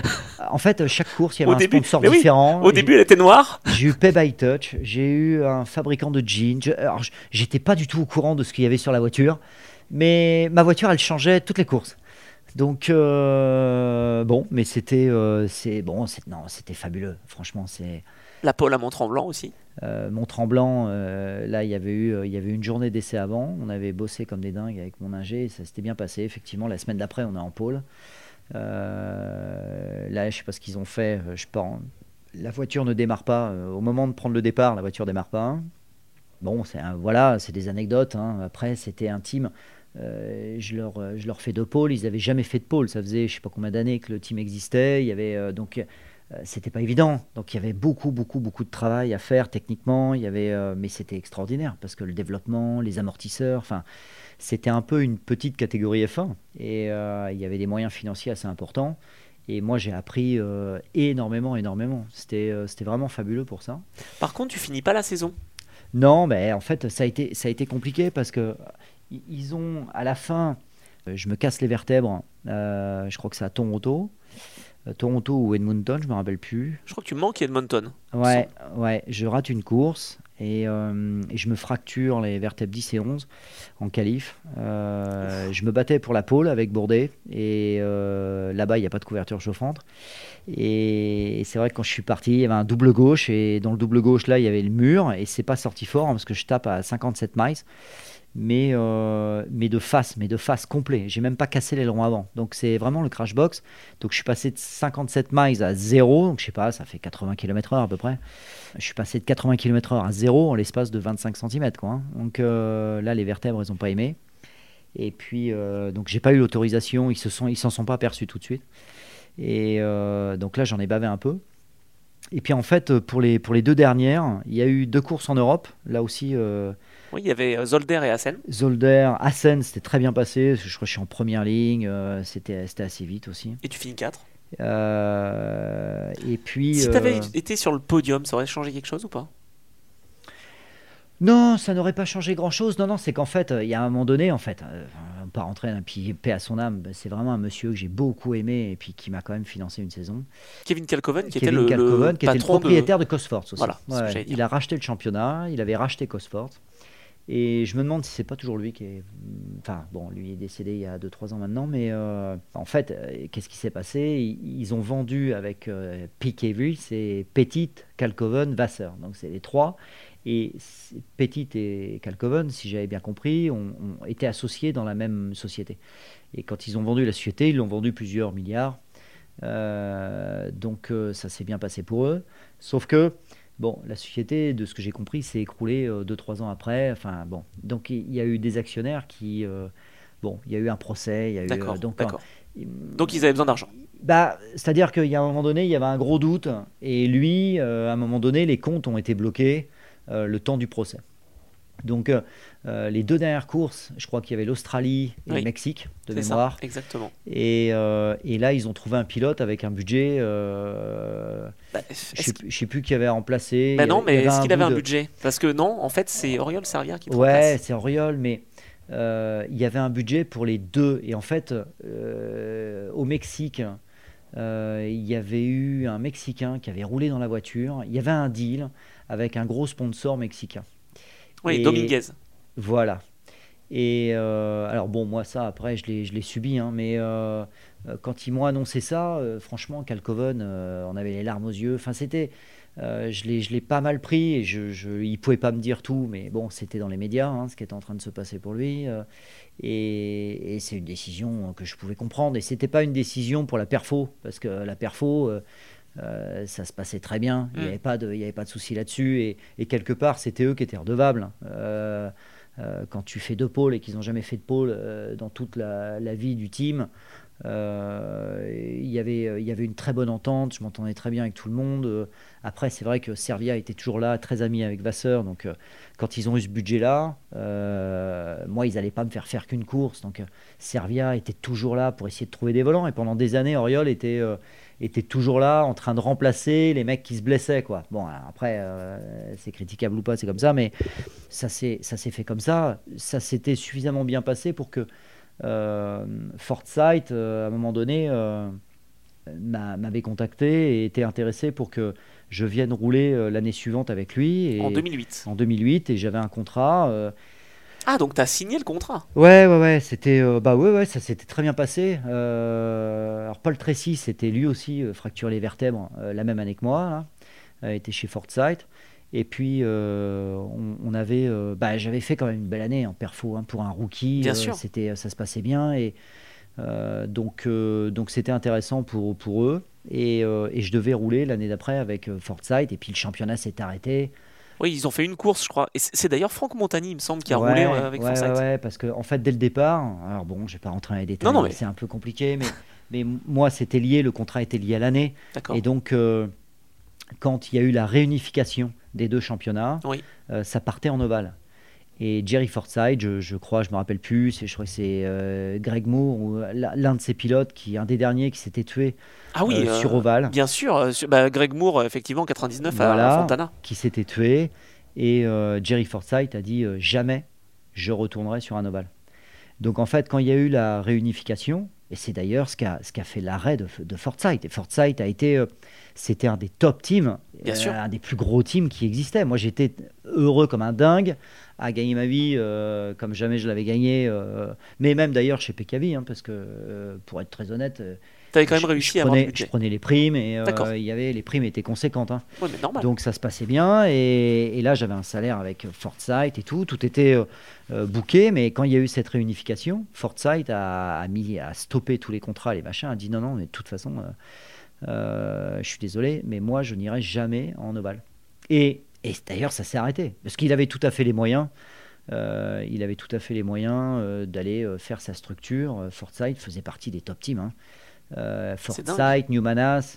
en fait, chaque course, il y Au avait un début, sponsor mais oui, différent. au J'ai- début, elle était noire. J'ai eu Pay by Touch, j'ai eu un fabricant de jeans. Je- alors, je- j'étais pas du tout au courant de ce qu'il y avait sur la voiture, mais ma voiture, elle changeait toutes les courses. Donc euh, bon, mais c'était, euh, c'est bon, c'est, non, c'était fabuleux. Franchement, c'est La pole à Mont-Tremblant aussi. euh, Mont-Tremblant. Euh, là, il y avait eu, euh, il y avait eu une journée d'essai avant. On avait bossé comme des dingues avec mon ingé, et ça s'était bien passé. Effectivement, la semaine d'après, on est en pôle. Euh, là, je sais pas ce qu'ils ont fait. euh, Je pense, la voiture ne démarre pas. Euh, Au moment de prendre le départ, la voiture démarre pas. Bon, c'est un- voilà, c'est des anecdotes, hein. Après, c'était intime. Euh, je, leur, euh, je leur fais deux pôles. Ils n'avaient jamais fait de pôle. Ça faisait je sais pas combien d'années que le team existait. Il y avait euh, donc euh, c'était pas évident. Donc il y avait beaucoup, beaucoup, beaucoup de travail à faire techniquement. Il y avait, euh, mais c'était extraordinaire parce que le développement, les amortisseurs, enfin, c'était un peu une petite catégorie F un et euh, il y avait des moyens financiers assez importants. Et moi, j'ai appris euh, énormément, énormément. C'était, euh, c'était vraiment fabuleux pour ça. Par contre, tu finis pas la saison. Non, mais en fait, ça a été, ça a été compliqué parce que i- ils ont, à la fin, euh, je me casse les vertèbres. Euh, je crois que c'est à Toronto, Euh, Toronto ou Edmonton, je me rappelle plus. Je crois que tu manques Edmonton. il me Ouais, semble. ouais, je rate une course et, euh, et je me fracture les vertèbres dix et onze en qualif. Euh, je me battais pour la pole avec Bourdet et euh, là-bas, il n'y a pas de couverture chauffante. Et c'est vrai que quand je suis parti, il y avait un double gauche et dans le double gauche là, il y avait le mur et c'est pas sorti fort hein, parce que je tape à cinquante-sept miles, mais euh, mais de face, mais de face complet. J'ai même pas cassé l'aileron avant. Donc c'est vraiment le crash box. Donc je suis passé de cinquante-sept miles à zéro, donc je sais pas, ça fait quatre-vingts kilomètres heure à peu près. Je suis passé de quatre-vingts kilomètres heure à zéro en l'espace de vingt-cinq centimètres quoi, hein. Donc euh, là les vertèbres elles ont pas aimé. Et puis euh, donc j'ai pas eu l'autorisation, ils se sont ils s'en sont pas aperçus tout de suite. Et euh, donc là, j'en ai bavé un peu. Et puis en fait, pour les, pour les deux dernières, il y a eu deux courses en Europe. Là aussi, euh, Oui, il y avait euh, Zolder et Assen. Zolder, Assen, c'était très bien passé. Je crois que je suis en première ligne. euh, c'était, c'était assez vite aussi. Et tu finis quatre. Euh, et puis, Si tu avais euh, été sur le podium, ça aurait changé quelque chose ou pas? non, ça n'aurait pas changé grand-chose. Non, non, c'est qu'en fait, euh, il y a un moment donné, en fait, euh, on va pas rentrer, hein, puis paix à son âme, bah, c'est vraiment un monsieur que j'ai beaucoup aimé et puis qui m'a quand même financé une saison. Kevin Kalkoven, qui était Kevin le, le Kalkoven, qui était le patron de. propriétaire de Cosworth aussi. Voilà, c'est ce que Ouais, j'allais dire. il a racheté le championnat, il avait racheté Cosworth. Et je me demande si c'est pas toujours lui qui est. Enfin, bon, lui est décédé il y a deux trois ans maintenant, mais euh, en fait, euh, qu'est-ce qui s'est passé? Ils, ils ont vendu avec euh, Peak Avery, c'est Petite, Kalkoven, Vasseur. Donc c'est les trois. Et c'est- Petite et Kalkoven, si j'avais bien compris, ont, ont été associés dans la même société. Et quand ils ont vendu la société, ils l'ont vendu plusieurs milliards. Euh, donc euh, ça s'est bien passé pour eux. Sauf que, bon, la société, de ce que j'ai compris, s'est écroulée euh, deux trois ans après. Enfin, bon. Donc il y a eu des actionnaires qui. euh, bon, il y a eu un procès. Il y a eu, euh, D'accord, donc, d'accord. euh, Donc ils avaient besoin d'argent. bah, c'est-à-dire qu'il y a un moment donné, il y avait un gros doute. Et lui, euh, à un moment donné, les comptes ont été bloqués euh, le temps du procès. Donc euh, euh, les deux dernières courses, je crois qu'il y avait l'Australie et le Oui, Mexique, de c'est ça, mémoire. exactement. Et, euh, et là, ils ont trouvé un pilote avec un budget. Euh, Bah, je est-ce sais, qu'il- plus- je sais plus qui avait remplacé. bah Il y non, avait, il y mais avait est-ce un qu'il avait bout un de. budget? Parce que non, en fait, c'est Oriol Servière qui te Ouais, remplace. c'est Auriol, mais euh, il y avait un budget pour les deux. Et en fait, euh, au Mexique, euh, il y avait eu un Mexicain qui avait roulé dans la voiture. Il y avait un deal avec un gros sponsor mexicain. Oui, Et Dominguez. voilà. Et euh, alors bon, moi ça après je l'ai, je l'ai subi, hein, mais euh, euh, quand ils m'ont annoncé ça, euh, franchement, Kalkoven, euh, on avait les larmes aux yeux. Enfin c'était, euh, je l'ai, je l'ai pas mal pris. Et je, je, il pouvait pas me dire tout, mais bon, c'était dans les médias, hein, ce qui était en train de se passer pour lui. euh, et, et c'est une décision que je pouvais comprendre. Et c'était pas une décision pour la perfo, parce que la perfo. euh, euh, ça se passait très bien, il n'y Mm. avait pas de, il y avait pas de souci là-dessus, et, et quelque part c'était eux qui étaient redevables. Euh, euh, quand tu fais deux pôles et qu'ils n'ont jamais fait de pôle euh, dans toute la, la vie du team, euh, il y avait, il y avait une très bonne entente, je m'entendais très bien avec tout le monde. Euh, Après, c'est vrai que Servia était toujours là, très ami avec Vasseur, donc euh, quand ils ont eu ce budget-là, euh, moi, ils n'allaient pas me faire faire qu'une course, donc euh, Servia était toujours là pour essayer de trouver des volants, et pendant des années, Oriol était, euh, était toujours là, en train de remplacer les mecs qui se blessaient, quoi. Bon, alors après, euh, c'est critiquable ou pas, c'est comme ça, mais ça s'est, ça s'est fait comme ça. Ça s'était suffisamment bien passé pour que euh, Forsyth, euh, à un moment donné, euh, m'a, m'avait contacté et était intéressé pour que je vienne rouler euh, l'année suivante avec lui. Et, En deux mille huit. En deux mille huit, et j'avais un contrat. Euh, Ah, donc t'as signé le contrat. Ouais, ouais, ouais, c'était, euh, bah ouais, ouais, ça s'était très bien passé. Euh, alors Paul Tracy, c'était lui aussi euh, fracturé les vertèbres euh, la même année que moi, là. Euh, était chez Forsyth. Et puis euh, on, on avait, euh, bah j'avais fait quand même une belle année en perfo hein, pour un rookie. Bien euh, sûr. C'était, ça se passait bien et euh, donc euh, donc c'était intéressant pour pour eux. Et, euh, et je devais rouler l'année d'après avec euh, Forsyth. Et puis le championnat s'est arrêté. Oui, ils ont fait une course, je crois. Et c'est c'est d'ailleurs Franck Montagny, il me semble, qui a roulé euh, Ouais, avec ouais, ouais, Forsyth. ouais, parce que en fait, dès le départ, alors bon, je vais pas rentrer dans les Non, non, détails, mais c'est un peu compliqué, mais, mais moi, c'était lié, le contrat était lié à l'année. d'accord. Et donc, euh, quand il y a eu la réunification des deux championnats, Oui. euh, ça partait en ovale. Et Jerry Forsyth, je, je crois, je me rappelle plus, c'est, je crois que c'est euh, Greg Moore, ou l'un de ses pilotes, qui, un des derniers qui s'était tué Ah oui, euh, euh, sur ovale. bien sûr. euh, sur- bah, Greg Moore, euh, effectivement, en quatre-vingt-dix-neuf à, à Voilà, Fontana. qui s'était tué. Et euh, Jerry Forsyth a dit euh, jamais je retournerai sur un ovale. Donc en fait, quand il y a eu la réunification, et c'est d'ailleurs ce qu'a, ce qu'a fait l'arrêt de, de Forsyth, et Forsyth a été, euh, c'était un des top teams, Bien euh, sûr. un des plus gros teams qui existait. Moi j'étais heureux comme un dingue à gagner ma vie euh, comme jamais je l'avais gagné, euh, mais même d'ailleurs chez P K V, hein, parce que euh, pour être très honnête, euh, T'avais quand même je, je réussi à avoir du prenais, je budget. prenais les primes et euh, D'accord. il y avait, les primes étaient conséquentes. Hein. Oui, mais normal. Donc ça se passait bien et, et là j'avais un salaire avec Forsyth et tout, tout était euh, euh, booké, mais quand il y a eu cette réunification, Forsyth a, a mis a stoppé tous les contrats, les machins, a dit non non mais de toute façon euh, euh, je suis désolé mais moi je n'irai jamais en ovale. Et, et d'ailleurs ça s'est arrêté parce qu'il avait tout à fait les moyens. Euh, il avait tout à fait les moyens euh, d'aller euh, faire sa structure. Euh, Forsyth faisait partie des top teams. Hein. Euh, C'est dingue. Forsyth, Newmanas,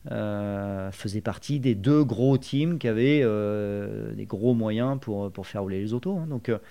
euh, faisait partie des deux gros teams qui avaient euh, des gros moyens pour, pour faire rouler les autos. Hein. Donc euh,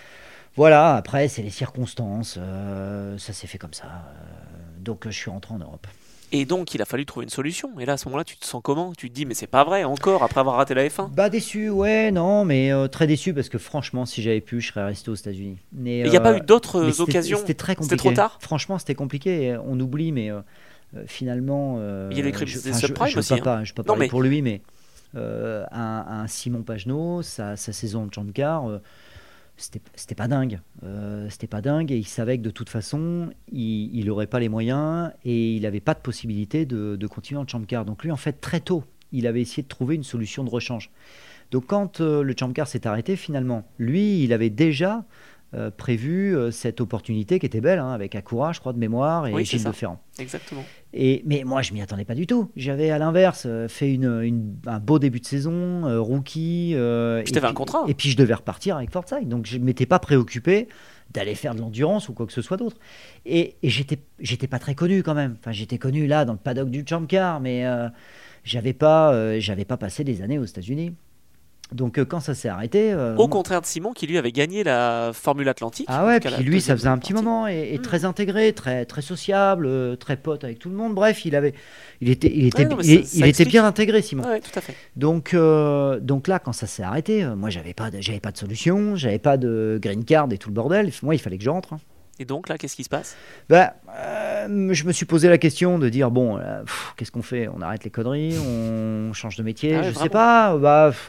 voilà, après c'est les circonstances, euh, ça s'est fait comme ça. Euh, donc euh, je suis rentré en Europe. Et donc, il a fallu trouver une solution. Et là, à ce moment-là, tu te sens comment? Tu te dis, mais c'est pas vrai, encore, après avoir raté la F un. Bah déçu, ouais, non, mais euh, très déçu parce que franchement, si j'avais pu, je serais resté aux États-Unis. Mais Et il n'y a pas euh, eu d'autres mais euh, c'était, occasions? c'était très C'était compliqué. trop tard? Franchement, c'était compliqué. On oublie, mais euh, euh, finalement, euh, Il y a eu les crimes je, des enfin, je, subprimes je veux aussi. pas, Hein. pas- je veux pas Non, parler mais pour lui, mais euh, un, un Simon Pagenaud, sa, sa saison de champ de car, euh, c'était, c'était pas dingue. Euh, c'était pas dingue et il savait que de toute façon, il n'aurait pas les moyens et il n'avait pas de possibilité de, de continuer en champ de car. Donc lui, en fait, très tôt, il avait essayé de trouver une solution de rechange. Donc quand euh, le champ de car s'est arrêté, finalement, lui, il avait déjà euh, prévu euh, cette opportunité qui était belle, hein, avec Acura, je crois, de mémoire, et oui, c'est Gilles ça. de Ferrand. Exactement. Et, mais moi, je m'y attendais pas du tout. J'avais à l'inverse euh, fait une, une- un beau début de saison, euh, rookie, euh, Puis et, t'avais un puis, contrat. et puis je devais repartir avec Forsyth. Donc je m'étais pas préoccupé d'aller faire de l'endurance ou quoi que ce soit d'autre. Et, et j'étais, j'étais pas très connu quand même. Enfin, j'étais connu là dans le paddock du Champ Car, mais euh, j'avais pas, euh, j'avais pas passé des années aux États-Unis. Donc euh, quand ça s'est arrêté, euh, Au moi- contraire de Simon, qui lui avait gagné la Formule Atlantique. ah en ouais, tout cas, puis la lui, ça deuxième faisait un petit partie. moment et, et Hmm. très intégré, très très sociable, euh, très pote avec tout le monde. Bref, il avait, il était, il était, Ouais, non, mais il, ça- il ça était explique. bien intégré, Simon. Ouais, ouais, tout à fait. Donc, euh, donc là, quand ça s'est arrêté, euh, moi, j'avais pas, de, j'avais pas de solution, j'avais pas de green card et tout le bordel. Moi, il fallait que je rentre. Hein. Et donc là, qu'est-ce qui se passe? Bah, euh, je me suis posé la question de dire bon, là, pff, qu'est-ce qu'on fait? On arrête les conneries, on change de métier, Ah ouais, je sais vraiment. pas. Bah, pff,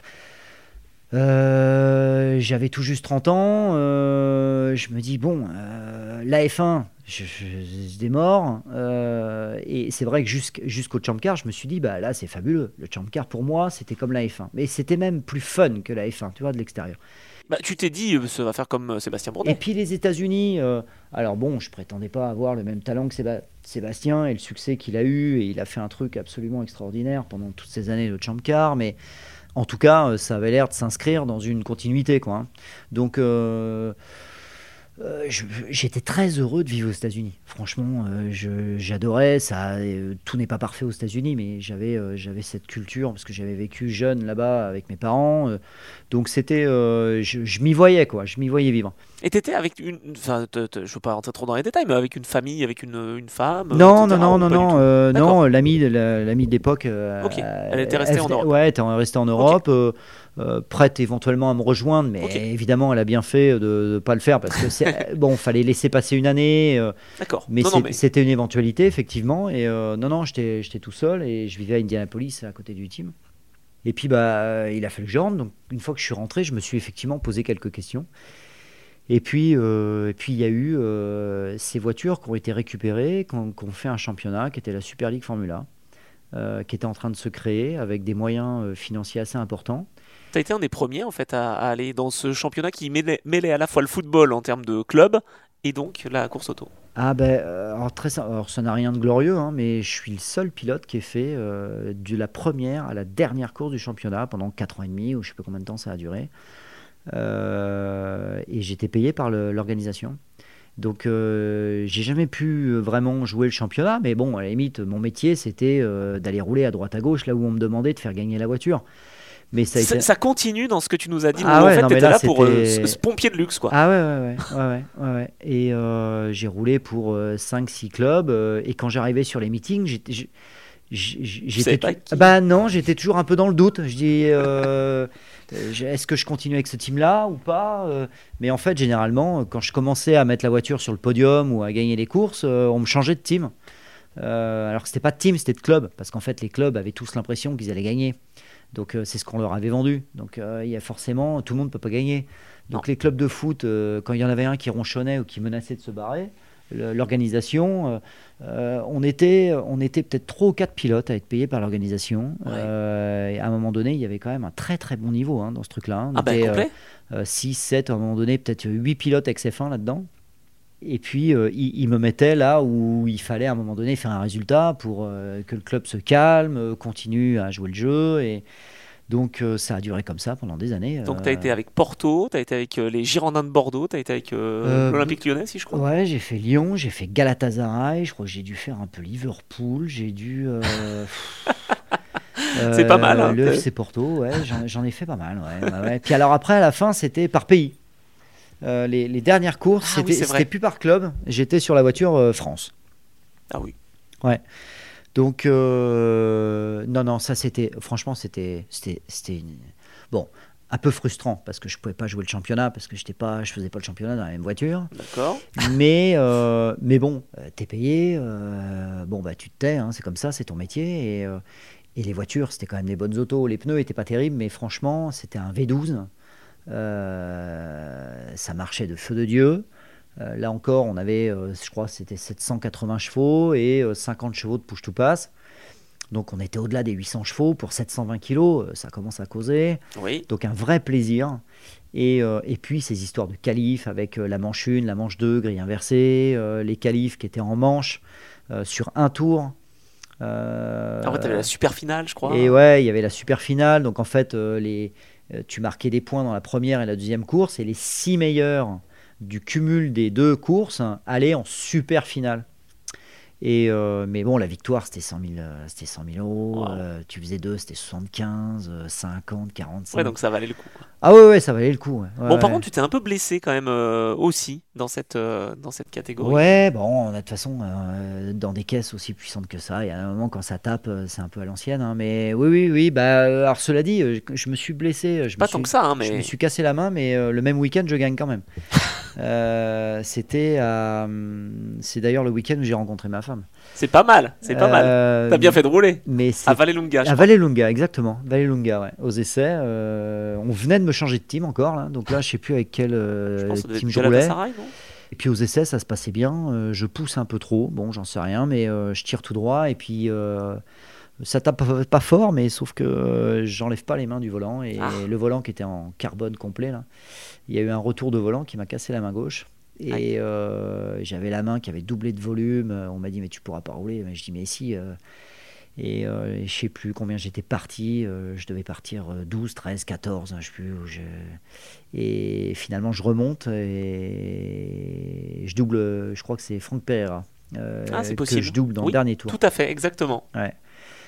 euh, j'avais tout juste trente ans. euh, je me dis bon, euh, la F un, je, je, je démords. euh, et c'est vrai que jusqu'- jusqu'au Champ Car, je me suis dit bah là, c'est fabuleux. Le Champ Car pour moi, c'était comme la F un, mais c'était même plus fun que la F un, tu vois, de l'extérieur. Bah, tu t'es dit, euh, ça va faire comme euh, Sébastien Et Bourdais. puis les États-Unis, euh, alors bon, je prétendais pas avoir le même talent que Séba- Sébastien et le succès qu'il a eu, et il a fait un truc absolument extraordinaire pendant toutes ces années de Champ Car, mais en tout cas, euh, ça avait l'air de s'inscrire dans une continuité, quoi. Hein. Donc, euh, euh, je- j'étais très heureux de vivre aux États-Unis. Franchement, euh, je- j'adorais ça. euh, tout n'est pas parfait aux États-Unis, mais j'avais euh, j'avais cette culture parce que j'avais vécu jeune là-bas avec mes parents. euh, donc c'était, euh, je, je m'y voyais, quoi. Je m'y voyais vivre. Et t'étais avec une, enfin, te- te- je veux pas rentrer trop dans les détails, mais avec une famille, avec une, une femme, Non, et cetera, non, non, ou non, pas du non, tout? euh, D'accord. non, l'ami, de la- l'ami de l'époque, euh, Ok. Elle était elle restée en venait- Europe. ouais, était restée en Ok. Europe, euh, euh, prête éventuellement à me rejoindre, mais Ok. évidemment, elle a bien fait de ne pas le faire parce que c'est bon, fallait laisser passer une année, euh, D'accord. mais Non, non, c'est- mais c'était une éventualité effectivement. Et euh, non, non, j'étais, j'étais tout seul et je vivais à Indianapolis, à côté du team. Et puis bah, euh, il a fallu que je rentre. Donc une fois que je suis rentré, je me suis effectivement posé quelques questions. Et puis, euh, et puis il y a eu euh, ces voitures qui ont été récupérées, qui ont, qui ont fait un championnat, qui était la Super League Formula, euh, qui était en train de se créer avec des moyens euh, financiers assez importants. t'as été un des premiers en fait à, à aller dans ce championnat qui mêlait, mêlait à la fois le football en termes de club et donc la course auto. Ah ben, euh, alors, très, sim- alors ça n'a rien de glorieux, hein, mais je suis le seul pilote qui ait fait euh, de la première à la dernière course du championnat pendant quatre ans et demi, ou je sais pas combien de temps ça a duré. Euh, et j'étais payé par le- l'organisation. Donc euh, j'ai jamais pu euh, vraiment jouer le championnat, mais bon, à la limite, mon métier c'était euh, d'aller rouler à droite à gauche là où on me demandait de faire gagner la voiture. Mais ça a Ça, été. ça continue dans ce que tu nous as dit, où Ah en ouais, fait non mais t'étais là là pour euh, ce, c'était. ce pompier de luxe quoi. Ah ouais, ouais, ouais, ouais, ouais, ouais, ouais. Et euh, j'ai roulé pour cinq six clubs. Euh, et quand j'arrivais sur les meetings, j'étais, j'- j'- Tu savais j'étais, pas tou- qui. bah non, j'étais toujours un peu dans le doute. Je dis, euh, euh, je- est-ce que je continue avec ce team-là ou pas? Euh, Mais en fait, généralement, quand je commençais à mettre la voiture sur le podium ou à gagner les courses, euh, on me changeait de team. Euh, alors que c'était pas de team, c'était de club, parce qu'en fait, les clubs avaient tous l'impression qu'ils allaient gagner. Donc euh, c'est ce qu'on leur avait vendu. Donc euh, il y a forcément, tout le monde ne peut pas gagner. Non. Donc les clubs de foot, euh, quand il y en avait un qui ronchonnait ou qui menaçait de se barrer, le- l'organisation, euh, euh, on était, on était peut-être trois ou quatre pilotes à être payés par l'organisation. Ouais. Euh, et à un moment donné, il y avait quand même un très très bon niveau hein, dans ce truc-là. On Ah bah était complet. euh, six, sept, à un moment donné, peut-être huit pilotes avec F un là-dedans. Et puis, euh, il, il me mettait là où il fallait à un moment donné faire un résultat pour euh, que le club se calme, euh, continue à jouer le jeu. Et donc, euh, ça a duré comme ça pendant des années. Donc t'as euh. été avec Porto, t'as été avec euh, les Girondins de Bordeaux, t'as été avec euh, Euh, l'Olympique Lyonnais si je crois. Ouais, j'ai fait Lyon, j'ai fait Galatasaray, je crois que j'ai dû faire un peu Liverpool, j'ai dû. euh, C'est pas euh, mal, hein. Le F C Porto, ouais, j'en, j'en ai fait pas mal. Ouais, ouais, ouais. Puis alors après, à la fin, c'était par pays. Euh, les, les dernières courses, Ah oui, c'était, c'est vrai. c'était plus par club. J'étais sur la voiture euh, France. Ah oui. Ouais. Donc, euh, non, non, ça c'était. Franchement, c'était. C'était, c'était une- bon, un peu frustrant parce que je pouvais pas jouer le championnat, parce que j'étais pas, je faisais pas le championnat dans la même voiture. D'accord. Mais, euh, mais bon, euh, t'es payé. Euh, bon, bah, tu te tais, hein, c'est comme ça, c'est ton métier. Et, euh, et les voitures, c'était quand même des bonnes autos. Les pneus étaient pas terribles, mais franchement, c'était un V douze. Euh, ça marchait de feu de Dieu. Euh, là encore, on avait, euh, je crois, c'était sept cent quatre-vingts chevaux et euh, cinquante chevaux de push-to-pass. Donc on était au-delà des huit cents chevaux pour sept cent vingt kilos. Euh, ça commence à causer. Oui. Donc un vrai plaisir. Et, euh, et puis ces histoires de qualifs avec euh, la manche un, la manche deux, grille inversée, euh, les qualifs qui étaient en manche euh, sur un tour. Euh, Après t'avais la super finale je crois. et ouais, il y avait la super finale. Donc en fait, euh, les, euh, tu marquais des points dans la première et la deuxième course. Et les six meilleurs du cumul des deux courses hein, allaient en super finale. Et euh, mais bon, la victoire, c'était cent mille, euh, c'était cent mille euros. Wow. Euh, tu faisais deux, c'était soixante-quinze, euh, cinquante, quarante-cinq. Ouais donc ça valait le coup quoi. Ah ouais, ouais, ça valait le coup. Ouais. Ouais, Bon par ouais. contre tu t'es un peu blessé quand même euh, aussi dans cette, euh, dans cette catégorie. Ouais, bon, de toute façon, euh, dans des caisses aussi puissantes que ça, il y a un moment quand ça tape, euh, c'est un peu à l'ancienne. Hein, mais oui, oui, oui. Bah, euh, alors cela dit, euh, je, je me suis blessé. Je me Pas suis, tant que ça hein, je me mais suis cassé la main, mais euh, le même week-end, je gagne quand même. Euh, c'était, à, hum, c'est d'ailleurs le week-end où j'ai rencontré ma femme. c'est pas mal, c'est pas mal. Euh, T'as bien fait de rouler. Mais c'est À Vallelunga je à crois. Vallelunga, exactement. Vallelunga, ouais. Aux essais, euh, on venait de me changer de team encore là. Donc là, je sais plus avec quel euh, Je pense que ça devait team être je roulais. Galatasaray non. Et puis aux essais, ça se passait bien. Euh, je pousse un peu trop. Bon, j'en sais rien, mais euh, je tire tout droit. Et puis euh, ça tape pas, pas fort, mais sauf que euh, j'enlève pas les mains du volant. Et Ah. le volant qui était en carbone complet, là, il y a eu un retour de volant qui m'a cassé la main gauche. Et Aïe. euh, j'avais la main qui avait doublé de volume. On m'a dit, mais tu pourras pas rouler. Mais je dis, mais si. euh, et euh, je sais plus combien j'étais parti. euh, je devais partir euh, douze, treize, quatorze. Hein, je sais plus où je... Et finalement, je remonte et je double. Je crois que c'est Franck Pereira euh, Ah, c'est que possible. je double dans Oui, le dernier tour. Tout à fait exactement. Ouais.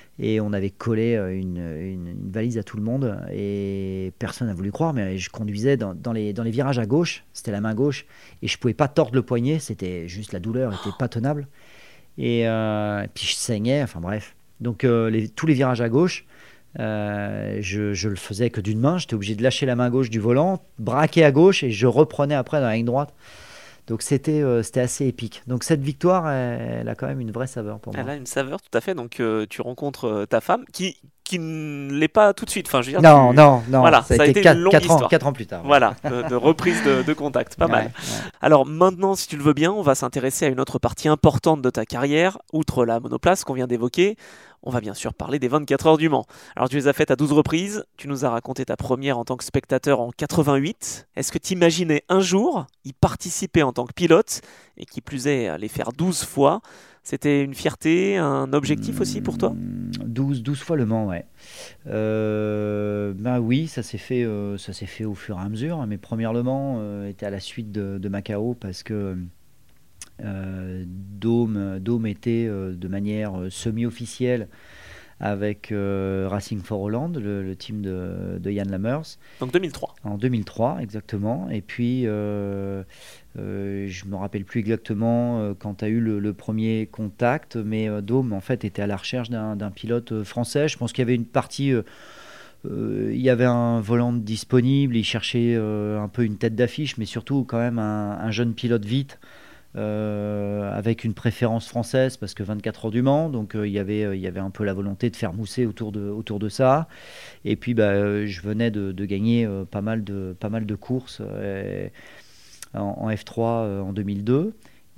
Et on avait collé une, une, une valise à tout le monde et personne n'a voulu croire, mais je conduisais dans, dans, les, dans les virages à gauche, c'était la main gauche, et je ne pouvais pas tordre le poignet, c'était juste la douleur était pas tenable. Et, euh, et puis je saignais, enfin bref. Donc euh, les, tous les virages à gauche, euh, je, je le faisais que d'une main, j'étais obligé de lâcher la main gauche du volant, braquer à gauche et je reprenais après dans la ligne droite. Donc c'était, euh, c'était assez épique. Donc cette victoire, elle, elle a quand même une vraie saveur pour moi. Elle a une saveur, tout à fait. Donc euh, tu rencontres euh, ta femme qui, qui ne l'est pas tout de suite. Enfin, je veux dire, non, tu... non, non, voilà, ça, ça a été quatre, une longue quatre histoire. ans, quatre ans plus tard. Ouais. Voilà, de, de reprise de, de contact, pas Ouais, mal. ouais. Alors maintenant, si tu le veux bien, on va s'intéresser à une autre partie importante de ta carrière, outre la monoplace qu'on vient d'évoquer. On va bien sûr parler des vingt-quatre heures du Mans. Alors tu les as faites à douze reprises, tu nous as raconté ta première en tant que spectateur en quatre-vingt-huit. Est-ce que tu imaginais un jour y participer en tant que pilote, et qui plus est à les faire douze fois? C'était une fierté, un objectif aussi pour toi? douze, douze fois Le Mans, ouais. Euh, ben oui, ça s'est fait, euh, ça s'est fait au fur et à mesure. Mes premières Le Mans euh, étaient à la suite de, de Macao parce que euh, Dôme, Dôme était euh, de manière semi-officielle avec euh, Racing for Holland, le, le team de, de Jan Lammers. Donc deux mille trois. En deux mille trois, exactement. Et puis, euh, euh, je ne me rappelle plus exactement euh, quand tu as eu le, le premier contact, mais euh, Dôme, en fait, était à la recherche d'un, d'un pilote français. Je pense qu'il y avait une partie... Euh, euh, il y avait un volant disponible, il cherchait euh, un peu une tête d'affiche, mais surtout quand même un, un jeune pilote vite, euh, avec une préférence française, parce que vingt-quatre heures du Mans, donc euh, il y avait, euh, il y avait un peu la volonté de faire mousser autour de, autour de ça. Et puis bah, euh, je venais de, de gagner euh, pas, mal de, pas mal de courses euh, en, en F trois euh, en deux mille deux.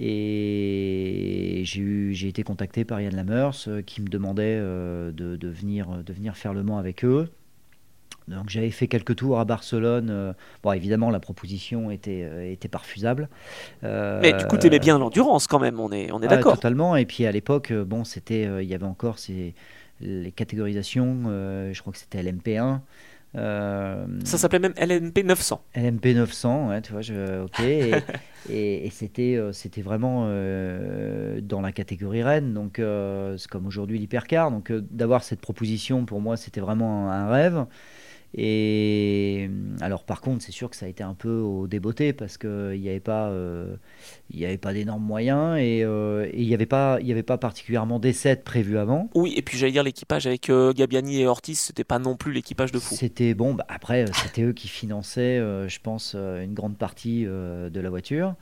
Et j'ai, eu, j'ai été contacté par Jan Lammers euh, qui me demandait euh, de, de, venir, de venir faire Le Mans avec eux. Donc j'avais fait quelques tours à Barcelone. Euh, bon, évidemment, la proposition était, euh, était pas refusable. Euh, Mais du coup, tu aimais bien l'endurance quand même, on est, on est ah, d'accord. Totalement. Et puis à l'époque, euh, bon, c'était, euh, il y avait encore ces, les catégorisations. Euh, je crois que c'était L M P un. Euh, Ça s'appelait même L M P neuf cents. L M P neuf cents, ouais, tu vois, je, ok. Et, et, et c'était, euh, c'était vraiment euh, dans la catégorie Rennes. Donc euh, c'est comme aujourd'hui l'hypercar. Donc euh, d'avoir cette proposition, pour moi, c'était vraiment un, un rêve. Et alors par contre, c'est sûr que ça a été un peu au débeauté parce qu'il n'y avait pas, euh, il y avait pas d'énormes moyens et euh, et il n'y avait pas, il y avait pas particulièrement d'essais prévus avant. Oui, et puis j'allais dire l'équipage avec euh, Gabiani et Ortiz, c'était pas non plus l'équipage de fou. C'était bon, bah, après c'était eux qui finançaient, euh, je pense, euh, une grande partie euh, de la voiture.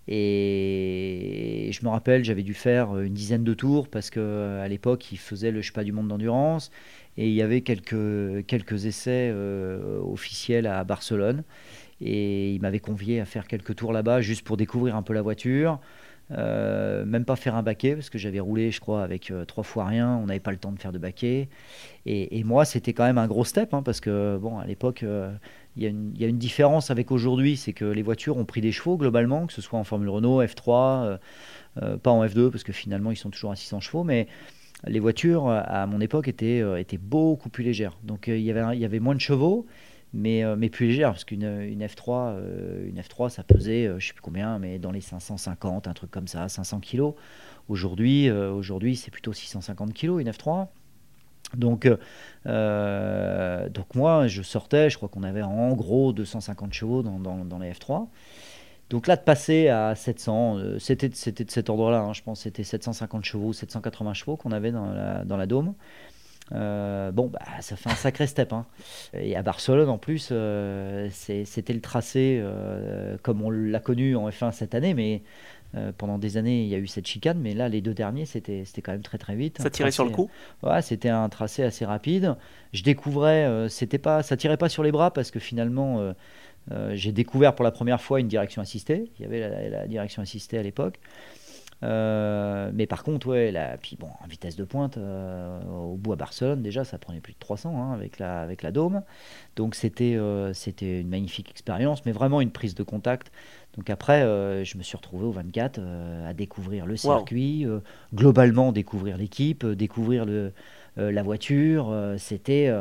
Et je me rappelle, j'avais dû faire une dizaine de tours parce qu'à l'époque, ils faisaient le Championnat du monde d'endurance et il y avait quelques, quelques essais euh, officiels à Barcelone. Et ils m'avaient convié à faire quelques tours là-bas juste pour découvrir un peu la voiture. Euh, même pas faire un baquet parce que j'avais roulé, je crois, avec euh, trois fois rien. On n'avait pas le temps de faire de baquet. Et, et moi, c'était quand même un gros step hein, parce que, bon, à l'époque. Euh, Il y, a une, il y a une différence avec aujourd'hui, c'est que les voitures ont pris des chevaux globalement, que ce soit en Formule Renault, F trois, euh, euh, pas en F deux parce que finalement ils sont toujours à six cents chevaux, mais les voitures à mon époque étaient, euh, étaient beaucoup plus légères. Donc euh, il, y avait un, il y avait moins de chevaux, mais, euh, mais plus légères, parce qu'une une F trois, euh, une F trois ça pesait, euh, je ne sais plus combien, mais dans les cinq cent cinquante, un truc comme ça, cinq cents kilos. Aujourd'hui, euh, aujourd'hui c'est plutôt six cent cinquante kilos une F trois. Donc, euh, donc moi, je sortais, je crois qu'on avait en gros deux cent cinquante chevaux dans, dans, dans les F trois. Donc là, de passer à sept cents, euh, c'était, c'était de cet ordre-là, hein, je pense que c'était sept cent cinquante chevaux, sept cent quatre-vingts chevaux qu'on avait dans la, dans la Dôme. Euh, bon, bah, ça fait un sacré step. Hein. Et à Barcelone, en plus, euh, c'est, c'était le tracé euh, comme on l'a connu en F un cette année, mais euh, pendant des années, il y a eu cette chicane, mais là, les deux derniers, c'était, c'était quand même très très vite. Ça tirait tracé, sur le coup? Ouais, c'était un tracé assez rapide. Je découvrais, euh, c'était pas, ça tirait pas sur les bras parce que finalement, euh, euh, j'ai découvert pour la première fois une direction assistée. Il y avait la, la direction assistée à l'époque. Euh, mais par contre, ouais, la, puis bon, en vitesse de pointe, euh, au bout à Barcelone, déjà, ça prenait plus de trois cents hein, avec, la, avec la Dôme. Donc c'était, euh, c'était une magnifique expérience, mais vraiment une prise de contact. Donc après, euh, je me suis retrouvé au vingt-quatre euh, à découvrir le circuit, wow. euh, globalement découvrir l'équipe, euh, découvrir le, euh, la voiture. Euh, c'était, euh,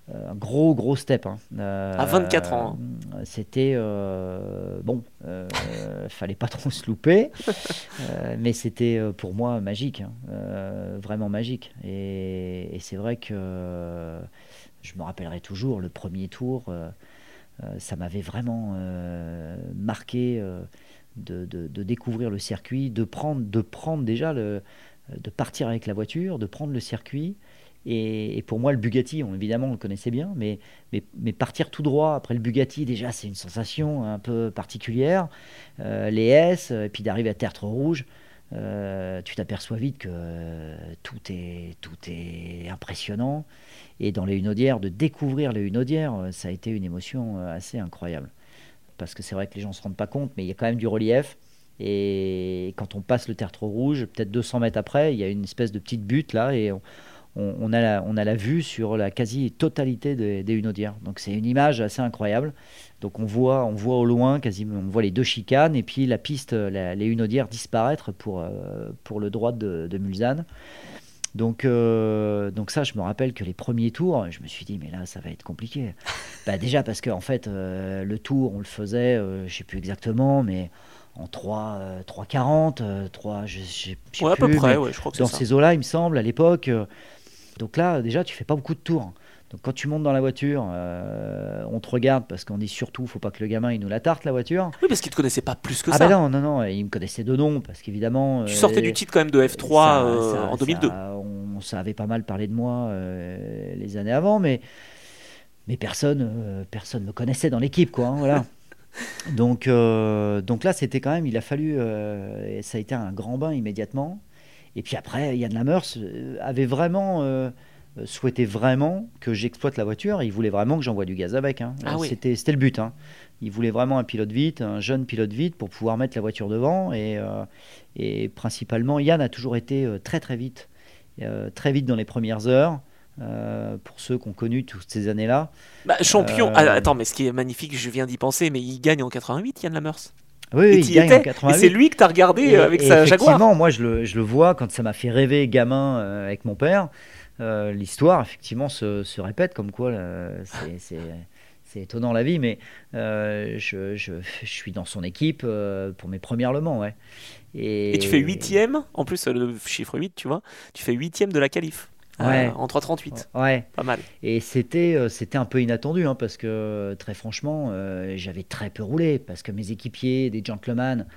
un gros gros step. Hein. Euh, à vingt-quatre ans. Hein. C'était euh, bon, euh, fallait pas trop se louper, euh, mais c'était pour moi magique, hein. euh, vraiment magique. Et, et c'est vrai que euh, je me rappellerai toujours le premier tour. Euh, euh, ça m'avait vraiment euh, marqué euh, de, de, de découvrir le circuit, de prendre, de prendre déjà le, de partir avec la voiture, de prendre le circuit. Et, et pour moi, le Bugatti, on, évidemment, on le connaissait bien, mais, mais, mais partir tout droit après le Bugatti, déjà, c'est une sensation un peu particulière. Euh, les S, et puis d'arriver à Tertre Rouge, euh, tu t'aperçois vite que euh, tout, est, tout est impressionnant. Et dans les Hunaudières, de découvrir les Hunaudières, ça a été une émotion assez incroyable. Parce que c'est vrai que les gens ne se rendent pas compte, mais il y a quand même du relief. Et quand on passe le Tertre Rouge, peut-être deux cents mètres après, il y a une espèce de petite butte là, et on, on, on, a, la, on a la vue sur la quasi-totalité des, des Hunaudières. Donc c'est une image assez incroyable. Donc on voit, on voit au loin, quasiment, on voit les deux chicanes, et puis la piste, la, les Hunaudières disparaître pour, euh, pour le droit de, de Mulsanne. Donc, euh, donc ça, je me rappelle que les premiers tours, je me suis dit, mais là, ça va être compliqué. Bah, déjà parce qu'en en fait, euh, le tour, on le faisait, euh, je ne sais plus exactement, mais en trois quarante, trois, je ne sais plus. Ouais, à peu près, ouais, je crois que dans c'est ça. ces eaux-là, il me semble, à l'époque. Euh, donc là, déjà, tu ne fais pas beaucoup de tours. Donc quand tu montes dans la voiture, euh, on te regarde parce qu'on dit surtout, il ne faut pas que le gamin il nous la tarte la voiture. Oui, parce qu'il ne te connaissait pas plus que ah ça. Ah ben non, non, non, il me connaissait de nom parce qu'évidemment... Tu euh, sortais du titre quand même de F trois ça, euh, ça, en deux mille deux. Ça, on, ça avait pas mal parlé de moi euh, les années avant, mais, mais personne euh, personne me connaissait dans l'équipe, quoi. Hein, voilà. donc, euh, donc là, c'était quand même, il a fallu... Euh, et ça a été un grand bain immédiatement. Et puis après, Yann Lamers avait vraiment... Euh, souhaitait vraiment que j'exploite la voiture. Il voulait vraiment que j'envoie du gaz avec. Hein. Ah oui. C'était, c'était le but. Hein. Il voulait vraiment un pilote vite, un jeune pilote vite pour pouvoir mettre la voiture devant. Et, euh, et principalement, Yann a toujours été euh, très très vite. Euh, très vite dans les premières heures. Euh, pour ceux qui ont connu toutes ces années-là. Bah, champion. Euh... Ah, attends, mais ce qui est magnifique, je viens d'y penser, mais il gagne en quatre-vingt-huit, Yann Lamers. Oui, oui, il gagne en quatre-vingt-huit. Et c'est lui que tu as regardé et, avec et sa Jaguar. Effectivement, moi je le, je le vois quand ça m'a fait rêver gamin euh, avec mon père. Euh, l'histoire effectivement se, se répète comme quoi euh, c'est, c'est, c'est étonnant la vie, mais euh, je, je, je suis dans son équipe euh, pour mes premiers Le Mans, ouais. Et, et tu fais huitième, en plus le chiffre huit, tu vois, tu fais huitième de la qualif. Ouais. Euh, en trois trente-huit. Ouais. Pas mal. Et c'était, euh, c'était un peu inattendu hein, parce que très franchement euh, j'avais très peu roulé parce que mes équipiers, des gentlemen,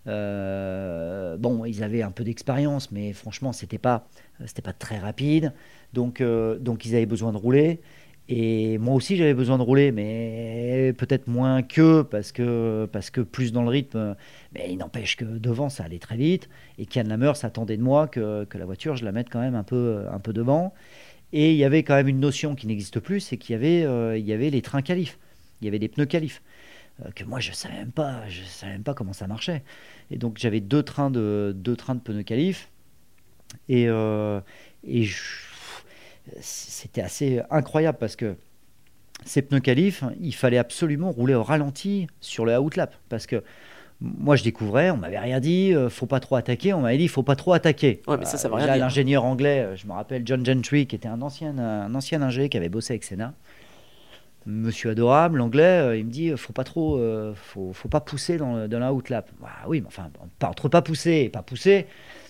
Euh, bon, ils avaient un peu d'expérience, mais franchement, c'était pas, c'était pas très rapide. Donc, euh, donc, ils avaient besoin de rouler. Et moi aussi, j'avais besoin de rouler, mais peut-être moins qu'eux, parce que, parce que plus dans le rythme. Mais il n'empêche que devant, ça allait très vite. Et Yann Lamers s'attendait de moi que, que la voiture, je la mette quand même un peu, un peu devant. Et il y avait quand même une notion qui n'existe plus, c'est qu'il y avait, euh, il y avait les trains qualifs. Il y avait des pneus qualifs. Que moi je savais même pas, je savais même pas comment ça marchait. Et donc j'avais deux trains de deux trains de pneus qualif et euh, et je, c'était assez incroyable parce que ces pneus qualif, il fallait absolument rouler au ralenti sur le outlap parce que moi je découvrais, on m'avait rien dit, euh, faut pas trop attaquer, on m'avait dit faut pas trop attaquer. Ouais, mais ça ça veut euh, rien dire. L'ingénieur anglais, je me rappelle John Gentry qui était un ancien un ancien ingénieur qui avait bossé avec Senna. Monsieur adorable, l'anglais, euh, il me dit faut pas trop, euh, faut, faut pas pousser dans, le, dans la outlap. Bah, oui, mais enfin, pas, entre pas pousser et pas pousser.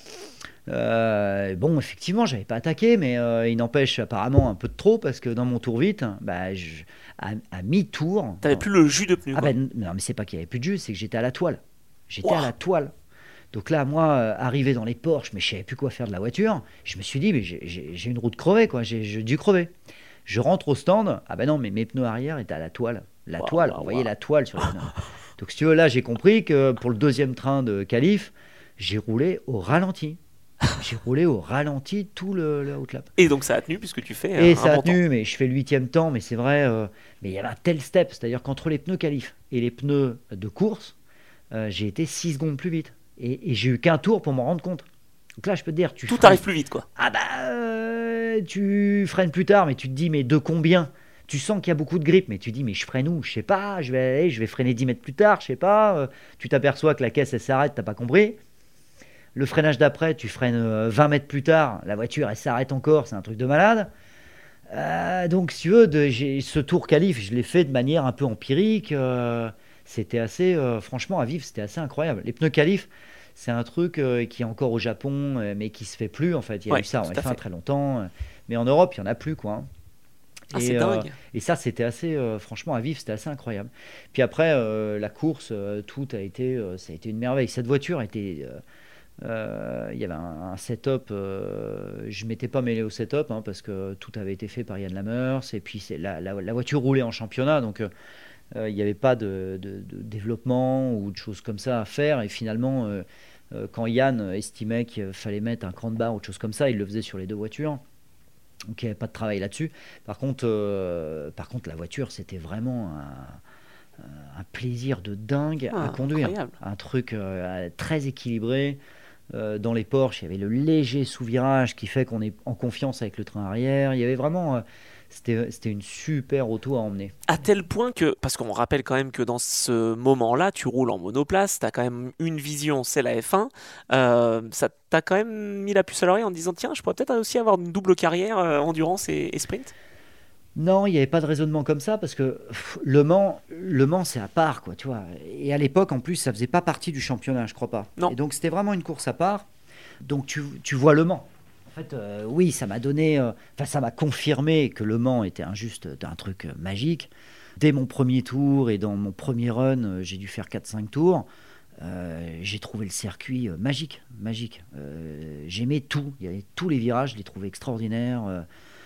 Euh, bon, effectivement, j'avais pas attaqué, mais euh, il n'empêche apparemment un peu de trop parce que dans mon tour vite, bah, je, à, à mi-tour. T'avais plus le jus de pneu. Ah quoi. ben non, mais c'est pas qu'il y avait plus de jus, c'est que j'étais à la toile. J'étais Wow. à la toile. Donc là, moi, euh, arrivé dans les Porsche, mais je savais plus quoi faire de la voiture. Je me suis dit, mais j'ai, j'ai, j'ai une route crevée, quoi. J'ai, j'ai dû crever. Je rentre au stand, ah ben non, mais mes pneus arrière étaient à la toile. La wow, toile, wow, vous voyez wow. la toile sur les pneus. Donc si tu veux, là, j'ai compris que pour le deuxième train de qualif, j'ai roulé au ralenti. J'ai roulé au ralenti tout le, le outlap. Et donc ça a tenu puisque tu fais Et un, ça un a bon tenu, temps. mais je fais le huitième temps, mais c'est vrai, euh, mais il y avait un tel step, c'est-à-dire qu'entre les pneus qualif et les pneus de course, euh, j'ai été six secondes plus vite. Et, et j'ai eu qu'un tour pour m'en rendre compte. Donc là, je peux te dire, tu Tout freines. arrive plus vite, quoi. Ah bah, euh, tu freines plus tard, mais tu te dis, mais de combien ? Tu sens qu'il y a beaucoup de grippe, mais tu dis, mais je freine où ? Je sais pas, je vais aller, je vais freiner dix mètres plus tard, je sais pas. Euh, tu t'aperçois que la caisse, elle s'arrête, t'as pas compris. Le freinage d'après, tu freines vingt mètres plus tard, la voiture, elle s'arrête encore, c'est un truc de malade. Euh, bah donc, si tu veux, de, j'ai, ce tour qualif, je l'ai fait de manière un peu empirique. euh, c'était assez, euh, franchement, à vivre, c'était assez incroyable. Les pneus qualif, c'est un truc euh, qui est encore au Japon, euh, mais qui se fait plus, en fait. Il y a Ouais, eu ça en tout à F un fait. très longtemps, euh, mais en Europe, il y en a plus, quoi. hein. Ah, c'est Et, euh, dingue. et ça, c'était assez, euh, franchement, à vivre, c'était assez incroyable. Puis après, euh, la course, euh, tout a été, euh, ça a été une merveille. Cette voiture était, euh, euh, il y avait un, un setup. Euh, je m'étais pas mêlé au setup hein, parce que tout avait été fait par Yann Lamers. Et puis c'est, la, la- la voiture roulait en championnat, donc euh, euh, il n'y avait pas de, de- de développement ou de choses comme ça à faire. Et finalement, euh, euh, quand Yann estimait qu'il fallait mettre un cran de barre ou autre chose comme ça, il le faisait sur les deux voitures. Donc il n'y avait pas de travail là-dessus. Par contre, euh, par contre, la voiture, c'était vraiment un, un plaisir de dingue à Ah, conduire. incroyable. Un truc euh, très équilibré. Euh, dans les Porsche, il y avait le léger sous-virage qui fait qu'on est en confiance avec le train arrière. Il y avait vraiment. euh, c'était, c'était une super auto à emmener. À tel point que, parce qu'on rappelle quand même que dans ce moment-là, tu roules en monoplace, tu as quand même une vision, c'est la F un. Euh, ça t'a quand même mis la puce à l'oreille en te disant, tiens, je pourrais peut-être aussi avoir une double carrière, euh, endurance et, et sprint. Non, il n'y avait pas de raisonnement comme ça parce que pff, Le Mans, Le Mans, c'est à part, quoi, tu vois. Et à l'époque, en plus, ça faisait pas partie du championnat, je crois pas. Non, Et donc, c'était vraiment une course à part. Donc, tu, tu vois Le Mans. En fait, euh, oui, ça m'a donné, euh, enfin, ça m'a confirmé que Le Mans était un juste un truc euh, magique. Dès mon premier tour et dans mon premier run, euh, j'ai dû faire quatre cinq tours. Euh, j'ai trouvé le circuit euh, magique, magique. Euh, j'aimais tout. Il y avait tous les virages, je les trouvais extraordinaires. Euh,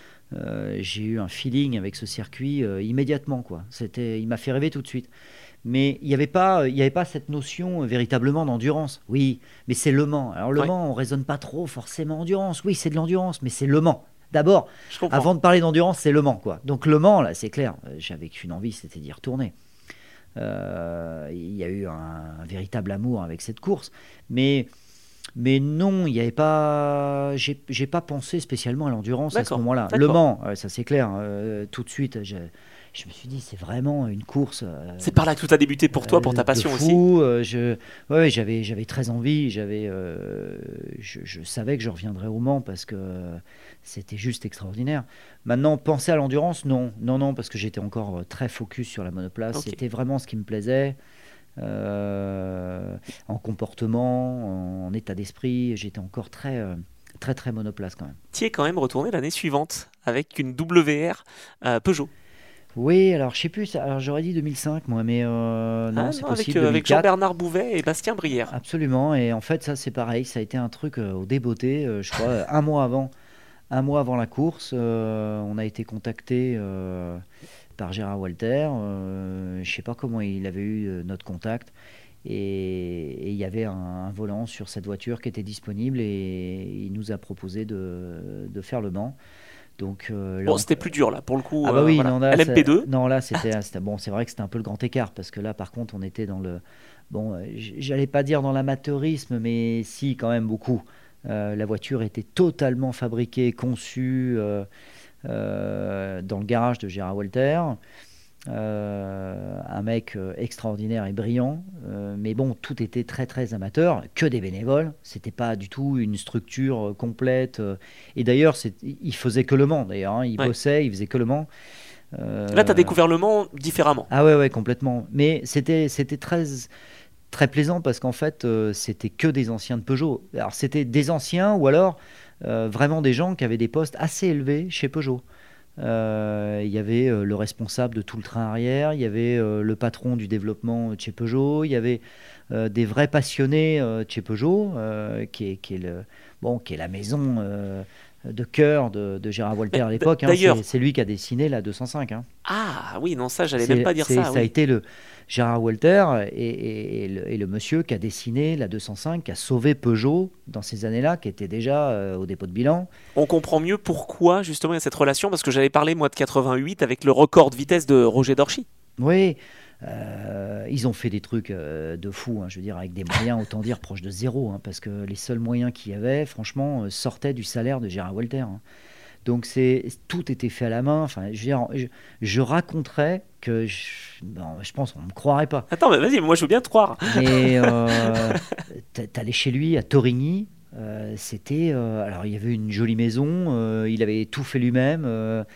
euh, j'ai eu un feeling avec ce circuit euh, immédiatement, quoi. C'était, il m'a fait rêver tout de suite. Mais il n'y avait pas, il y avait pas cette notion euh, véritablement d'endurance. Oui, mais c'est Le Mans. Alors Le ouais, Mans, on raisonne pas trop forcément endurance. Oui, c'est de l'endurance, mais c'est Le Mans. D'abord, je comprends. avant de parler d'endurance, c'est Le Mans, quoi. Donc Le Mans, là, c'est clair. euh, J'avais qu'une envie, c'était d'y retourner. Euh, il y a eu un, un véritable amour avec cette course, mais mais non, il y avait pas. J'ai, j'ai pas pensé spécialement à l'endurance à ce D'accord, moment-là. Le d'accord. Mans, ouais, ça c'est clair. euh, tout de suite, je, je me suis dit, c'est vraiment une course euh, C'est par là que tout a débuté pour toi, pour ta euh, de passion aussi. fou. euh, je, ouais, ouais, j'avais, j'avais très envie. J'avais, euh, je, je savais que je reviendrais au Mans parce que c'était juste extraordinaire. Maintenant, penser à l'endurance, non, non, non, parce que j'étais encore euh, très focus sur la monoplace. Ok. C'était vraiment ce qui me plaisait. Euh, en comportement, en état d'esprit, j'étais encore très, euh, très, très monoplace quand même. Tu y es quand même retourné l'année suivante avec une W R euh, Peugeot. Oui, alors je sais plus, alors j'aurais dit deux mille cinq moi, mais euh, non, Ah c'est non, avec, possible, euh, avec deux mille quatre. Jean-Bernard Bouvet et Bastien Brière. Absolument, et en fait, ça c'est pareil, ça a été un truc euh, au débeauté, euh, je crois, euh, un mois avant, un mois avant la course, euh, on a été contacté euh, par Gérard Walter, euh, je sais pas comment il avait eu euh, notre contact, et et il y avait un, un volant sur cette voiture qui était disponible, et il nous a proposé de, de faire le Mans. Donc euh, là, Bon, on- c'était plus dur là, pour le coup. ah bah euh, oui, voilà. non là, ça- L M P deux. non là, c'était, c'était bon, c'est vrai que c'était un peu le grand écart parce que là, par contre, on était dans le, bon, euh, j- j'allais pas dire dans l'amateurisme, mais si quand même beaucoup. Euh, la voiture était totalement fabriquée, conçue euh, euh, dans le garage de Gérard Walter. Euh, un mec euh, extraordinaire et brillant, euh, mais bon, tout était très très amateur, que des bénévoles. C'était pas du tout une structure euh, complète. euh, et d'ailleurs, c'est, il faisait que le Mans. D'ailleurs, hein, il Ouais. bossait, il faisait que le Mans. Là, tu as Euh, découvert Le Mans différemment. ah ouais, ouais, complètement. Mais c'était, c'était très, très plaisant parce qu'en fait, euh, c'était que des anciens de Peugeot. Alors, c'était des anciens ou alors euh, vraiment des gens qui avaient des postes assez élevés chez Peugeot. Euh, Il y avait euh, le responsable de tout le train arrière, il y avait euh, le patron du développement de chez Peugeot, il y avait euh, des vrais passionnés euh, de chez Peugeot, euh, qui est, qui est le, bon, qui est la maison euh, de cœur de, de Gérard Walter Mais à d- l'époque. hein. d'ailleurs, C'est, c'est lui qui a dessiné la deux cent cinq. hein. ah oui, non, ça, j'allais même C'est, pas dire c'est- ça, ça a oui. été le Gérard Walter et, et- et le, et le monsieur qui a dessiné la deux cent cinq, qui a sauvé Peugeot dans ces années-là, qui était déjà euh, au dépôt de bilan. On comprend mieux pourquoi, justement, il y a cette relation, parce que j'avais parlé, moi, de quatre-vingt-huit avec le record de vitesse de Roger Dorchy. Oui, euh, ils ont fait des trucs euh, de fou, hein, je veux dire, avec des moyens, autant dire, proches de zéro, hein, parce que les seuls moyens qu'il y avait, franchement, euh, sortaient du salaire de Gérard Walter. hein. Donc c'est, tout était fait à la main. Enfin, je, veux dire, je, je raconterais que, je, bon, je pense qu'on ne me croirait pas. Attends, mais vas-y, moi, je veux bien te croire. Mais euh, t'a- t'allais chez lui à Torigny. euh, c'était, euh, alors il y avait une jolie maison, euh, il avait tout fait lui-même. euh,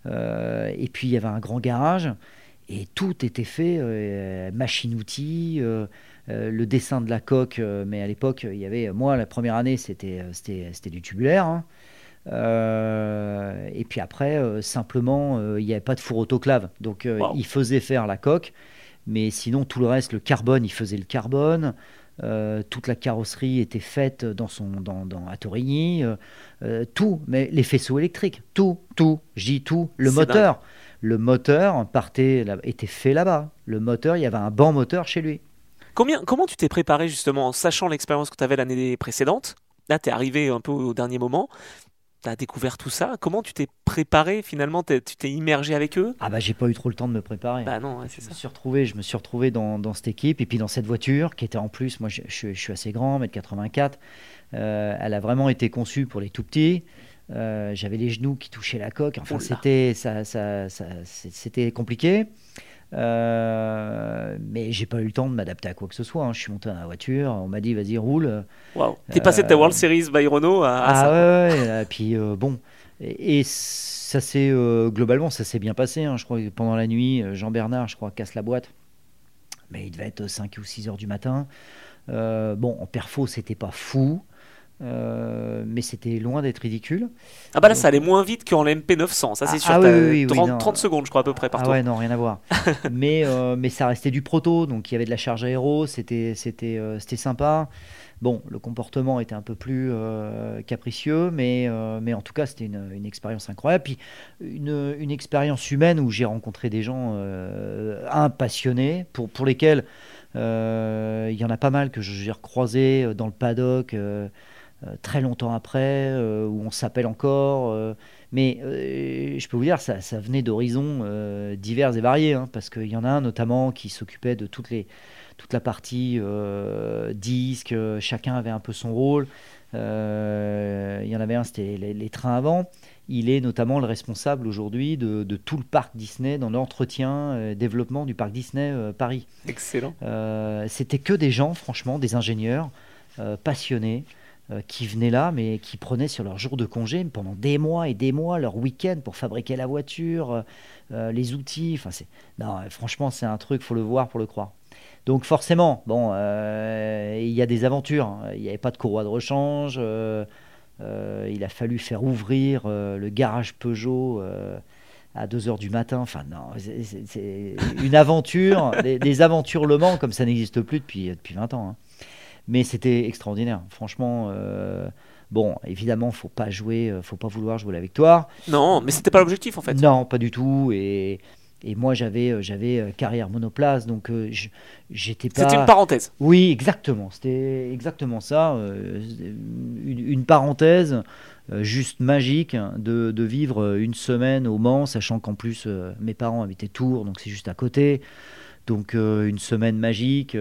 Euh, et puis il y avait un grand garage et tout était fait, euh, machine-outil, euh, euh, le dessin de la coque. Euh, mais à l'époque, il y avait, moi, la première année, c'était, c'était, c'était du tubulaire. Hein. Euh, et puis après, euh, simplement, euh, il n'y avait pas de four autoclave. Donc euh, Wow. il faisait faire la coque, mais sinon tout le reste, le carbone, il faisait le carbone. Euh, toute la carrosserie était faite dans son, dans, dans, à Torigny. Euh, euh, tout, mais les faisceaux électriques, tout, tout, je dis tout. Le C'est dingue. moteur, le moteur partait, là- était fait là-bas. Le moteur, il y avait un banc moteur chez lui. Combien, comment tu t'es préparé justement en sachant l'expérience que tu avais l'année précédente? Là, tu es arrivé un peu au dernier moment. Tu as découvert tout ça. Comment tu t'es préparé finalement? T'es- Tu t'es immergé avec eux? Ah bah j'ai pas eu trop le temps de me préparer. Bah non, ouais, c'est Je me ça. suis retrouvé, je me suis retrouvé dans, dans cette équipe et puis dans cette voiture qui était en plus, moi je, je- je suis assez grand, un quatre-vingt-quatre. Euh, elle a vraiment été conçue pour les tout petits. Euh, j'avais les genoux qui touchaient la coque. Enfin, Oula. c'était, ça, ça- ça- c'est- c'était compliqué. Euh, mais j'ai pas eu le temps de m'adapter à quoi que ce soit. Hein. Je suis monté dans la voiture, on m'a dit vas-y roule. Waouh. T'es passé de ta World Series by Renault à, à Ah ça, quoi. ouais, ouais, ouais. Et puis euh, bon, et, et ça s'est euh, globalement ça s'est bien passé. Hein. Je crois que pendant la nuit, euh, Jean Bernard, je crois, casse la boîte. Mais il devait être cinq ou six heures du matin. Euh, bon, en perfo, c'était pas fou. Euh, mais c'était loin d'être ridicule. Ah bah là, ça Donc, allait moins vite qu'en l'M P neuf cents, ça c'est ah, sûr. ah oui, T'as oui, oui, oui, trente, non. trente secondes, je crois, à peu près par Ah tour. ouais, non, rien à voir. mais, euh, mais ça restait du proto, donc il y avait de la charge aéro, c'était, c'était, euh, c'était sympa. Bon, le comportement était un peu plus euh, capricieux, mais, euh, mais en tout cas, c'était une, une expérience incroyable. Puis une, une expérience humaine où j'ai rencontré des gens, euh, un, passionnés, pour, pour lesquels euh, il y en a pas mal que j'ai recroisés dans le paddock. Euh, euh, très longtemps après, euh, où on s'appelle encore. Euh, mais euh, je peux vous dire, ça, ça venait d'horizons euh, divers et variés, hein, parce qu'il y en a un notamment qui s'occupait de toutes les, toute la partie euh, disque, euh, chacun avait un peu son rôle. Euh, il y en avait un, c'était les, les trains avant. Il est notamment le responsable aujourd'hui de, de tout le parc Disney dans l'entretien et développement du parc Disney euh, Paris. Excellent. Euh, c'était que des gens, franchement, des ingénieurs euh, passionnés euh, qui venaient là, mais qui prenaient sur leur jour de congé pendant des mois et des mois leur week-end pour fabriquer la voiture, euh, les outils. Enfin, c'est non, franchement, c'est un truc, faut le voir pour le croire. Donc forcément, bon, euh, il y a des aventures. Hein. Il n'y avait pas de courroie de rechange. Euh, euh, il a fallu faire ouvrir euh, le garage Peugeot. Euh, à deux heures du matin, enfin non, c'est, c'est, c'est une aventure, des, des aventures Le Mans comme ça n'existe plus depuis, depuis vingt ans. Hein. Mais c'était extraordinaire, franchement. Euh, bon, évidemment, faut pas jouer, faut pas vouloir jouer la victoire. Non, mais c'était pas l'objectif en fait. Non, pas du tout. Et, et moi, j'avais, j'avais carrière monoplace, donc euh, je, j'étais pas. C'était une parenthèse. Oui, exactement. C'était exactement ça. Euh, une, une parenthèse. Euh, juste magique de, de vivre une semaine au Mans, sachant qu'en plus euh, mes parents habitaient Tours, donc c'est juste à côté. Donc euh, une semaine magique.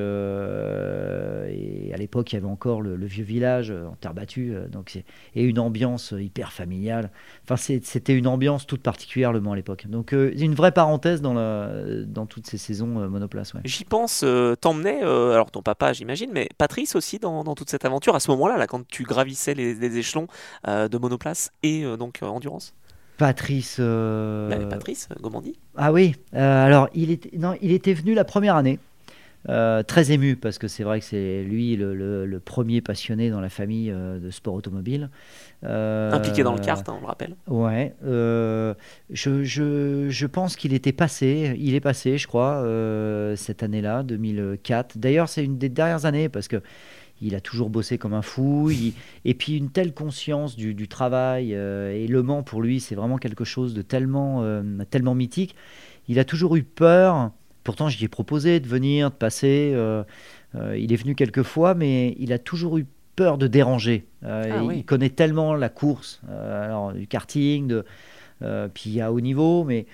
Euh, et à l'époque, il y avait encore le, le vieux village euh, en terre battue, euh, donc c'est, et une ambiance hyper familiale. Enfin, c'est, c'était une ambiance toute particulière le Mans à l'époque. Donc euh, une vraie parenthèse dans, la, dans toutes ces saisons euh, monoplace. Ouais. J'y pense, euh, t'emmenais, euh, alors ton papa j'imagine, mais Patrice aussi dans, dans toute cette aventure, à ce moment-là, là, quand tu gravissais les, les échelons euh, de monoplace et euh, donc euh, endurance. Patrice. euh, Bah, Patrice, euh, Gomandi. Ah oui. Euh, alors il était, non, il était venu la première année. Euh, très ému parce que c'est vrai que c'est lui le, le, le premier passionné dans la famille euh, de sport automobile. Euh, Impliqué dans le kart, hein, on le rappelle. Ouais. Euh, je, je, je pense qu'il était passé, il est passé, je crois, euh, cette année-là, deux mille quatre. D'ailleurs, c'est une des dernières années parce que il a toujours bossé comme un fou. Il, et puis une telle conscience du, du travail euh, et Le Mans pour lui, c'est vraiment quelque chose de tellement, euh, tellement mythique. Il a toujours eu peur. Pourtant, je lui ai proposé de venir, de passer. Euh, euh, il est venu quelques fois, mais il a toujours eu peur de déranger. Euh, Ah il oui. connaît tellement la course, euh, alors, du karting, de, euh, puis à haut niveau, mais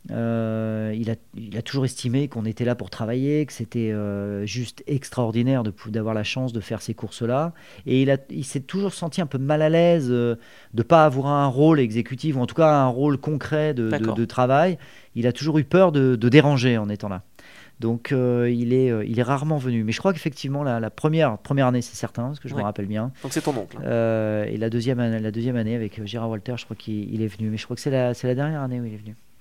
euh, il, a, il a toujours estimé qu'on était là pour travailler, que c'était euh, juste extraordinaire de, d'avoir la chance de faire ces courses-là. Et il, a, il s'est toujours senti un peu mal à l'aise euh, de ne pas avoir un rôle exécutif, ou en tout cas un rôle concret de, de, de travail. Il a toujours eu peur de, de déranger en étant là. Donc euh, il, est, euh, il est rarement venu. Mais je crois qu'effectivement, la, la première, première année, c'est certain, parce que je Ouais. me rappelle bien. Donc c'est ton oncle. Hein. Euh, et la deuxième, année, la deuxième année, avec Gérard Walter, je crois qu'il il est venu. Mais je crois que c'est la, c'est la dernière année où il est venu.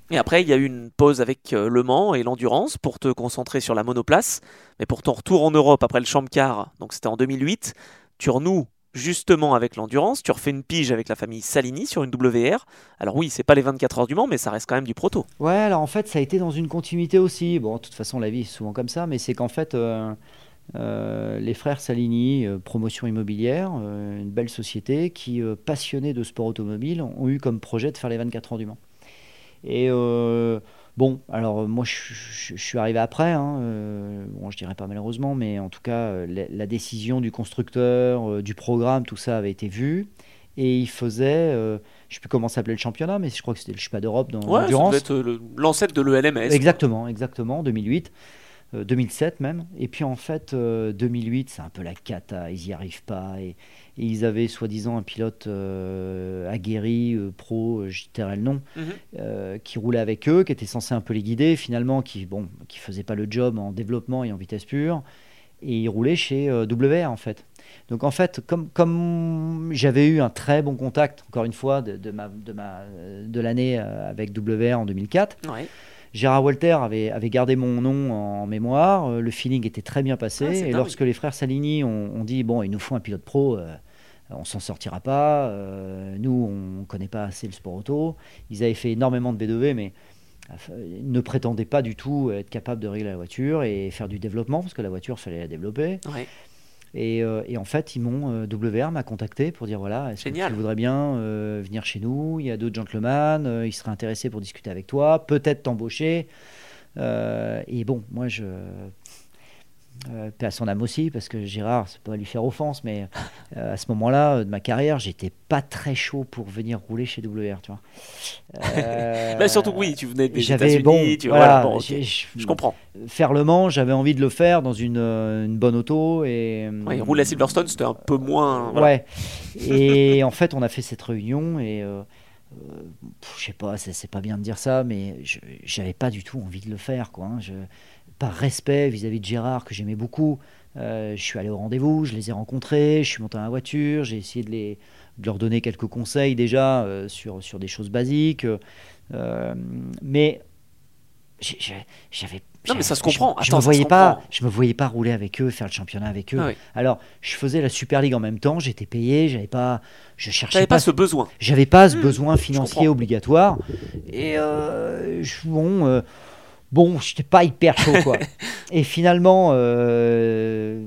Et après, il y a eu une pause avec euh, Le Mans et l'endurance pour te concentrer sur la monoplace. Mais pour ton retour en Europe après le Champ Car, donc c'était en deux mille huit, tu renoues justement avec l'endurance, tu refais une pige avec la famille Salini sur une W R. Alors oui, c'est pas les vingt-quatre heures du Mans, mais ça reste quand même du proto. Ouais, alors en fait, ça a été dans une continuité aussi. Bon, de toute façon, la vie est souvent comme ça, mais c'est qu'en fait, euh, euh, les frères Salini, euh, promotion immobilière, euh, une belle société qui, euh, passionnés de sport automobile, ont eu comme projet de faire les vingt-quatre heures du Mans. Et euh, bon, alors moi, je, je- je suis arrivé après, hein, euh, bon, je dirais pas malheureusement, mais en tout cas, euh, la, la décision du constructeur, euh, du programme, tout ça avait été vu. Et il faisait, euh, je sais plus comment s'appelait le championnat, mais je crois que c'était le Championnat d'Europe dans Ouais, ça devait l'endurance. être le- l'ancêtre de l'E L M S, quoi. Exactement, exactement, deux mille huit, euh, deux mille sept même. Et puis en fait, euh, deux mille huit, c'est un peu la cata, ils n'y arrivent pas. Et, et ils avaient soi-disant un pilote euh, aguerri, euh, pro, euh, je tairai le nom, Mhm. euh, qui roulait avec eux, qui était censé un peu les guider, finalement, qui bon, qui faisait pas le job en développement et en vitesse pure. Et il roulait chez euh, W R en fait. Donc en fait, comme, comme j'avais eu un très bon contact, encore une fois, de, de, ma, de, ma, de l'année euh, avec W R en deux mille quatre, Ouais. Gérard Walter avait, avait gardé mon nom en mémoire, euh, le feeling était très bien passé, Ah, c'est et dingue. lorsque les frères Salini ont, ont dit, bon, il nous faut un pilote pro, euh, on s'en sortira pas, euh, nous, on ne connaît pas assez le sport auto, ils avaient fait énormément de B deux V, mais euh, ne prétendaient pas du tout être capables de régler la voiture et faire du développement, parce que la voiture, il fallait la développer. Ouais. Et, euh, et en fait, ils m'ont, euh, W R m'a contacté pour dire voilà, est-ce que Génial. tu voudrais bien euh, venir chez nous? Il y a d'autres gentlemen, euh, ils seraient intéressés pour discuter avec toi, peut-être t'embaucher. Euh, et bon, moi, je. Euh, paix à son âme aussi, parce que Gérard, c'est pas lui faire offense, mais euh, à ce moment-là euh, de ma carrière, j'étais pas très chaud pour venir rouler chez W R, tu vois. Euh, Mais surtout, oui, tu venais des j'avais États-Unis, bon, tu voilà, voilà, bon, ok. j'ai- je- Je comprends. faire Le Mans, j'avais envie de le faire dans une, euh, une bonne auto et Ouais, rouler à Silverstone, c'était un peu moins. euh, Voilà. ouais. Et en fait, on a fait cette réunion et euh, euh, pff, je sais pas, c'est, c'est pas bien de dire ça, mais je, j'avais pas du tout envie de le faire, quoi. Hein. Je, par respect vis-à-vis de Gérard que j'aimais beaucoup, euh, je suis allé au rendez-vous, je les ai rencontrés, je suis monté dans la voiture, j'ai essayé de, les, de leur donner quelques conseils déjà euh, sur, sur des choses basiques, euh, mais j'ai- j'ai- j'avais Non, mais ça se je, comprend. je Attends, me ça se voyais pas, comprend. je me voyais pas rouler avec eux, faire le championnat avec eux. Ah oui. Alors, je faisais la Super League en même temps, j'étais payé, j'avais pas, je cherchais T'avais pas, pas ce besoin. j'avais pas ce Hmm, besoin je financier comprends. obligatoire. Et euh, je- bon, euh, bon, j'étais pas hyper chaud, quoi. Et finalement, euh,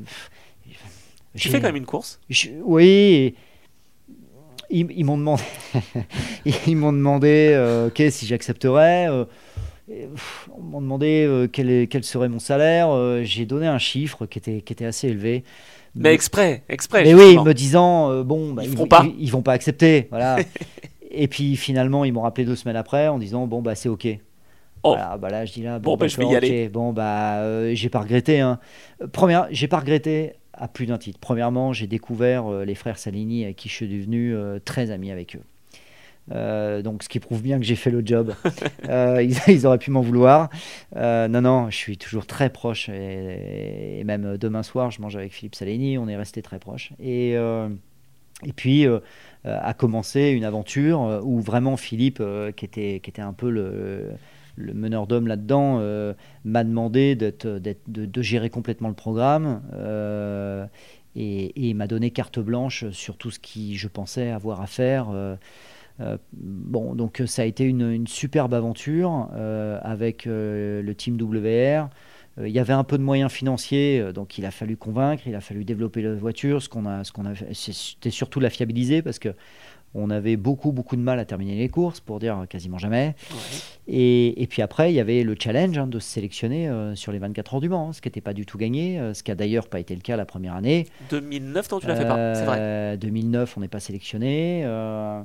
Tu j'ai, fais quand même une course. je- oui, ils, ils m'ont demandé, ils m'ont demandé, euh, ok, si j'accepterais. Euh, et, pff, on m'a demandé euh, quel, est- quel serait mon salaire. Euh, j'ai donné un chiffre qui était, qui était assez élevé. Mais Me- exprès, exprès, mais oui, justement. me disant, euh, bon, bah, Ils ils, feront vont- pas. ils, ils vont pas accepter. Voilà. Et puis finalement, ils m'ont rappelé deux semaines après en disant, bon, bah, c'est ok. Oh, Voilà, bah là, je dis là, bon, bon, ben je vais d'accord, y ok. aller. Bon, bah, euh, j'ai pas regretté. Hein. Euh, Première, j'ai pas regretté à plus d'un titre. Premièrement, j'ai découvert euh, les frères Salini avec qui je suis devenu euh, très ami avec eux. Euh, donc, ce qui prouve bien que j'ai fait le job. Euh, ils, ils auraient pu m'en vouloir. Euh, non, non, je suis toujours très proche. Et, et même demain soir, je mange avec Philippe Salini. On est resté très proches. Et, euh, et puis, euh, a commencé une aventure euh, où vraiment Philippe, euh, qui, était, qui était un peu le, le meneur d'hommes là-dedans, euh, m'a demandé d'être, d'être- de, de gérer complètement le programme. euh, et, et il m'a donné carte blanche sur tout ce qui, je pensais, avoir à faire. euh, euh, bon, donc euh, ça a été une, une superbe aventure euh, avec euh, le team W R. Euh, Il y avait un peu de moyens financiers, euh, donc il a fallu convaincre, il a fallu développer la voiture. Ce qu'on a, ce qu'on a fait, c'est- c'était surtout la fiabiliser parce que on avait beaucoup, beaucoup de mal à terminer les courses, pour dire quasiment jamais. Ouais. Et, et puis après, il y avait le challenge hein, de se sélectionner euh, sur les vingt-quatre heures du Mans, hein, ce qui n'était pas du tout gagné, euh, ce qui a d'ailleurs pas été le cas la première année. deux mille neuf, non, tu l'as fait pas. C'est vrai. Euh, deux mille neuf, on n'est pas sélectionné. euh,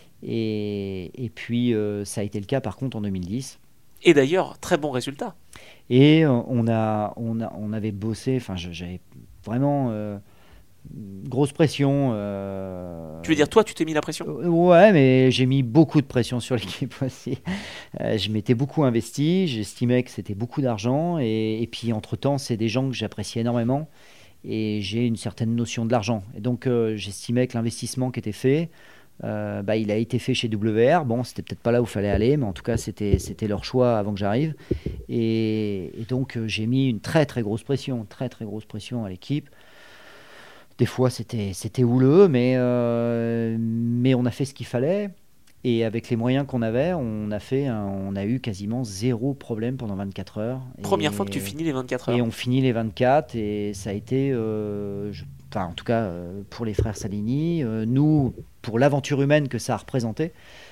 et, et puis, euh, ça a été le cas par contre en deux mille dix. Et d'ailleurs, très bon résultat. Et euh, on, a, on, a, on avait bossé, enfin, je- j'avais vraiment euh, grosse pression. euh, Tu veux dire, toi, tu t'es mis la pression? euh, Ouais, mais j'ai mis beaucoup de pression sur l'équipe aussi. Euh, je m'étais beaucoup investi, j'estimais que c'était beaucoup d'argent. Et, et puis, entre-temps, c'est des gens que j'appréciais énormément. Et j'ai une certaine notion de l'argent. Et donc, euh, j'estimais que l'investissement qui était fait Euh, bah, il a été fait chez W R. Bon, c'était peut-être pas là où il fallait aller, mais en tout cas, c'était, c'était leur choix avant que j'arrive. Et, et donc, euh, j'ai mis une très très grosse pression, très très grosse pression à l'équipe. Des fois, c'était, c'était houleux, mais, euh, mais on a fait ce qu'il fallait. Et avec les moyens qu'on avait, on a, fait un- on a eu quasiment zéro problème pendant vingt-quatre heures. Première fois que tu Et, finis les vingt-quatre et heures. on finit les vingt-quatre, et ça a été, euh, je- enfin, en tout cas, euh, pour les frères Salini, euh, nous, pour l'aventure humaine que ça a représenté,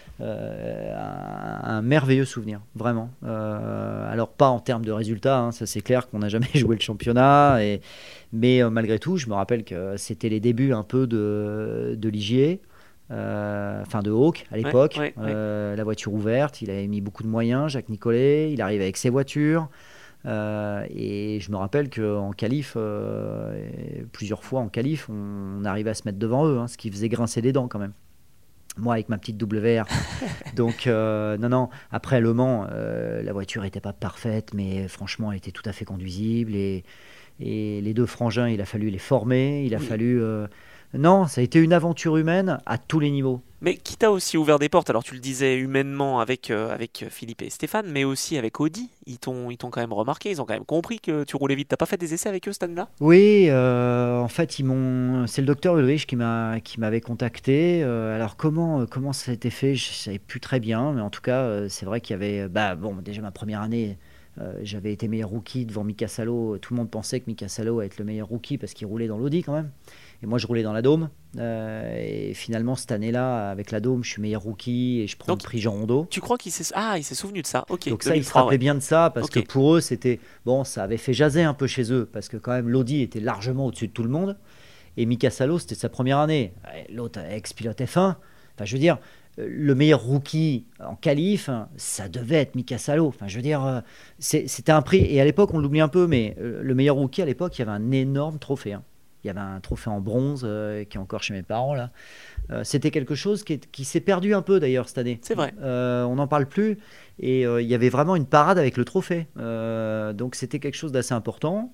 euh, un, un merveilleux souvenir, vraiment. Euh, alors pas en termes de résultats, hein, ça c'est clair qu'on n'a jamais joué le championnat, et, mais euh, malgré tout, je me rappelle que c'était les débuts un peu de, de l'Igier, euh, enfin de Hawk à Ouais, l'époque, ouais, ouais. euh, la voiture ouverte, il avait mis beaucoup de moyens, Jacques Nicolet, il arrive avec ses voitures. Euh, et je me rappelle qu'en qualif, euh, plusieurs fois en qualif, on, on arrivait à se mettre devant eux, hein, ce qui faisait grincer des dents quand même. Moi avec ma petite W R. Donc, euh, non, non. Après Le Mans, euh, la voiture n'était pas parfaite, mais franchement, elle était tout à fait conduisible. Et, et les deux frangins, il a fallu les former. Il a Oui. fallu. euh, Non, ça a été une aventure humaine à tous les niveaux. Mais qui t'a aussi ouvert des portes, alors tu le disais humainement avec, euh, avec Philippe et Stéphane, mais aussi avec Audi. Ils t'ont, ils t'ont quand même remarqué, ils ont quand même compris que tu roulais vite. T'as pas fait des essais avec eux cette année-là? Oui, euh, en fait, ils m'ont. C'est le docteur Ulrich qui m'a qui m'avait contacté. Euh, alors comment euh, comment ça a été fait, je savais plus très bien, mais en tout cas, euh, c'est vrai qu'il y avait. Bah bon, déjà ma première année, euh, j'avais été meilleur rookie devant Mika Salo. Tout le monde pensait que Mika Salo allait être le meilleur rookie parce qu'il roulait dans l'Audi quand même. Et moi, je roulais dans la Dôme. Euh, et finalement, cette année-là, avec la Dôme, je suis meilleur rookie et je prends Donc, le prix Jean Rondeau. tu crois qu'il s'est... Ah, il s'est souvenu de ça. Ok, Donc ça, ils se deux mille trois, rappelaient ouais. bien de ça parce que Ok. pour eux, c'était bon, ça avait fait jaser un peu chez eux parce que quand même l'Audi était largement au-dessus de tout le monde. Et Mika Salo, c'était sa première année. L'autre ex-pilote F un. Enfin, je veux dire, le meilleur rookie en qualif, ça devait être Mika Salo. Enfin, je veux dire, euh, c'est- c'était un prix. Et à l'époque, on l'oublie un peu, mais euh, le meilleur rookie à l'époque, il y avait un énorme trophée, hein. Il y avait un trophée en bronze euh, qui est encore chez mes parents là. Euh, c'était quelque chose qui, est- qui s'est perdu un peu d'ailleurs cette année. C'est vrai. Euh, on n'en parle plus. Et euh, il y avait vraiment une parade avec le trophée. Euh, donc c'était quelque chose d'assez important.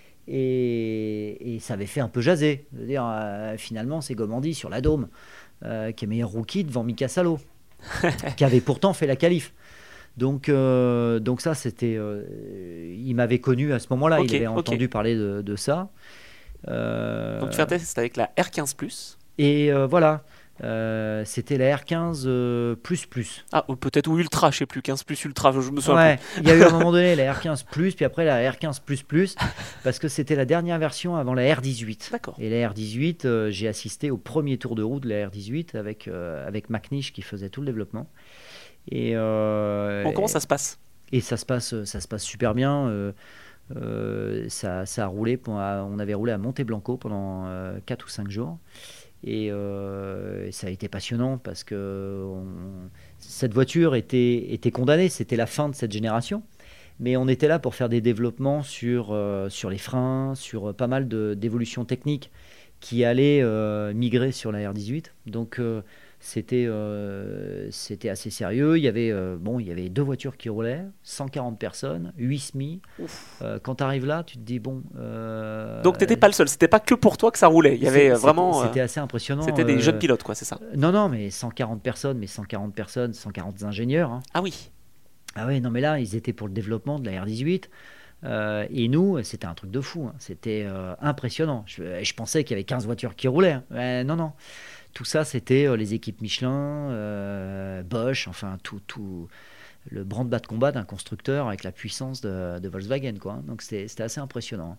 Et, et ça avait fait un peu jaser. Je veux dire, euh, finalement, c'est Gomandi sur la Dôme, euh, qui est meilleur rookie devant Mika Salo, qui avait pourtant fait la qualif. Donc, euh, donc ça, c'était. Euh, il m'avait connu à ce moment-là. Ok, Il avait ok. entendu parler de, de ça. Euh, Donc tu fais un test avec la R quinze plus. et euh, voilà. Euh, c'était la R quinze euh, plus plus. Ah, ou peut-être ou Ultra, je sais plus, quinze plus Ultra, je me souviens Ouais, plus. il y a eu à un moment donné la R quinze plus, puis après la R quinze plus plus, parce que c'était la dernière version avant la R dix-huit. D'accord. Et la R dix-huit, euh, j'ai assisté au premier tour de roue de la R dix-huit avec, euh, avec McNish qui faisait tout le développement. Et, euh, Bon, comment ça se passe? et ça se passe, ça se passe super bien. euh, euh, ça, ça a roulé, pour- on avait roulé à Monteblanco pendant euh, quatre ou cinq jours. Et euh, ça a été passionnant parce que on- cette voiture était, était condamnée, c'était la fin de cette génération. Mais on était là pour faire des développements sur, euh, sur les freins, sur euh, pas mal de- d'évolutions techniques qui allaient euh, migrer sur la R dix-huit. Donc euh, c'était euh, c'était assez sérieux. Il y avait, euh, bon, il y avait deux voitures qui roulaient, cent quarante personnes, huit S M I. Ouf. Euh, quand tu arrives là, tu te dis, bon... euh, Donc t'étais pas le seul, c'était pas que pour toi que ça roulait. Il y avait c'est- euh, c'était- vraiment. euh, C'était assez impressionnant. C'était des euh, jeunes pilotes, quoi, c'est ça? non, non, mais cent quarante personnes, mais cent quarante personnes, cent quarante ingénieurs, hein. Ah oui. Ah ouais, non, mais là, ils étaient pour le développement de la R dix-huit. Euh, et nous, c'était un truc de fou, hein. C'était euh, impressionnant. Je, je pensais qu'il y avait quinze voitures qui roulaient, hein. Euh, non, non. Tout ça, c'était euh, les équipes Michelin, euh, Bosch, enfin, tout, tout le branle-bas de combat d'un constructeur avec la puissance de, de Volkswagen, quoi. Donc, c'était c'était assez impressionnant.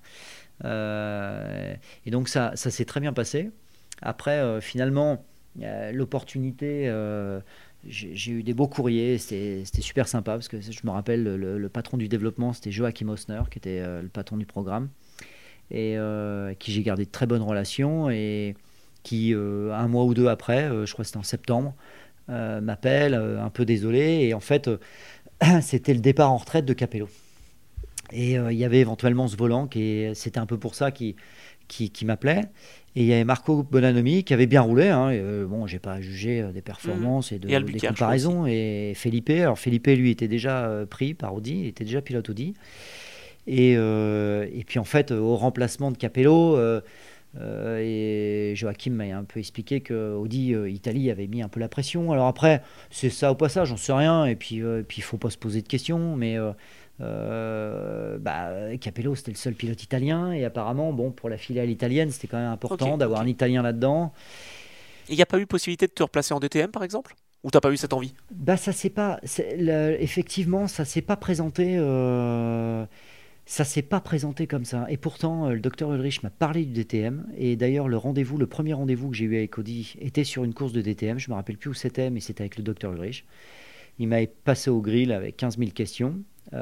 Euh, et donc, ça, ça s'est très bien passé. Après, euh, finalement, euh, l'opportunité... euh, j'ai j'ai eu des beaux courriers, c'était c'était super sympa parce que je me rappelle le, le patron du développement, c'était Joachim Osner qui était euh, le patron du programme et euh, avec qui j'ai gardé de très bonnes relations et qui euh, un mois ou deux après, euh, je crois que c'était en septembre, euh, m'appelle euh, un peu désolé et en fait euh, c'était le départ en retraite de Capello et euh, il y avait éventuellement ce volant qui c'était un peu pour ça qui qui, qui m'appelait. Et il y avait Marco Bonanomi qui avait bien roulé, hein. Et, euh, bon, j'ai pas à juger euh, des performances et, de, Et Albuquerque, des comparaisons. Et Felipe, alors Felipe lui était déjà euh, pris par Audi, il était déjà pilote Audi. Et, euh, et puis en fait, euh, au remplacement de Capello, euh, Euh, et Joachim m'a un peu expliqué que Audi euh, Italie avait mis un peu la pression. Alors après, c'est ça au passage, j'en sais rien. Et puis, euh, puis il faut pas se poser de questions. Mais euh, euh, bah, Capello, c'était le seul pilote italien. Et apparemment, bon, pour la filiale italienne, c'était quand même important Ok, d'avoir ok. un Italien là-dedans. Il n'y a pas eu possibilité de te replacer en D T M, par exemple? Ou t'as pas eu cette envie? Bah, ça s'est pas. c'est- le- effectivement, ça s'est pas présenté. euh, Ça s'est pas présenté comme ça. Et pourtant, euh, le docteur Ulrich m'a parlé du D T M. Et d'ailleurs, le rendez-vous, le premier rendez-vous que j'ai eu avec Audi était sur une course de D T M. Je me rappelle plus où c'était, mais c'était avec le docteur Ulrich. Il m'avait passé au grill avec quinze mille questions.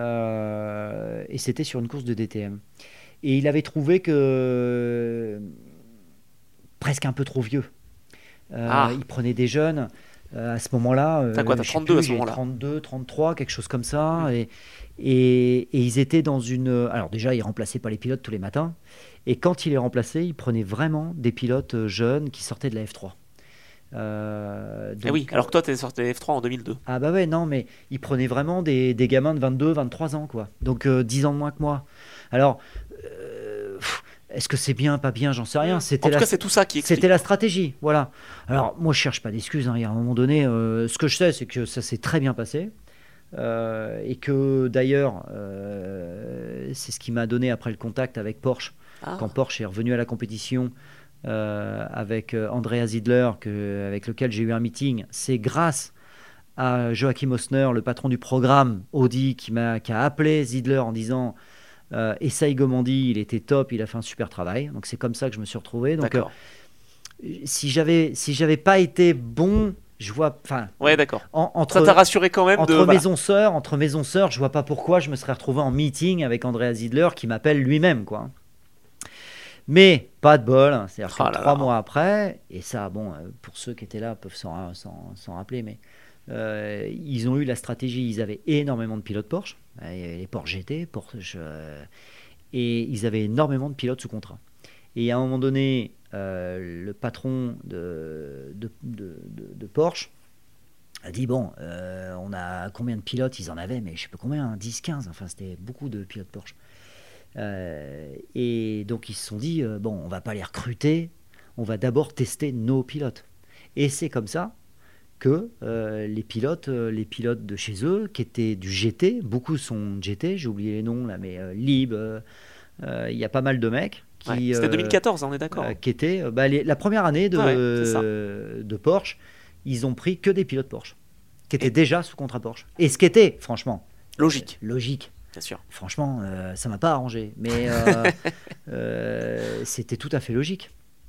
Euh, et c'était sur une course de D T M. Et il avait trouvé que presque un peu trop vieux. Euh, Ah, il prenait des jeunes. Euh, à ce moment-là, t'as quoi? euh, T'as je sais trente-deux à plus, ce j'ai moment-là? trente-deux, trente-trois, quelque chose comme Hmm. ça. Et, et, et ils étaient dans une. Alors, déjà, il remplaçait pas les pilotes tous les matins. Et quand il les remplaçait, il prenait vraiment des pilotes euh, jeunes qui sortaient de la F trois. Euh, Eh oui, donc, alors euh, que toi, t'es sorti F trois en deux mille deux. ah bah ouais, non, mais il prenait vraiment des, des gamins de vingt-deux, vingt-trois ans, quoi. Donc, euh, dix ans de moins que moi. Alors, euh, pff, est-ce que c'est bien, pas bien, j'en sais rien. Hmm. En C'était tout la, cas, c'est tout ça qui c'était explique, la quoi. stratégie, voilà. Alors, moi, je cherche pas d'excuses, hein. Il y a un moment donné, euh, ce que je sais, c'est que ça s'est très bien passé. Euh, et que d'ailleurs, euh, c'est ce qui m'a donné après le contact avec Porsche, quand Ah, Porsche est revenu à la compétition euh, avec euh, Andrea Zidler, que, avec lequel j'ai eu un meeting. C'est grâce à Joachim Osner, le patron du programme Audi, qui, m'a, qui a appelé Zidler en disant euh, essaye Gomandi, il était top, il a fait un super travail. Donc c'est comme ça que je me suis retrouvé. Donc euh, d'accord. si j'avais si j'avais pas été bon, je vois, enfin, Ouais, d'accord. en- Ça t'a entre rassuré quand même de... entre Voilà. maisons sœurs, entre maisons sœurs, je vois pas pourquoi je me serais retrouvé en meeting avec Andrea Zidler qui m'appelle lui-même, quoi. Mais pas de bol, hein. C'est-à-dire que Ah là trois là. mois après, et ça, bon, euh, pour ceux qui étaient là peuvent s'en, s'en- s'en rappeler, mais euh, ils ont eu la stratégie, ils avaient énormément de pilotes Porsche, il y avait les Porsche G T, Porsche, euh, et ils avaient énormément de pilotes sous contrat. Et à un moment donné, euh, le patron de, de, de- de- de Porsche a dit, bon, euh, on a combien de pilotes? Ils en avaient, mais je sais pas combien, hein, dix, quinze, enfin c'était beaucoup de pilotes Porsche. Euh, et donc ils se sont dit, euh, bon, on va pas les recruter, on va d'abord tester nos pilotes. Et c'est comme ça que euh, les pilotes, euh, les pilotes de chez eux, qui étaient du G T, beaucoup sont G T, j'ai oublié les noms là, mais euh, Lib, euh, euh, il y a pas mal de mecs Ouais, qui, c'était euh, deux mille quatorze, on est d'accord, euh, hein. qui étaient, euh, bah, les- la première année Ouais, ouais, c'est ça. de, de Porsche, ils ont pris que des pilotes Porsche, qui étaient Et déjà sous contrat Porsche. Et ce qui était, franchement, euh, logique, logique. bien sûr. Franchement, euh, ça m'a pas arrangé, mais euh, euh, c'était tout à fait logique.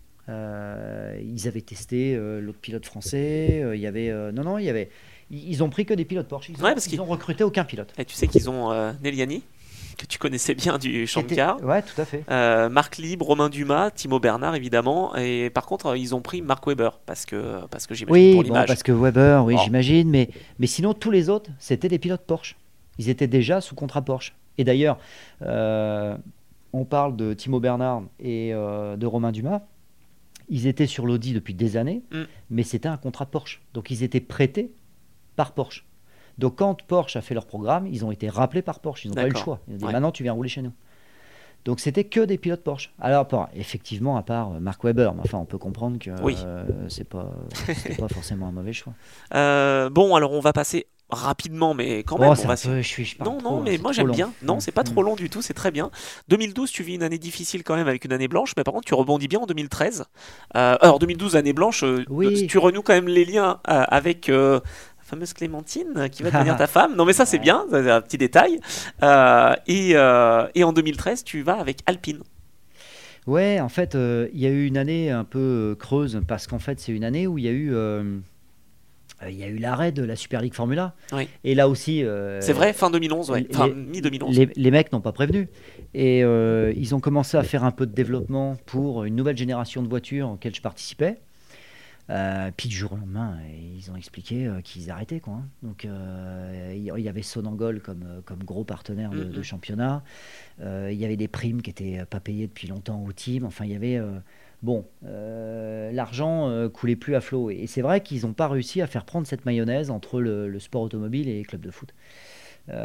Euh, ils avaient testé euh, l'autre pilote français. euh, Il y avait euh, non non, il y avait. Ils ils ont pris que des pilotes Porsche. Ils Ouais, ont parce que ils ont recruté aucun pilote. et tu sais qu'ils ont euh, Neliani, que tu connaissais bien du Qui était Shankar, ouais, tout à fait. euh, Marc Libre, Romain Dumas, Thibaut Bernard évidemment, et par contre euh, ils ont pris Mark Webber parce que parce que j'imagine pour Oui, bon, l'image. parce que Weber, oui, Bon, j'imagine, mais mais sinon tous les autres, c'était des pilotes Porsche. Ils étaient déjà sous contrat Porsche. Et d'ailleurs, euh, on parle de Thibaut Bernard et euh, de Romain Dumas. Ils étaient sur l'Audi depuis des années, hmm, mais c'était un contrat Porsche. Donc ils étaient prêtés par Porsche. Donc quand Porsche a fait leur programme, ils ont été rappelés par Porsche. Ils n'ont pas eu le d'accord. choix. Ils ont dit Ouais. maintenant tu viens rouler chez nous. Donc c'était que des pilotes Porsche. Alors bon, effectivement, à part euh, Mark Webber, mais enfin on peut comprendre que Oui. euh, c'est pas, c'était pas forcément un mauvais choix. Euh, bon, alors on va passer rapidement, mais quand même, Oh, on c'est va. un peu, je suis, je parle Non, trop non, là, mais c'est moi trop j'aime long. bien. Non, Hum, c'est pas hum. trop long du tout, c'est très bien. deux mille douze, tu vis une année difficile quand même avec une année blanche, mais par contre tu rebondis bien en deux mille treize. Euh, alors deux mille douze, année blanche, euh, Oui. tu renoues quand même les liens euh, avec euh, la fameuse Clémentine euh, qui va devenir ta femme. Non, mais ça c'est Ouais. bien, c'est un petit détail. Euh, et, euh, et en deux mille treize, tu vas avec Alpine. Ouais, en fait, euh, il y a eu une année un peu euh, creuse parce qu'en fait, c'est une année où il y a eu, euh, euh, il y a eu l'arrêt de la Super League Formula. Oui, Et là aussi, c'est euh, vrai, fin deux mille onze, ouais. Enfin, les, mi-deux mille onze. les, les mecs n'ont pas prévenu. Et euh, ils ont commencé à faire un peu de développement pour une nouvelle génération de voitures auxquelles je participais. Euh, puis du jour au lendemain, ils ont expliqué euh, qu'ils arrêtaient, quoi, hein. Donc euh, il y avait Sonangol comme, euh, comme gros partenaire de, de Mm-mm. championnat. Euh, il y avait des primes qui n'étaient pas payées depuis longtemps au team. Enfin, il y avait... euh, bon, euh, l'argent euh, coulait plus à flot. Et, et c'est vrai qu'ils n'ont pas réussi à faire prendre cette mayonnaise entre le, le sport automobile et les clubs de foot. Euh,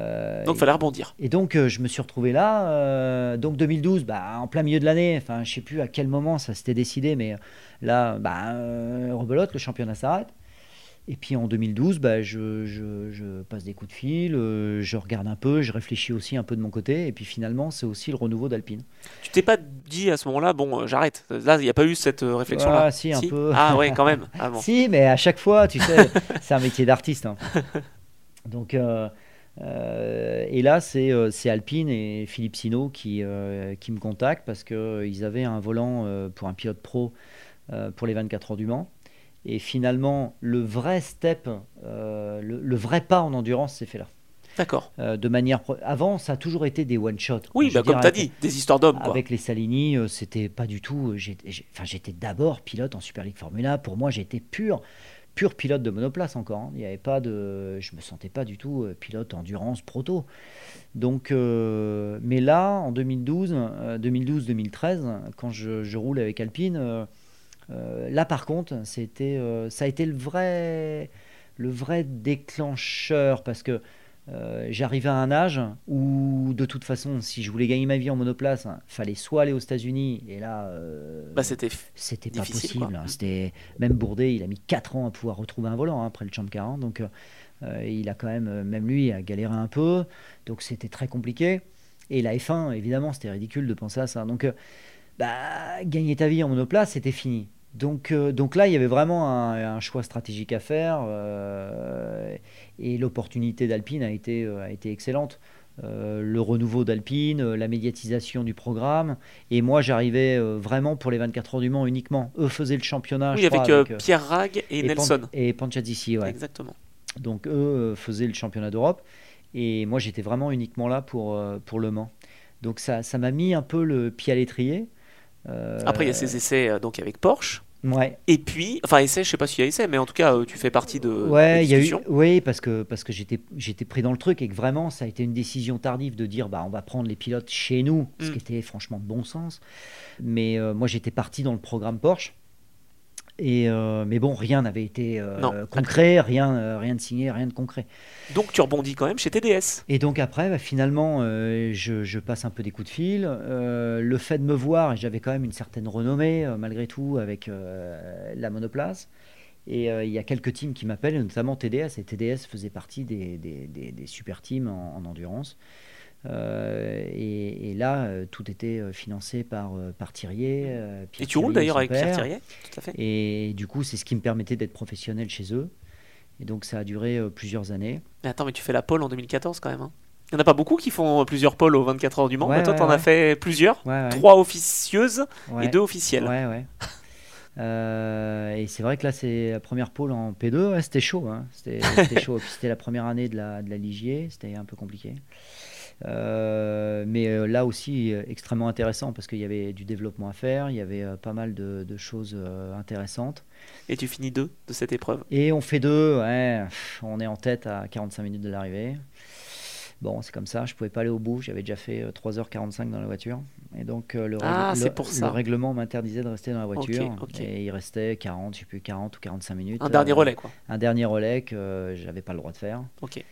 Donc, il fallait rebondir. Et donc, euh, je me suis retrouvé là. Euh, donc, deux mille douze, bah, en plein milieu de l'année, enfin, je ne sais plus à quel moment ça s'était décidé, mais là, bah, euh, rebelote, le championnat s'arrête. Et puis en deux mille douze, bah, je, je, je passe des coups de fil, euh, je regarde un peu, je réfléchis aussi un peu de mon côté. Et puis finalement, c'est aussi le renouveau d'Alpine. Tu t'es pas dit à ce moment-là, bon, euh, j'arrête. Là, il n'y a pas eu cette euh, réflexion-là. Ah, si, un si peu. Ah ouais, quand même. Ah, bon. Si, mais à chaque fois, tu sais, c'est un métier d'artiste. Hein. Donc, euh, euh, et là, c'est, euh, c'est Alpine et Philippe Sino qui, euh, qui me contactent parce qu'ils euh, avaient un volant euh, pour un pilote pro euh, pour les vingt-quatre heures du Mans. Et finalement, le vrai step, euh, le, le vrai pas en endurance s'est fait là. D'accord. Euh, de manière pro- Avant, ça a toujours été des one-shots. Oui, bah, comme tu as dit, des histoires d'hommes. Quoi. Avec les Salini, euh, c'était pas du tout. J'étais, j'ai, enfin, j'étais d'abord pilote en Super League Formula. Pour moi, j'étais pur, pur pilote de monoplace encore. Hein. Il y avait pas de, je me sentais pas du tout euh, pilote endurance proto. Donc, euh, mais là, en deux mille douze, euh, deux mille douze deux mille treize, quand je, je roule avec Alpine. Euh, Euh, là, par contre, c'était, euh, ça a été le vrai, le vrai déclencheur parce que euh, j'arrivais à un âge où, de toute façon, si je voulais gagner ma vie en monoplace, il hein, fallait soit aller aux États-Unis et là, euh, bah, c'était, c'était pas possible. Hein, c'était même Bourdet, il a mis quatre ans à pouvoir retrouver un volant hein, après le Champ quarante, donc euh, il a quand même, même lui, a galéré un peu, donc c'était très compliqué. Et la F un, évidemment, c'était ridicule de penser à ça. Donc, euh, bah, gagner ta vie en monoplace, c'était fini. Donc, euh, donc là, il y avait vraiment un, un choix stratégique à faire euh, et l'opportunité d'Alpine a été, euh, a été excellente. Euh, le renouveau d'Alpine, euh, la médiatisation du programme. Et moi, j'arrivais euh, vraiment pour les vingt-quatre heures du Mans uniquement. Eux faisaient le championnat, oui, je avec, crois, avec euh, Pierre Rag et, et Nelson. Pan- et Panciatici, ouais. Exactement. Donc eux euh, faisaient le championnat d'Europe. Et moi, j'étais vraiment uniquement là pour, euh, pour Le Mans. Donc ça, ça m'a mis un peu le pied à l'étrier. Euh... Après, il y a ces essais euh, donc avec Porsche. Ouais. Et puis, enfin essai, je sais pas s'il y a essai, mais en tout cas, euh, tu fais partie de ouais, la discussion. Y a eu, oui, parce que, parce que j'étais, j'étais pris dans le truc et que vraiment, ça a été une décision tardive de dire, bah, on va prendre les pilotes chez nous, mm. ce qui était franchement de bon sens. Mais euh, moi, j'étais parti dans le programme Porsche. Et euh, mais bon, rien n'avait été euh, non, concret, rien, euh, rien de signé, rien de concret. Donc tu rebondis quand même chez T D S. Et donc après, bah, finalement, euh, je, je passe un peu des coups de fil. Euh, le fait de me voir, j'avais quand même une certaine renommée, euh, malgré tout, avec euh, la monoplace. Et il euh, y a quelques teams qui m'appellent, notamment T D S. Et T D S faisait partie des, des, des, des super teams en, en endurance. Euh, et, et là, euh, tout était euh, financé par, euh, par Thirier. Euh, et tu roules d'ailleurs avec Pierre Thirier, tout à fait. Et du coup, c'est ce qui me permettait d'être professionnel chez eux. Et donc, ça a duré euh, plusieurs années. Mais attends, mais tu fais la pole en deux mille quatorze quand même. Hein. Il n'y en a pas beaucoup qui font plusieurs poles aux vingt-quatre heures du Mans. Ouais, mais toi, ouais, tu en ouais. as fait plusieurs. Ouais, ouais. Trois officieuses ouais. et deux officielles. Ouais, ouais. Euh, et c'est vrai que là, c'est la première pole en P deux. Ouais, c'était chaud. Hein. C'était, c'était chaud. Et puis, c'était la première année de la, de la Ligier. C'était un peu compliqué. Euh, mais euh, là aussi euh, extrêmement intéressant parce qu'il y avait du développement à faire, il y avait euh, pas mal de, de choses euh, intéressantes. Et tu finis deux de cette épreuve. Et on fait deux, ouais, on est en tête à quarante-cinq minutes de l'arrivée. Bon, c'est comme ça, je pouvais pas aller au bout, j'avais déjà fait euh, trois heures quarante-cinq dans la voiture. Et donc euh, le, ah, règle, c'est le, pour ça. le règlement m'interdisait de rester dans la voiture. Okay, okay. Et il restait quarante, je sais plus, quarante ou quarante-cinq minutes. Un euh, dernier relais, quoi. Un dernier relais que euh, j'avais pas le droit de faire. Ok.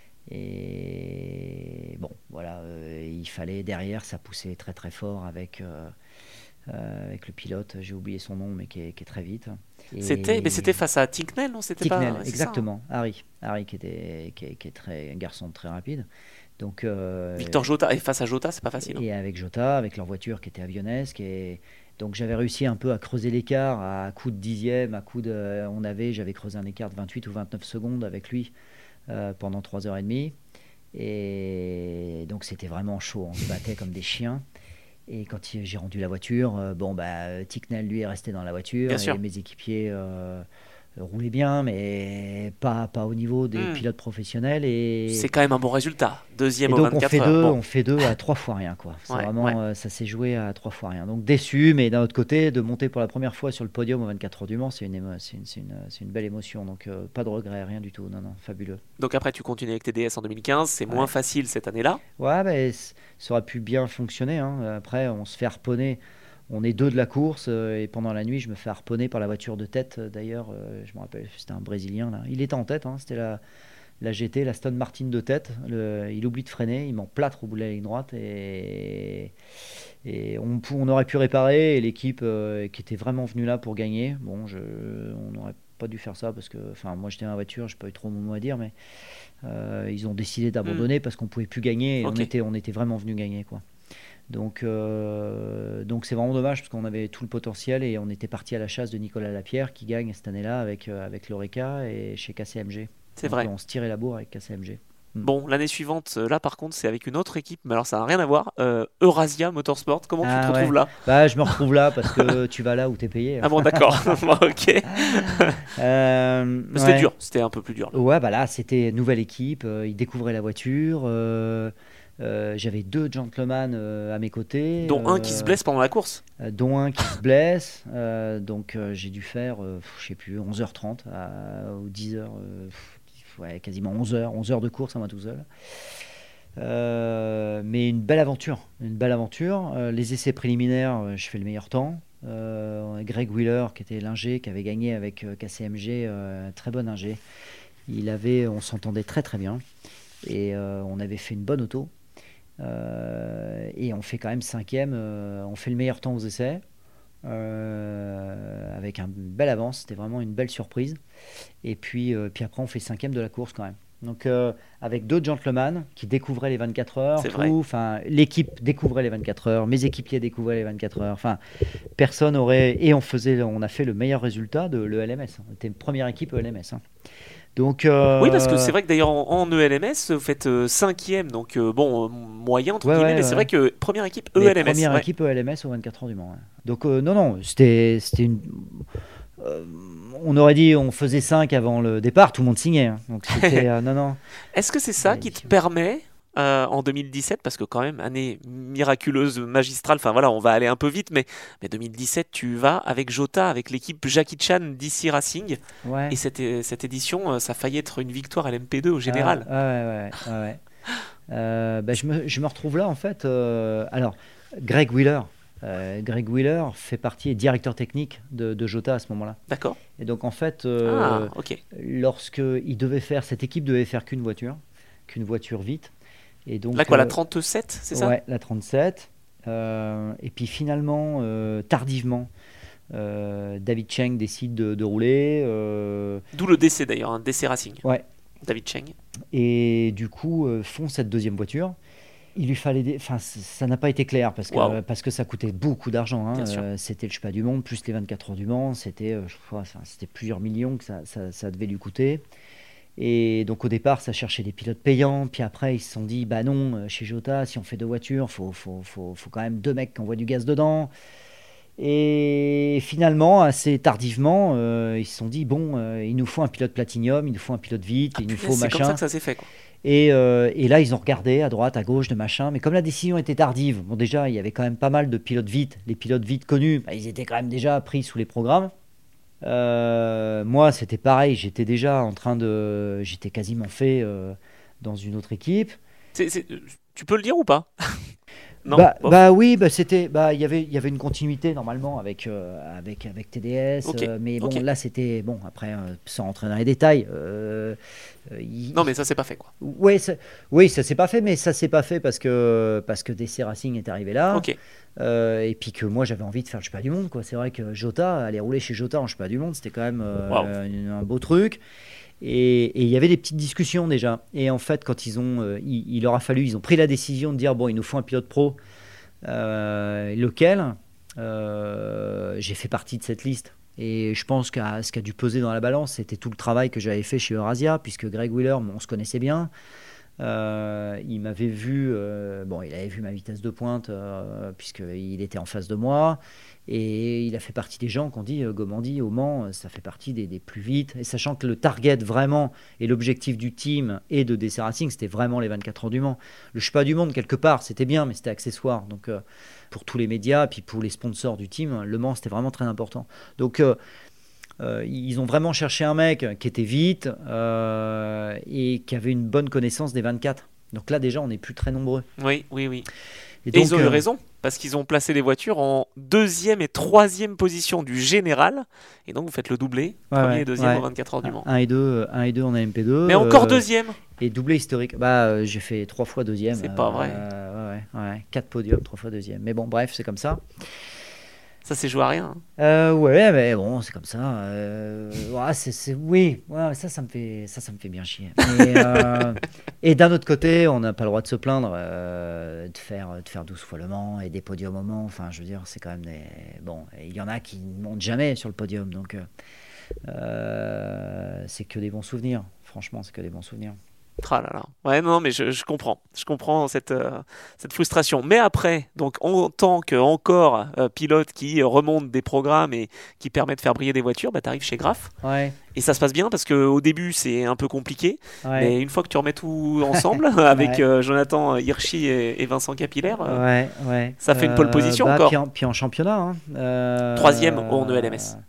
Et bon, voilà, euh, il fallait derrière, ça poussait très très fort avec, euh, euh, avec le pilote, j'ai oublié son nom, mais qui est, qui est très vite. Et c'était, mais c'était face à Ticknell, non c'était Ticknell, pas, exactement, ça, hein. Harry, Harry qui, était, qui, est, qui est très, un garçon très rapide. Donc, euh, Victor Jota, et face à Jota, c'est pas facile. Et hein. avec Jota, avec leur voiture qui était avionnesque. Et donc j'avais réussi un peu à creuser l'écart à coup de dixième, à coup de. On avait, j'avais creusé un écart de vingt-huit ou vingt-neuf secondes avec lui. Euh, pendant trois heures trente. Et donc c'était vraiment chaud, on se battait comme des chiens. Et quand j'ai rendu la voiture, euh, bon bah Ticknell lui est resté dans la voiture. Bien et sûr. mes équipiers euh, roulaient bien, mais pas, pas au niveau des mmh. pilotes professionnels. Et c'est quand même un bon résultat. Deuxième et au donc vingt-quatre on fait heures. deux, Bon. on fait deux à trois fois rien quoi. C'est ouais, vraiment, ouais. euh, ça s'est joué à trois fois rien. Donc déçu, mais d'un autre côté, de monter pour la première fois sur le podium aux vingt-quatre heures du Mans, c'est une, émo- c'est une, c'est une, c'est une belle émotion. Donc euh, pas de regret, rien du tout. Non, non, fabuleux. Donc après, tu continues avec T D S en deux mille quinze. C'est ouais. moins facile cette année-là. Ouais, mais ça aurait pu bien fonctionner. Hein. Après, on se fait harponner. On est deux de la course euh, et pendant la nuit, je me fais harponner par la voiture de tête. D'ailleurs, euh, je me rappelle, c'était un Brésilien là. Il était en tête. Hein. C'était la La G T, la Aston Martin de tête, le, il oublie de freiner, il m'emplâtre au bout de la ligne droite et, et on, on aurait pu réparer et l'équipe euh, qui était vraiment venue là pour gagner, bon, je, on n'aurait pas dû faire ça parce que, enfin, moi j'étais dans la voiture, j'ai pas eu trop mon mot à dire, mais euh, ils ont décidé d'abandonner mmh. parce qu'on pouvait plus gagner et okay. on, était, on était vraiment venus gagner, quoi. Donc, euh, donc c'est vraiment dommage parce qu'on avait tout le potentiel et on était parti à la chasse de Nicolas Lapierre qui gagne cette année-là avec, euh, avec l'Oreca et chez K C M G. C'est donc, vrai. On se tirait la bourre avec K C M G. Bon, l'année suivante, là par contre, c'est avec une autre équipe, mais alors ça n'a rien à voir. Euh, Eurasia Motorsport, comment ah, tu te ouais. retrouves là? Bah, je me retrouve là parce que tu vas là où t'es payé. Ah bon, d'accord. Ok. euh, c'était ouais. dur, c'était un peu plus dur. Là. Ouais, bah là, c'était nouvelle équipe. Euh, ils découvraient la voiture. Euh, euh, j'avais deux gentlemen euh, à mes côtés. Dont euh, un qui se blesse pendant la course. Euh, dont un qui se blesse. Euh, donc euh, j'ai dû faire, euh, je sais plus, onze heures trente à, ou dix heures. Euh, Ouais, quasiment onze heures, onze heures de course à moi tout seul. Euh, mais une belle aventure, une belle aventure. Euh, les essais préliminaires, euh, je fais le meilleur temps. Euh, Greg Wheeler, qui était l'ingé, qui avait gagné avec euh, K C M G, euh, très bon ingé. Il avait, on s'entendait très très bien et euh, on avait fait une bonne auto. Euh, et on fait quand même cinquième. Euh, on fait le meilleur temps aux essais. Euh, avec une belle avance, c'était vraiment une belle surprise. Et puis, euh, puis après, on fait cinquième de la course quand même. Donc, euh, avec deux gentlemen qui découvraient les vingt-quatre heures, c'est tout, vrai. Enfin, l'équipe découvrait les vingt-quatre heures, mes équipiers découvraient les vingt-quatre heures. Enfin, personne aurait. Et on faisait, on a fait le meilleur résultat de l'E L M S. On était une première équipe E L M S. Hein. Donc, euh... oui, parce que c'est vrai que d'ailleurs en, en E L M S, vous faites euh, cinquième, donc euh, bon, euh, moyen entre ouais, guillemets, ouais, mais ouais. c'est vrai que première équipe E L M S. Première ouais. équipe E L M S aux vingt-quatre heures du Mans. Ouais. Donc, euh, non, non, c'était, c'était une. Euh, on aurait dit on faisait cinq avant le départ, tout le monde signait. Hein. Donc, c'était. euh, non, non. Est-ce que c'est ça ouais, qui te permet. Euh, en deux mille dix-sept, parce que quand même, année miraculeuse, magistrale, enfin voilà, on va aller un peu vite, mais, mais deux mille dix-sept, tu vas avec Jota, avec l'équipe Jackie Chan d'I C Racing, ouais. et cette, cette édition, ça faillit être une victoire à l'M P deux au général. Ah, ouais, ouais, ouais. ouais. euh, bah, je, me, je me retrouve là, en fait. Euh, alors, Greg Wheeler, euh, Greg Wheeler fait partie, est directeur technique de, de Jota à ce moment-là. D'accord. Et donc, en fait, euh, ah, okay. lorsqu'il devait faire, cette équipe devait faire qu'une voiture, qu'une voiture vite. Et donc, là quoi, euh, la trente-sept, c'est ça? Ouais, la trente-sept. Euh, et puis finalement, euh, tardivement, euh, David Cheng décide de, de rouler. Euh... D'où le décès d'ailleurs, un décès Racing. Ouais. David Cheng. Et du coup, euh, font cette deuxième voiture. Il lui fallait des... Enfin, ça n'a pas été clair parce que, wow. euh, parce que ça coûtait beaucoup d'argent. Hein. Euh, c'était le Championnat du Monde, plus les vingt-quatre heures du Mans. C'était, euh, je crois, c'était plusieurs millions que ça, ça, ça devait lui coûter. Et donc au départ, ça cherchait des pilotes payants. Puis après, ils se sont dit, bah non, chez Jota, si on fait deux voitures, il faut, faut, faut, faut quand même deux mecs qui envoient du gaz dedans. Et finalement, assez tardivement, euh, ils se sont dit, bon, euh, il nous faut un pilote Platinium, il nous faut un pilote vite, ah, il nous putain, faut c'est machin. C'est comme ça que ça s'est fait, quoi. Et, euh, et là, ils ont regardé à droite, à gauche, de machin. Mais comme la décision était tardive, bon déjà, il y avait quand même pas mal de pilotes vite. Les pilotes vite connus, bah, ils étaient quand même déjà pris sous les programmes. Euh, moi, c'était pareil. J'étais déjà en train de, j'étais quasiment fait euh, dans une autre équipe. C'est, c'est, tu peux le dire ou pas? Non, bah, bon. bah oui, bah c'était, bah il y avait, il y avait une continuité normalement avec euh, avec avec T D S, okay. euh, mais bon okay. là c'était bon après euh, sans rentrer dans les détails. Euh, euh, il, non mais ça s'est pas fait quoi. Ouais, ça, oui ça s'est pas fait, mais ça s'est pas fait parce que parce que D C Racing est arrivé là. Okay. Euh, et puis que moi j'avais envie de faire le championnat du monde quoi. C'est vrai que Jota, aller rouler chez Jota en championnat du monde, c'était quand même euh, wow. un, un beau truc. Et il y avait des petites discussions déjà. Et en fait, quand ils ont, euh, il, il leur a fallu, ils ont pris la décision de dire bon, il nous faut un pilote pro. Euh, lequel euh, j'ai fait partie de cette liste. Et je pense que ce qui a dû peser dans la balance, c'était tout le travail que j'avais fait chez Eurasia, puisque Greg Wheeler, on se connaissait bien. Euh, il m'avait vu, euh, bon, il avait vu ma vitesse de pointe, euh, puisqu'il était en face de moi. Et il a fait partie des gens qui ont dit euh, Gomandi au Mans, ça fait partie des, des plus vite. Et sachant que le target vraiment et l'objectif du team et de D C Racing, c'était vraiment les vingt-quatre heures du Mans. Le Championnat du Monde, quelque part, c'était bien, mais c'était accessoire. Donc euh, pour tous les médias, puis pour les sponsors du team, le Mans, c'était vraiment très important. Donc euh, euh, ils ont vraiment cherché un mec qui était vite euh, et qui avait une bonne connaissance des vingt-quatre. Donc là, déjà, on n'est plus très nombreux. Oui, oui, oui. Et, et ils ont eu euh... raison, parce qu'ils ont placé les voitures en deuxième et troisième position du général. Et donc vous faites le doublé, ouais, premier ouais, et deuxième ouais. aux vingt-quatre heures du Mans. un et deux, un et deux en L M P deux. Mais encore euh, deuxième. Et doublé historique. Bah, euh, j'ai fait trois fois deuxième. C'est euh, pas vrai. Euh, ouais, ouais, ouais. Quatre podiums, trois fois deuxième. Mais bon, bref, c'est comme ça. Ça s'est joué à rien. Euh, ouais, mais bon, c'est comme ça. Euh, ouais, c'est, c'est, oui, ouais, ça, ça me fait, ça, ça me fait bien chier. Et, euh, et d'un autre côté, on n'a pas le droit de se plaindre euh, de faire, de faire douze fois le Mans et des podiums au Mans. Enfin, je veux dire, c'est quand même des, bon. Il y en a qui ne montent jamais sur le podium, donc euh, c'est que des bons souvenirs. Franchement, c'est que des bons souvenirs. Ah là là. Ouais, non, mais je, je comprends. Je comprends cette, euh, cette frustration. Mais après, donc, en tant que encore euh, pilote qui remonte des programmes et qui permet de faire briller des voitures, bah, tu arrives chez Graf. Ouais. Et ça se passe bien parce qu'au début, c'est un peu compliqué. Ouais. Mais une fois que tu remets tout ensemble, avec ouais. euh, Jonathan Hirschi et, et Vincent Capillaire, euh, ouais, ouais. ça fait une pole position euh, bah, encore. Puis en, puis en championnat. Hein. Euh, Troisième en E L M S.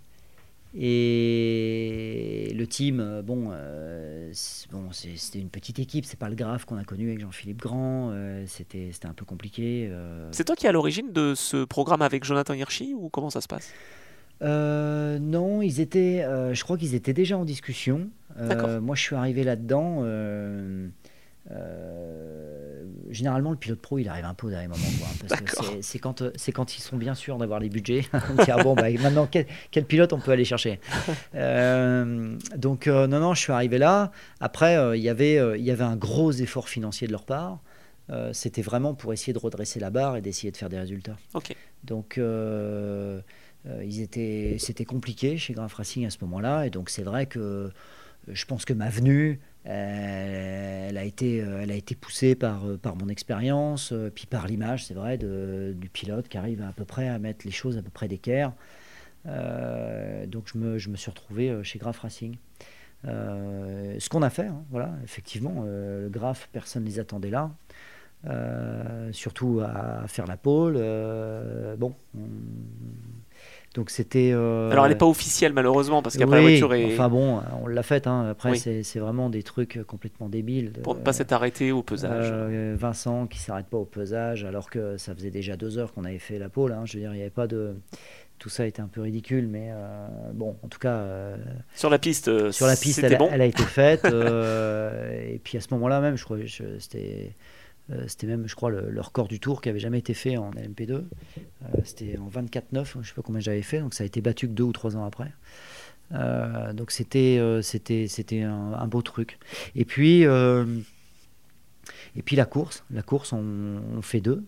Et le team, bon, euh, c'est, bon c'est, c'était une petite équipe, c'est pas le Graf qu'on a connu avec Jean-Philippe Grand, euh, c'était, c'était un peu compliqué. Euh... C'est toi qui es à l'origine de ce programme avec Jonathan Hirschi ou comment ça se passe ? euh, Non, ils étaient, euh, je crois qu'ils étaient déjà en discussion. Euh, moi, je suis arrivé là-dedans. Euh, Euh, généralement, le pilote pro, il arrive un peu au dernier moment, quoi, parce que c'est, c'est, quand, c'est quand ils sont bien sûrs d'avoir les budgets. Dire, bon, bah, maintenant, quel, quel pilote on peut aller chercher euh, Donc, euh, non, non, je suis arrivé là. Après, euh, y avait, euh, y avait un gros effort financier de leur part. Euh, c'était vraiment pour essayer de redresser la barre et d'essayer de faire des résultats. Okay. Donc, euh, euh, ils étaient, c'était compliqué chez Graf Racing à ce moment-là. Et donc, c'est vrai que je pense que ma venue, Euh, elle, a été, elle a été poussée par, par mon expérience, euh, puis par l'image, c'est vrai, de, du pilote qui arrive à peu près à mettre les choses à peu près d'équerre. Euh, donc je me, je me suis retrouvé chez Graf Racing. Euh, ce qu'on a fait, hein, voilà, effectivement, euh, le Graf, personne ne les attendait là. Euh, surtout à, à faire la pole. Euh, bon, on... donc c'était. Euh... Alors elle n'est pas officielle malheureusement parce qu'après oui, la voiture est. Enfin bon, on l'a faite. Hein. Après oui. c'est, c'est vraiment des trucs complètement débiles. De, Pour ne pas s'être arrêté au pesage. Euh, Vincent qui s'arrête pas au pesage alors que ça faisait déjà deux heures qu'on avait fait la pole. Hein. Je veux dire, il n'y avait pas de. Tout ça était un peu ridicule, mais euh, bon, en tout cas. Euh, sur la piste, euh, sur la piste, c'était elle, bon. Elle a été faite. euh, et puis à ce moment-là même, je crois, je, c'était. Euh, c'était même, je crois, le, le record du tour qui avait jamais été fait en L M P deux. Euh, c'était en vingt-quatre neuf, je ne sais pas combien j'avais fait, donc ça a été battu que deux ou trois ans après. Euh, donc c'était, euh, c'était, c'était un, un beau truc. Et puis, euh, et puis la course, la course, on, on fait deux.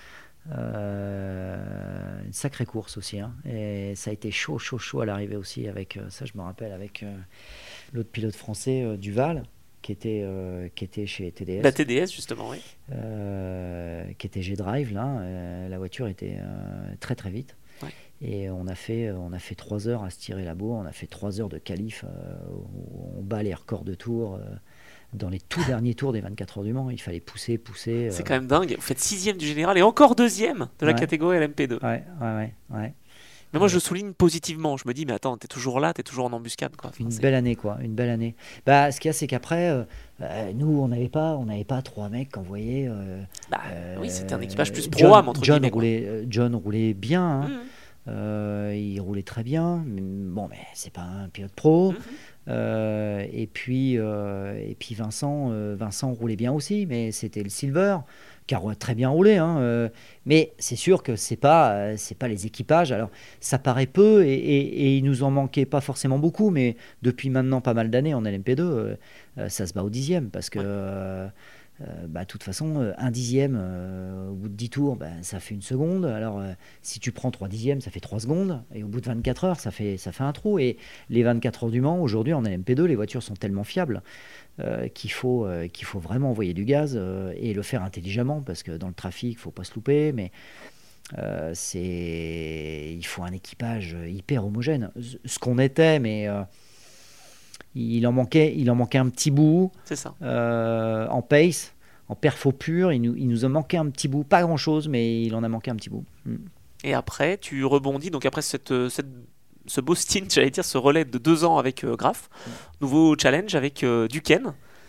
Euh, une sacrée course aussi. Hein. Et ça a été chaud, chaud, chaud à l'arrivée aussi. Avec euh, ça, je me rappelle avec euh, l'autre pilote français, euh, Duval. Qui était, euh, qui était chez T D S. La T D S, justement, oui. Euh, qui était G-Drive, là. Euh, la voiture était euh, très, très vite. Ouais. Et on a, fait, on a fait trois heures à se tirer la bourre. On a fait trois heures de qualif euh, où on bat les records de tours. Euh, dans les tout derniers tours des vingt-quatre heures du Mans, il fallait pousser, pousser. C'est euh... quand même dingue. Vous faites sixième du général et encore deuxième de la ouais. catégorie L M P deux. Ouais, ouais, ouais. ouais. Mais moi, je le souligne positivement. Je me dis, mais attends, t'es toujours là, t'es toujours en embuscade, quoi. Enfin, une c'est... belle année, quoi. Une belle année. Bah, ce qu'il y a, c'est qu'après, euh, euh, nous, on n'avait pas, on n'avait pas trois mecs envoyés. Euh, bah, euh, oui, c'était un équipage plus John, pro-âme, entre John guillemets. Roulait, euh, John roulait bien. Hein. Mmh. Euh, il roulait très bien. Mais, bon, mais c'est pas un pilote pro. Mmh. Euh, et puis, euh, et puis Vincent, euh, Vincent roulait bien aussi, mais c'était le Silver. Qui a très bien roulé, hein, euh, mais c'est sûr que c'est pas, euh, c'est pas les équipages. Alors, ça paraît peu et, et, et il nous en manquait pas forcément beaucoup, mais depuis maintenant pas mal d'années en L M P deux, euh, euh, ça se bat au dixième parce que, de ouais. euh, euh, bah, toute façon, un dixième euh, au bout de dix tours, bah, ça fait une seconde. Alors, euh, si tu prends trois dixièmes, ça fait trois secondes, et au bout de vingt-quatre heures, ça fait, ça fait un trou. Et les vingt-quatre heures du Mans, aujourd'hui en L M P deux, les voitures sont tellement fiables. Euh, qu'il faut, euh, qu'il faut vraiment envoyer du gaz euh, et le faire intelligemment parce que dans le trafic, il ne faut pas se louper, mais euh, c'est... il faut un équipage hyper homogène. Ce qu'on était, mais euh, il, en manquait, il en manquait un petit bout. C'est ça. Euh, en pace, en perfo pur, il nous, il nous a manqué un petit bout. Pas grand-chose, mais il en a manqué un petit bout. Mm. Et après, tu rebondis, donc après cette... cette... ce beau stint, j'allais dire, ce relais de deux ans avec euh, Graf. Nouveau challenge avec euh, Duquesne.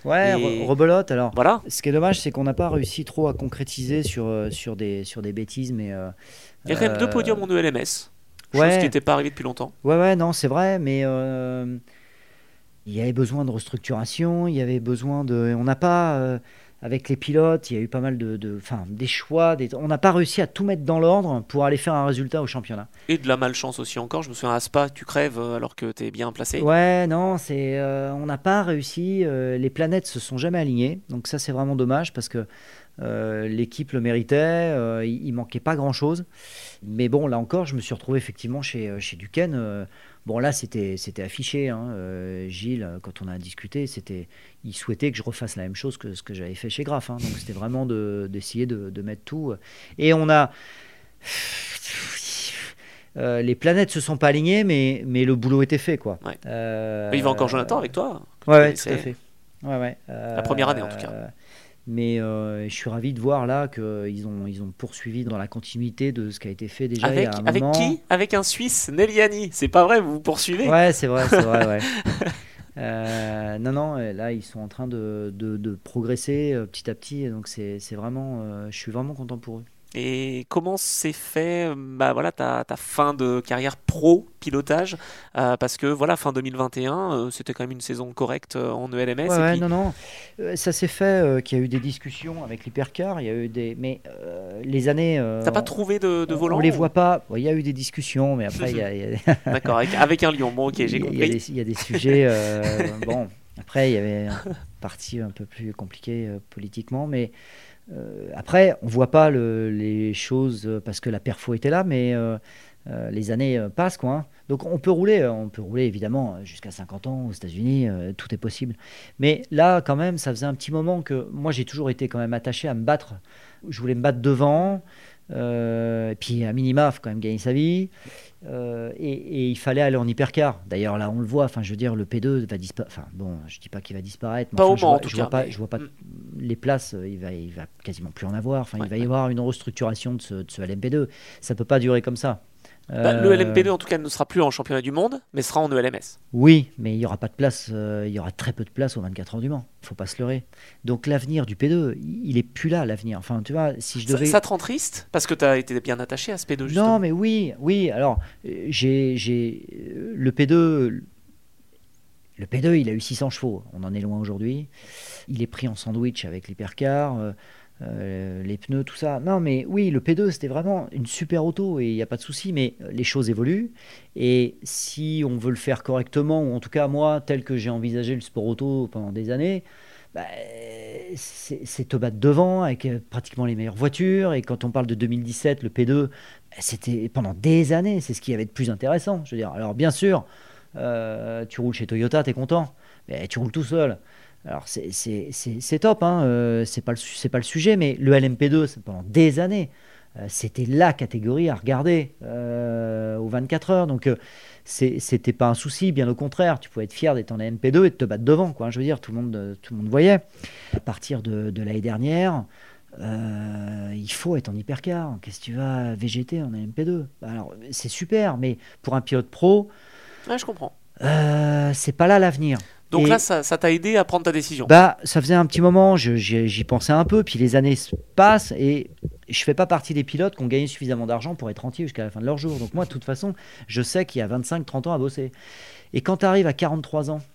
Ouais, Et... re- rebelote. Alors, voilà. ce qui est dommage, c'est qu'on n'a pas réussi trop à concrétiser sur, euh, sur, des, sur des bêtises. Mais, euh, Il y a quand même deux podiums en E L M S, chose ouais, qui n'était pas arrivée depuis longtemps. ouais, ouais, non, c'est vrai, mais euh, il y avait besoin de restructuration, il y avait besoin de. On n'a pas. Euh, avec les pilotes, il y a eu pas mal de, de, enfin, des choix. Des, on n'a pas réussi à tout mettre dans l'ordre pour aller faire un résultat au championnat. Et de la malchance aussi encore. Je me souviens à Spa, tu crèves alors que tu es bien placé. Ouais, non, c'est, euh, on n'a pas réussi. Euh, les planètes se sont jamais alignées. Donc ça, c'est vraiment dommage parce que euh, l'équipe le méritait. Euh, il, il manquait pas grand-chose. Mais bon, là encore, je me suis retrouvé effectivement chez, chez Duquesne. Euh, bon, là, c'était, c'était affiché. Hein. Euh, Gilles, quand on a discuté, c'était, il souhaitait que je refasse la même chose que ce que j'avais fait chez Graf. Hein. Donc c'était vraiment de, d'essayer de, de mettre tout. Et on a... Euh, les planètes se sont pas alignées, mais, mais le boulot était fait, quoi. Ouais. Euh, Il va encore Jonathan avec toi. Ouais, ouais, tout à fait. Ouais, ouais. Euh, la première année en tout cas. Mais euh, je suis ravi de voir là qu'ils ont, ils ont poursuivi dans la continuité de ce qui a été fait déjà avec, il y a un avec moment. Avec qui Avec un Suisse, Neliani. C'est pas vrai, vous vous poursuivez. Ouais, c'est vrai, c'est vrai, ouais. Euh, non, non, là ils sont en train de, de, de progresser euh, petit à petit, donc c'est, c'est vraiment, euh, je suis vraiment content pour eux. Et comment s'est fait bah, voilà, ta, ta fin de carrière pro pilotage euh, parce que voilà, fin deux mille vingt et un, euh, c'était quand même une saison correcte euh, en E L M S. Ouais, et ouais, puis... non, non. Euh, ça s'est fait euh, qu'il y a eu des discussions avec l'hypercar, il y a eu des... mais euh, les années... Euh, T'as pas trouvé de, de volant on, on les ou... voit pas. Bon, il y a eu des discussions, mais après il y a... Y a... D'accord, avec, avec un lion. Bon, ok, j'ai compris. Il y a des, il y a des sujets... Euh, bon, après il y avait une partie un peu plus compliquée euh, politiquement, mais... Euh, après, on voit pas le, les choses euh, parce que la perfo était là, mais euh, euh, les années euh, passent, quoi. Hein. Donc on peut rouler, on peut rouler évidemment jusqu'à cinquante ans aux États-Unis, euh, tout est possible. Mais là, quand même, ça faisait un petit moment que moi j'ai toujours été quand même attaché à me battre. Je voulais me battre devant. Euh, et puis à minima, il faut quand même gagner sa vie. Euh, et, et il fallait aller en hypercar. D'ailleurs, là, on le voit. Enfin, je veux dire, le P deux va disparaître. Enfin, bon, je dis pas qu'il va disparaître. Mais pas enfin, au je Mans, vois, en tout je cas. vois pas, mais... je vois pas mm. les places. Il va, il va quasiment plus en avoir. Enfin, ouais, il va y ouais. avoir une restructuration de ce, de ce L M P deux. Ça peut pas durer comme ça. Bah, Euh, le L M P deux, en tout cas, ne sera plus en championnat du monde, mais sera en E L M S. Oui, mais il y aura pas de place. Euh, il y aura très peu de place aux vingt-quatre heures du Mans. Faut pas se leurrer. Donc l'avenir du P deux, il est plus là. L'avenir. Enfin, tu vois, si je devais. Ça, ça te rend triste parce que tu as été bien attaché à ce P deux justement. Non, mais oui, oui. Alors, euh, j'ai, j'ai euh, le P deux. Le P deux, il a eu six cents chevaux. On en est loin aujourd'hui. Il est pris en sandwich avec l'hypercar. Euh, Euh, les pneus, tout ça. Non, mais oui, le P deux, c'était vraiment une super auto et il n'y a pas de souci, mais les choses évoluent. Et si on veut le faire correctement, ou en tout cas, moi, tel que j'ai envisagé le sport auto pendant des années, bah, c'est, c'est te battre devant avec pratiquement les meilleures voitures. Et quand on parle de deux mille dix-sept, le P deux, bah, c'était pendant des années, c'est ce qu'il y avait de plus intéressant. Je veux dire, alors bien sûr, euh, tu roules chez Toyota, t'es content, mais tu roules tout seul. Alors c'est, c'est, c'est, c'est top, hein, euh, c'est pas le, c'est pas le sujet, mais le L M P deux, pendant des années, euh, c'était la catégorie à regarder euh, aux vingt-quatre heures. Donc euh, c'est, c'était pas un souci, bien au contraire. Tu pouvais être fier d'être en L M P deux et de te battre devant, quoi. Je veux dire, tout le monde, tout le monde voyait. À partir de, de l'année dernière, euh, il faut être en hypercar. Qu'est-ce que tu vas végéter en L M P deux? Alors c'est super, mais pour un pilote pro, ouais, je comprends. Euh, c'est pas là l'avenir. Donc et là, ça, ça t'a aidé à prendre ta décision. Bah, ça faisait un petit moment, je, j'y, j'y pensais un peu, puis les années passent et je fais pas partie des pilotes qui ont gagné suffisamment d'argent pour être rentiers jusqu'à la fin de leur jour. Donc moi, de toute façon, je sais qu'il y a vingt-cinq trente ans à bosser. Et quand tu arrives à quarante-trois ans,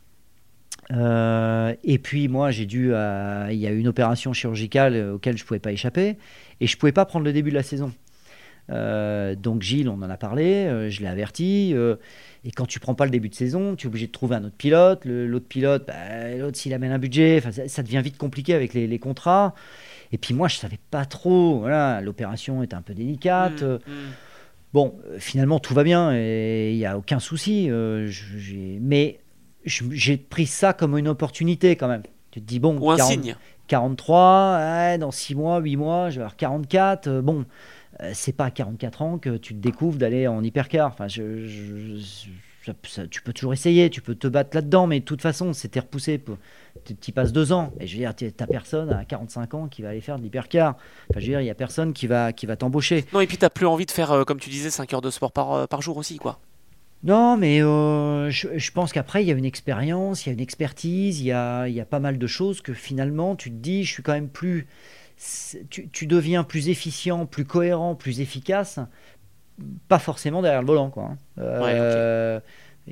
euh, et puis moi, j'ai dû, euh, il y a eu une opération chirurgicale auquel je pouvais pas échapper, et je pouvais pas prendre le début de la saison. Euh, donc Gilles, on en a parlé, euh, je l'ai averti. Euh, et quand tu prends pas le début de saison, tu es obligé de trouver un autre pilote. Le, l'autre pilote, bah, l'autre s'il amène un budget, ça, ça devient vite compliqué avec les, les contrats. Et puis moi, je savais pas trop. Voilà, l'opération était un peu délicate. Mmh, mmh. Bon, euh, finalement, tout va bien et il y a aucun souci. Euh, j'ai... Mais je, j'ai pris ça comme une opportunité quand même. Tu te dis bon, ou un quarante, signe. quarante-trois, ouais, dans six mois, huit mois, je vais avoir quarante-quatre. Euh, bon. Euh, c'est pas à quarante-quatre ans que tu te découvres d'aller en hypercar. Enfin, je, je, je, ça, ça, tu peux toujours essayer, tu peux te battre là-dedans, mais de toute façon, c'était repoussé. Tu y passes deux ans. Et je veux dire, t'as personne à quarante-cinq ans qui va aller faire de l'hypercar. Enfin, je veux dire, il y a personne qui va, qui va t'embaucher. Non, et puis t'as plus envie de faire, euh, comme tu disais, cinq heures de sport par, euh, par jour aussi, quoi. Non, mais euh, je, je pense qu'après, il y a une expérience, il y a une expertise, il y a, il y a pas mal de choses que finalement, tu te dis, je suis quand même plus. Tu, tu deviens plus efficient, plus cohérent, plus efficace, pas forcément derrière le volant, quoi, hein. Ouais, ok. Euh,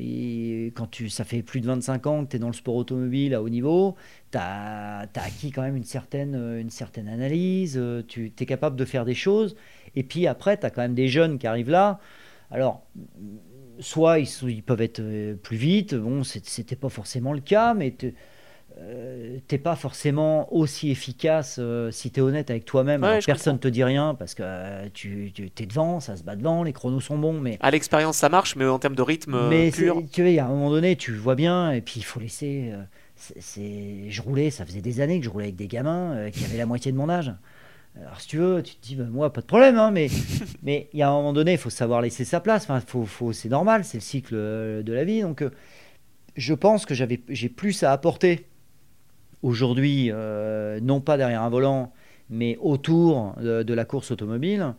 et quand tu, ça fait plus de vingt-cinq ans que tu es dans le sport automobile à haut niveau, tu as acquis quand même une certaine, une certaine analyse, euh, tu es capable de faire des choses. Et puis après, tu as quand même des jeunes qui arrivent là. Alors, soit ils, sont- ils peuvent être euh, plus vite, bon, c'est- c'était pas forcément le cas, mais te- euh, t'es pas forcément aussi efficace euh, si tu es honnête avec toi-même. Ouais, Alors je personne comprends. te dit rien parce que euh, tu, tu es devant, ça se bat devant, les chronos sont bons, mais, À l'expérience, ça marche, mais en termes de rythme euh, mais pur, c'est- tu vois, il y a un moment donné, tu vois bien, et puis il faut laisser. euh, c'est, c'est- je roulais, ça faisait des années que je roulais avec des gamins euh, qui avaient la moitié de mon âge. Alors si tu veux, tu te dis, bah, moi, pas de problème, hein, mais mais il y a un moment donné, il faut savoir laisser sa place. Enfin, faut, faut, c'est normal, c'est le cycle euh, de la vie. Donc, euh, je pense que j'avais, j'ai plus à apporter aujourd'hui, euh, non pas derrière un volant, mais autour de, de la course automobile,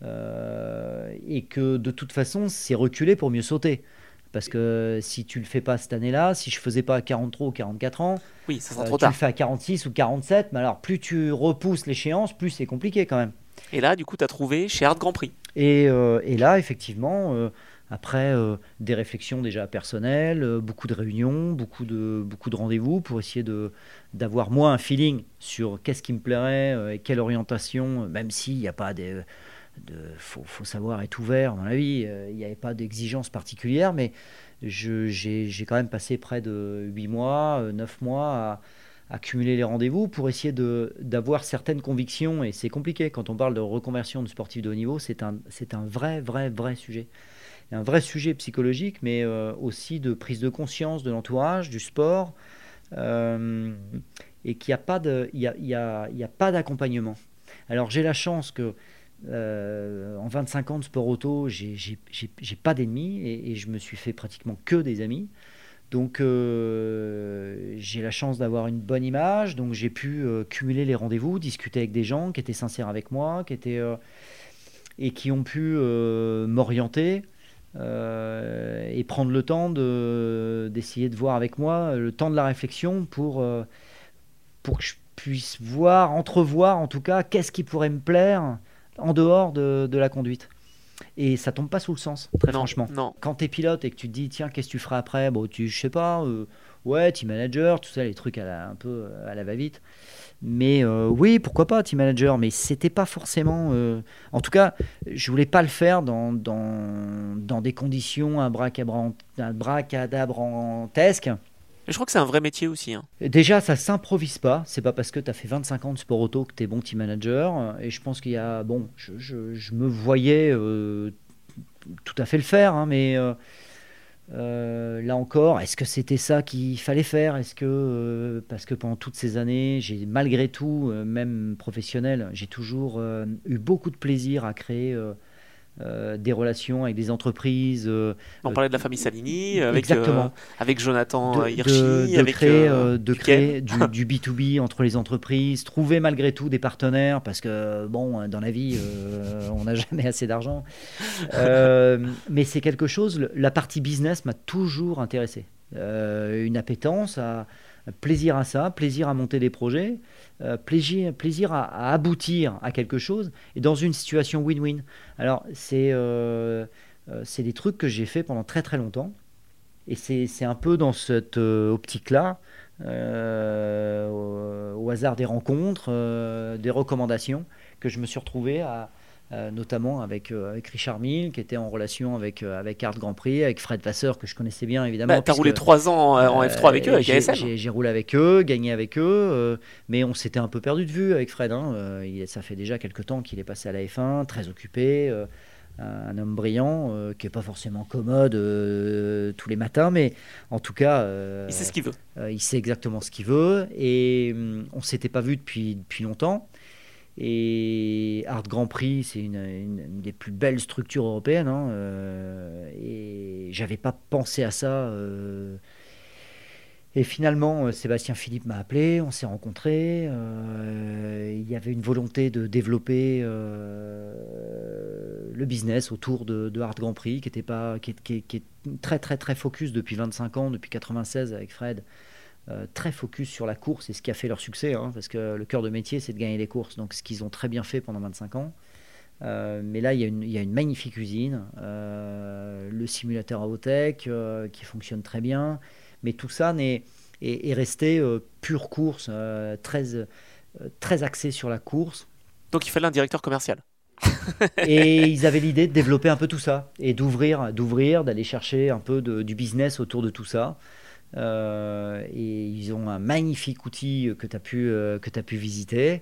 euh, et que de toute façon, c'est reculer pour mieux sauter. Parce que si tu le fais pas cette année-là, si je faisais pas à quarante-trois ou quarante-quatre ans, oui, ça sera euh, trop tu le tard. fais à quarante-six ou quarante-sept, mais alors plus tu repousses l'échéance, plus c'est compliqué quand même. Et là, du coup, tu as trouvé chez Hard Grand Prix. Et, euh, et là, effectivement, euh, après euh, des réflexions déjà personnelles, euh, beaucoup de réunions, beaucoup de, beaucoup de rendez-vous pour essayer de, d'avoir moi un feeling sur qu'est-ce qui me plairait euh, et quelle orientation, euh, même s'il n'y a pas de... de faut, faut savoir être ouvert dans la vie, euh, il n'y avait pas d'exigence particulière, mais je, j'ai, j'ai quand même passé près de huit mois, euh, neuf mois à, à cumuler les rendez-vous pour essayer de, d'avoir certaines convictions. Et c'est compliqué quand on parle de reconversion de sportif de haut niveau, c'est un, c'est un vrai, vrai, vrai sujet. Un vrai sujet psychologique, mais euh, aussi de prise de conscience de l'entourage, du sport, euh, et qu'il n'y a pas de, il y a, il y a, il y a pas d'accompagnement. Alors j'ai la chance que euh, en vingt-cinq ans de sport auto, j'ai, j'ai, j'ai, j'ai pas d'ennemis et, et je me suis fait pratiquement que des amis. Donc euh, j'ai la chance d'avoir une bonne image, donc j'ai pu euh, cumuler les rendez-vous, discuter avec des gens qui étaient sincères avec moi, qui étaient euh, et qui ont pu euh, m'orienter euh, et prendre le temps de, d'essayer de voir avec moi le temps de la réflexion pour, euh, pour que je puisse voir, entrevoir en tout cas, qu'est-ce qui pourrait me plaire en dehors de, de la conduite. Et ça tombe pas sous le sens, très Non, franchement. non. Quand tu es pilote et que tu te dis, tiens, qu'est-ce que tu feras après? Bon, tu, je sais pas, euh, ouais, team manager, tout ça, les trucs à la, un peu à la va-vite. Mais euh, oui, pourquoi pas, team manager, mais c'était pas forcément. Euh, en tout cas, je voulais pas le faire dans, dans, dans des conditions abracadabrantesques. Mais je crois que c'est un vrai métier aussi, hein. Déjà, ça s'improvise pas. C'est pas parce que tu as fait vingt-cinq ans de sport auto que tu es bon team manager. Et je pense qu'il y a. Bon, je, je, je me voyais euh, tout à fait le faire, hein, mais euh, euh, là encore, est-ce que c'était ça qu'il fallait faire? Est-ce que. Euh, parce que pendant toutes ces années, j'ai malgré tout, euh, même professionnel, j'ai toujours euh, eu beaucoup de plaisir à créer. Euh, euh, des relations avec des entreprises. Euh, On euh, parlait de la famille Salini, avec, euh, exactement. avec Jonathan De, de, Hirschi, de avec créer, euh, euh, de du Ken. créer du, du B deux B entre les entreprises, trouver malgré tout des partenaires, parce que, bon, dans la vie, euh, on n'a jamais assez d'argent. Euh, mais c'est quelque chose, la partie business m'a toujours intéressé. Euh, une appétence, à, plaisir à ça, plaisir à monter des projets, euh, plaisir, plaisir à, à aboutir à quelque chose, et dans une situation win-win. Alors, c'est euh, euh, c'est des trucs que j'ai fait pendant très très longtemps. Et c'est, c'est un peu dans cette euh, optique-là, euh, au, au hasard des rencontres, euh, des recommandations, que je me suis retrouvé à, euh, notamment avec, euh, avec Richard Mille, qui était en relation avec, euh, avec Art Grand Prix, avec Fred Vasseur, que je connaissais bien évidemment, Bah, t'as puisque roulé trois ans en, en F trois avec eux, euh, avec j'ai, A S M. j'ai, j'ai roulé avec eux, gagné avec eux, euh, mais on s'était un peu perdu de vue avec Fred. Hein. Euh, il, ça fait déjà quelques temps qu'il est passé à la F un, très occupé. Euh, un homme brillant, euh, qui n'est pas forcément commode euh, tous les matins, mais en tout cas, Il sait euh, ce qu'il veut. euh, il sait exactement ce qu'il veut. Et hum, on ne s'était pas vu depuis, depuis longtemps. Et Art Grand Prix, c'est une, une- une des plus belles structures européennes, hein, euh, et j'avais pas pensé à ça. euh, et finalement, euh, Sébastien Philippe m'a appelé, on s'est rencontrés. Euh, il y avait une volonté de développer euh, le business autour de, de Hard Grand Prix, qui, était pas, qui, est, qui, est, qui est très très très focus depuis vingt-cinq ans, depuis quatre-vingt-seize avec Fred, euh, très focus sur la course et ce qui a fait leur succès, hein, parce que le cœur de métier c'est de gagner les courses, donc ce qu'ils ont très bien fait pendant vingt-cinq ans. Euh, mais là il y, a une, il y a une magnifique usine, euh, le simulateur à haut-tech euh, qui fonctionne très bien, mais tout ça n'est, est, est resté euh, pure course, euh, très, euh, très axé sur la course. Donc il fallait un directeur commercial. Et ils avaient l'idée de développer un peu tout ça et d'ouvrir, d'ouvrir, d'aller chercher un peu de, du business autour de tout ça. Euh, et ils ont un magnifique outil que tu as pu, euh, que tu as pu visiter,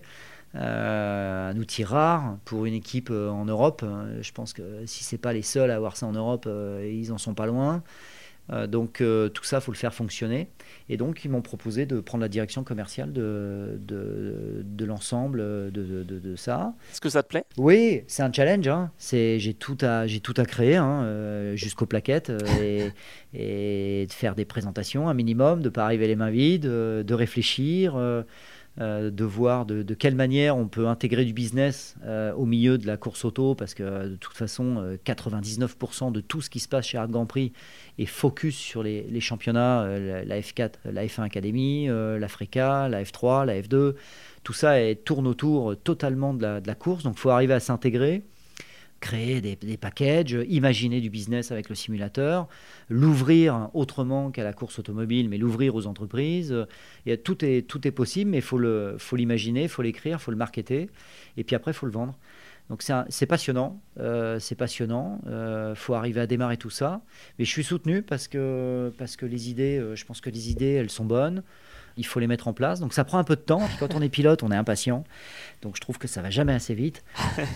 euh, un outil rare pour une équipe euh, en Europe. Je pense que si c'est pas les seuls à avoir ça en Europe, euh, ils en sont pas loin. Euh, donc euh, tout ça, il faut le faire fonctionner. Et donc ils m'ont proposé de prendre la direction commerciale de, de, de l'ensemble de, de, de, de ça. Est-ce que ça te plaît ? Oui, c'est un challenge. Hein. C'est, j'ai, tout à, j'ai tout à créer, hein, euh, jusqu'aux plaquettes, euh, et, et de faire des présentations un minimum, de ne pas arriver les mains vides, euh, de réfléchir, euh, euh, de voir de, de quelle manière on peut intégrer du business euh, au milieu de la course auto, parce que de toute façon, euh, quatre-vingt-dix-neuf pour cent de tout ce qui se passe chez Hard Grand Prix est focus sur les, les championnats, euh, la F quatre, la F un Academy, euh, l'Africa, la F trois, la F deux. Tout ça est, tourne autour totalement de la, de la course, donc il faut arriver à s'intégrer, créer des, des packages, imaginer du business avec le simulateur, l'ouvrir autrement qu'à la course automobile, mais l'ouvrir aux entreprises. Et tout, est, tout est possible, mais il faut, le, faut l'imaginer, il faut l'écrire, il faut le marketer, et puis après il faut le vendre. Donc c'est, un, c'est passionnant, euh, c'est passionnant, euh, faut arriver à démarrer tout ça, mais je suis soutenu parce que, parce que les idées, euh, je pense que les idées, elles sont bonnes. Il faut les mettre en place. Donc ça prend un peu de temps. Puis quand on est pilote, on est impatient. Donc je trouve que ça va jamais assez vite.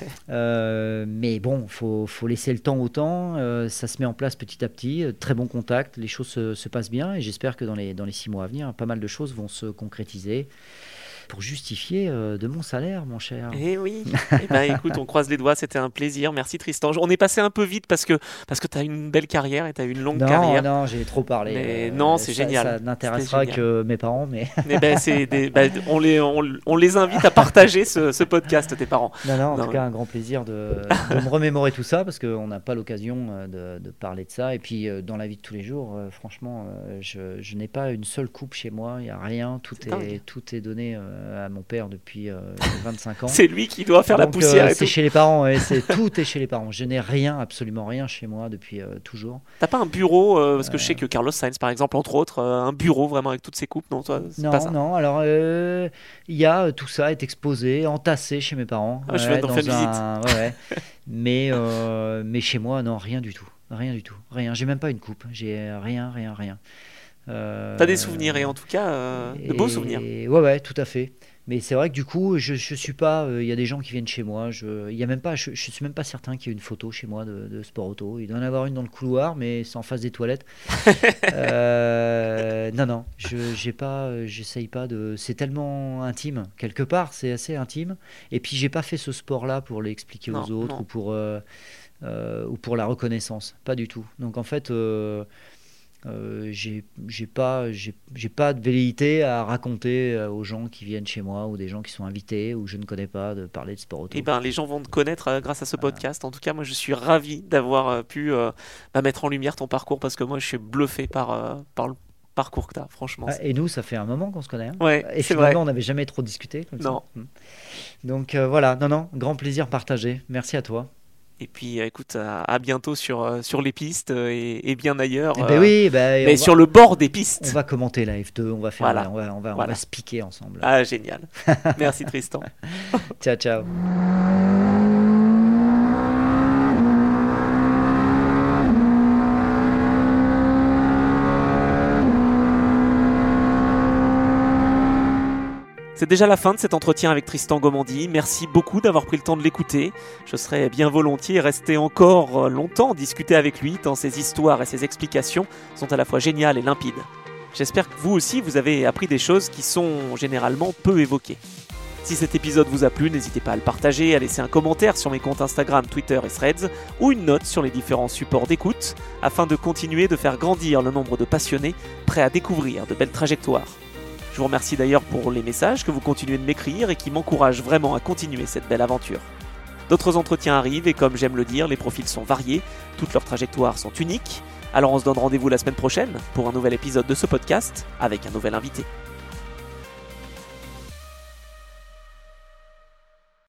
Euh, mais bon, il faut, faut laisser le temps au temps. Euh, ça se met en place petit à petit. Très bon contact. Les choses se, se passent bien. Et j'espère que dans les, dans les six mois à venir, pas mal de choses vont se concrétiser pour justifier euh, de mon salaire, mon cher. Eh oui. Eh ben, écoute, on croise les doigts, c'était un plaisir. Merci Tristan. On est passé un peu vite parce que, parce que tu as une belle carrière et tu as une longue non, carrière. Non, non, j'ai trop parlé. Mais euh, non, c'est ça, génial. Ça n'intéressera que mes parents. Mais mais ben, c'est des, ben, on, les, on, on les invite à partager ce, ce podcast, tes parents. Non, non, en non, tout cas, un grand plaisir de, de me remémorer tout ça parce qu'on n'a pas l'occasion de, de parler de ça. Et puis, dans la vie de tous les jours, euh, franchement, euh, je, je n'ai pas une seule coupe chez moi. Il n'y a rien. Tout est, est, tout est donné euh, à mon père depuis depuis euh, vingt-cinq ans. C'est lui qui doit faire Donc, la poussière. Euh, et c'est tout. chez les parents, ouais, c'est, tout est chez les parents. Je n'ai rien, absolument rien chez moi depuis euh, toujours. T'as pas un bureau, euh, parce que euh... je sais que Carlos Sainz, par exemple, entre autres, euh, un bureau vraiment avec toutes ses coupes, non toi, c'est Non, pas ça. non, alors il euh, y a tout ça est exposé, entassé chez mes parents. Ah, ouais, je viens d'en faire une un... visite. Ouais, ouais. mais, euh, mais chez moi, non, rien du tout. Rien du tout. Rien. J'ai même pas une coupe. J'ai rien, rien, rien. Euh... T'as des souvenirs, et en tout cas, euh, de beaux souvenirs. Ouais, ouais, tout à fait. Mais c'est vrai que du coup, je, je suis pas. Il euh, y a des gens qui viennent chez moi. Je, y a même pas. Je, je suis même pas certain qu'il y ait une photo chez moi de, de sport auto. Il doit y en avoir une dans le couloir, mais c'est en face des toilettes. euh, non, non. Je, j'ai pas. J'essaye pas de. C'est tellement intime quelque part. C'est assez intime. Et puis j'ai pas fait ce sport-là pour l'expliquer non, aux autres non. ou pour euh, euh, ou pour la reconnaissance. Pas du tout. Donc en fait. Euh, Euh, j'ai, j'ai pas j'ai, j'ai pas de velléité à raconter euh, aux gens qui viennent chez moi ou des gens qui sont invités ou je ne connais pas de parler de sport auto. Et ben les gens vont te connaître euh, grâce à ce podcast. En tout cas, moi je suis ravi d'avoir euh, pu euh, bah, mettre en lumière ton parcours parce que moi je suis bluffé par euh, par le parcours que tu as, franchement. Ah, et nous, ça fait un moment qu'on se connaît. Hein. Ouais, et c'est finalement, vrai. on n'avait jamais trop discuté. Comme non. Ça. Donc euh, voilà, non, non, grand plaisir partagé. Merci à toi. Et puis, écoute, à, à bientôt sur, euh, sur les pistes et, et bien ailleurs. Eh ben euh, oui, ben, mais sur va, le bord des pistes. On va commenter la F deux, on va faire, voilà. on va, on va, voilà. on va se piquer ensemble. Ah, génial. Merci Tristan. Ciao, ciao. C'est déjà la fin de cet entretien avec Tristan Gomandy. Merci beaucoup d'avoir pris le temps de l'écouter. Je serais bien volontiers resté encore longtemps discuter avec lui, tant ses histoires et ses explications sont à la fois géniales et limpides. J'espère que vous aussi, vous avez appris des choses qui sont généralement peu évoquées. Si cet épisode vous a plu, n'hésitez pas à le partager, à laisser un commentaire sur mes comptes Instagram, Twitter et Threads, ou une note sur les différents supports d'écoute, afin de continuer de faire grandir le nombre de passionnés prêts à découvrir de belles trajectoires. Je vous remercie d'ailleurs pour les messages que vous continuez de m'écrire et qui m'encouragent vraiment à continuer cette belle aventure. D'autres entretiens arrivent et comme j'aime le dire, les profils sont variés, toutes leurs trajectoires sont uniques. Alors on se donne rendez-vous la semaine prochaine pour un nouvel épisode de ce podcast avec un nouvel invité.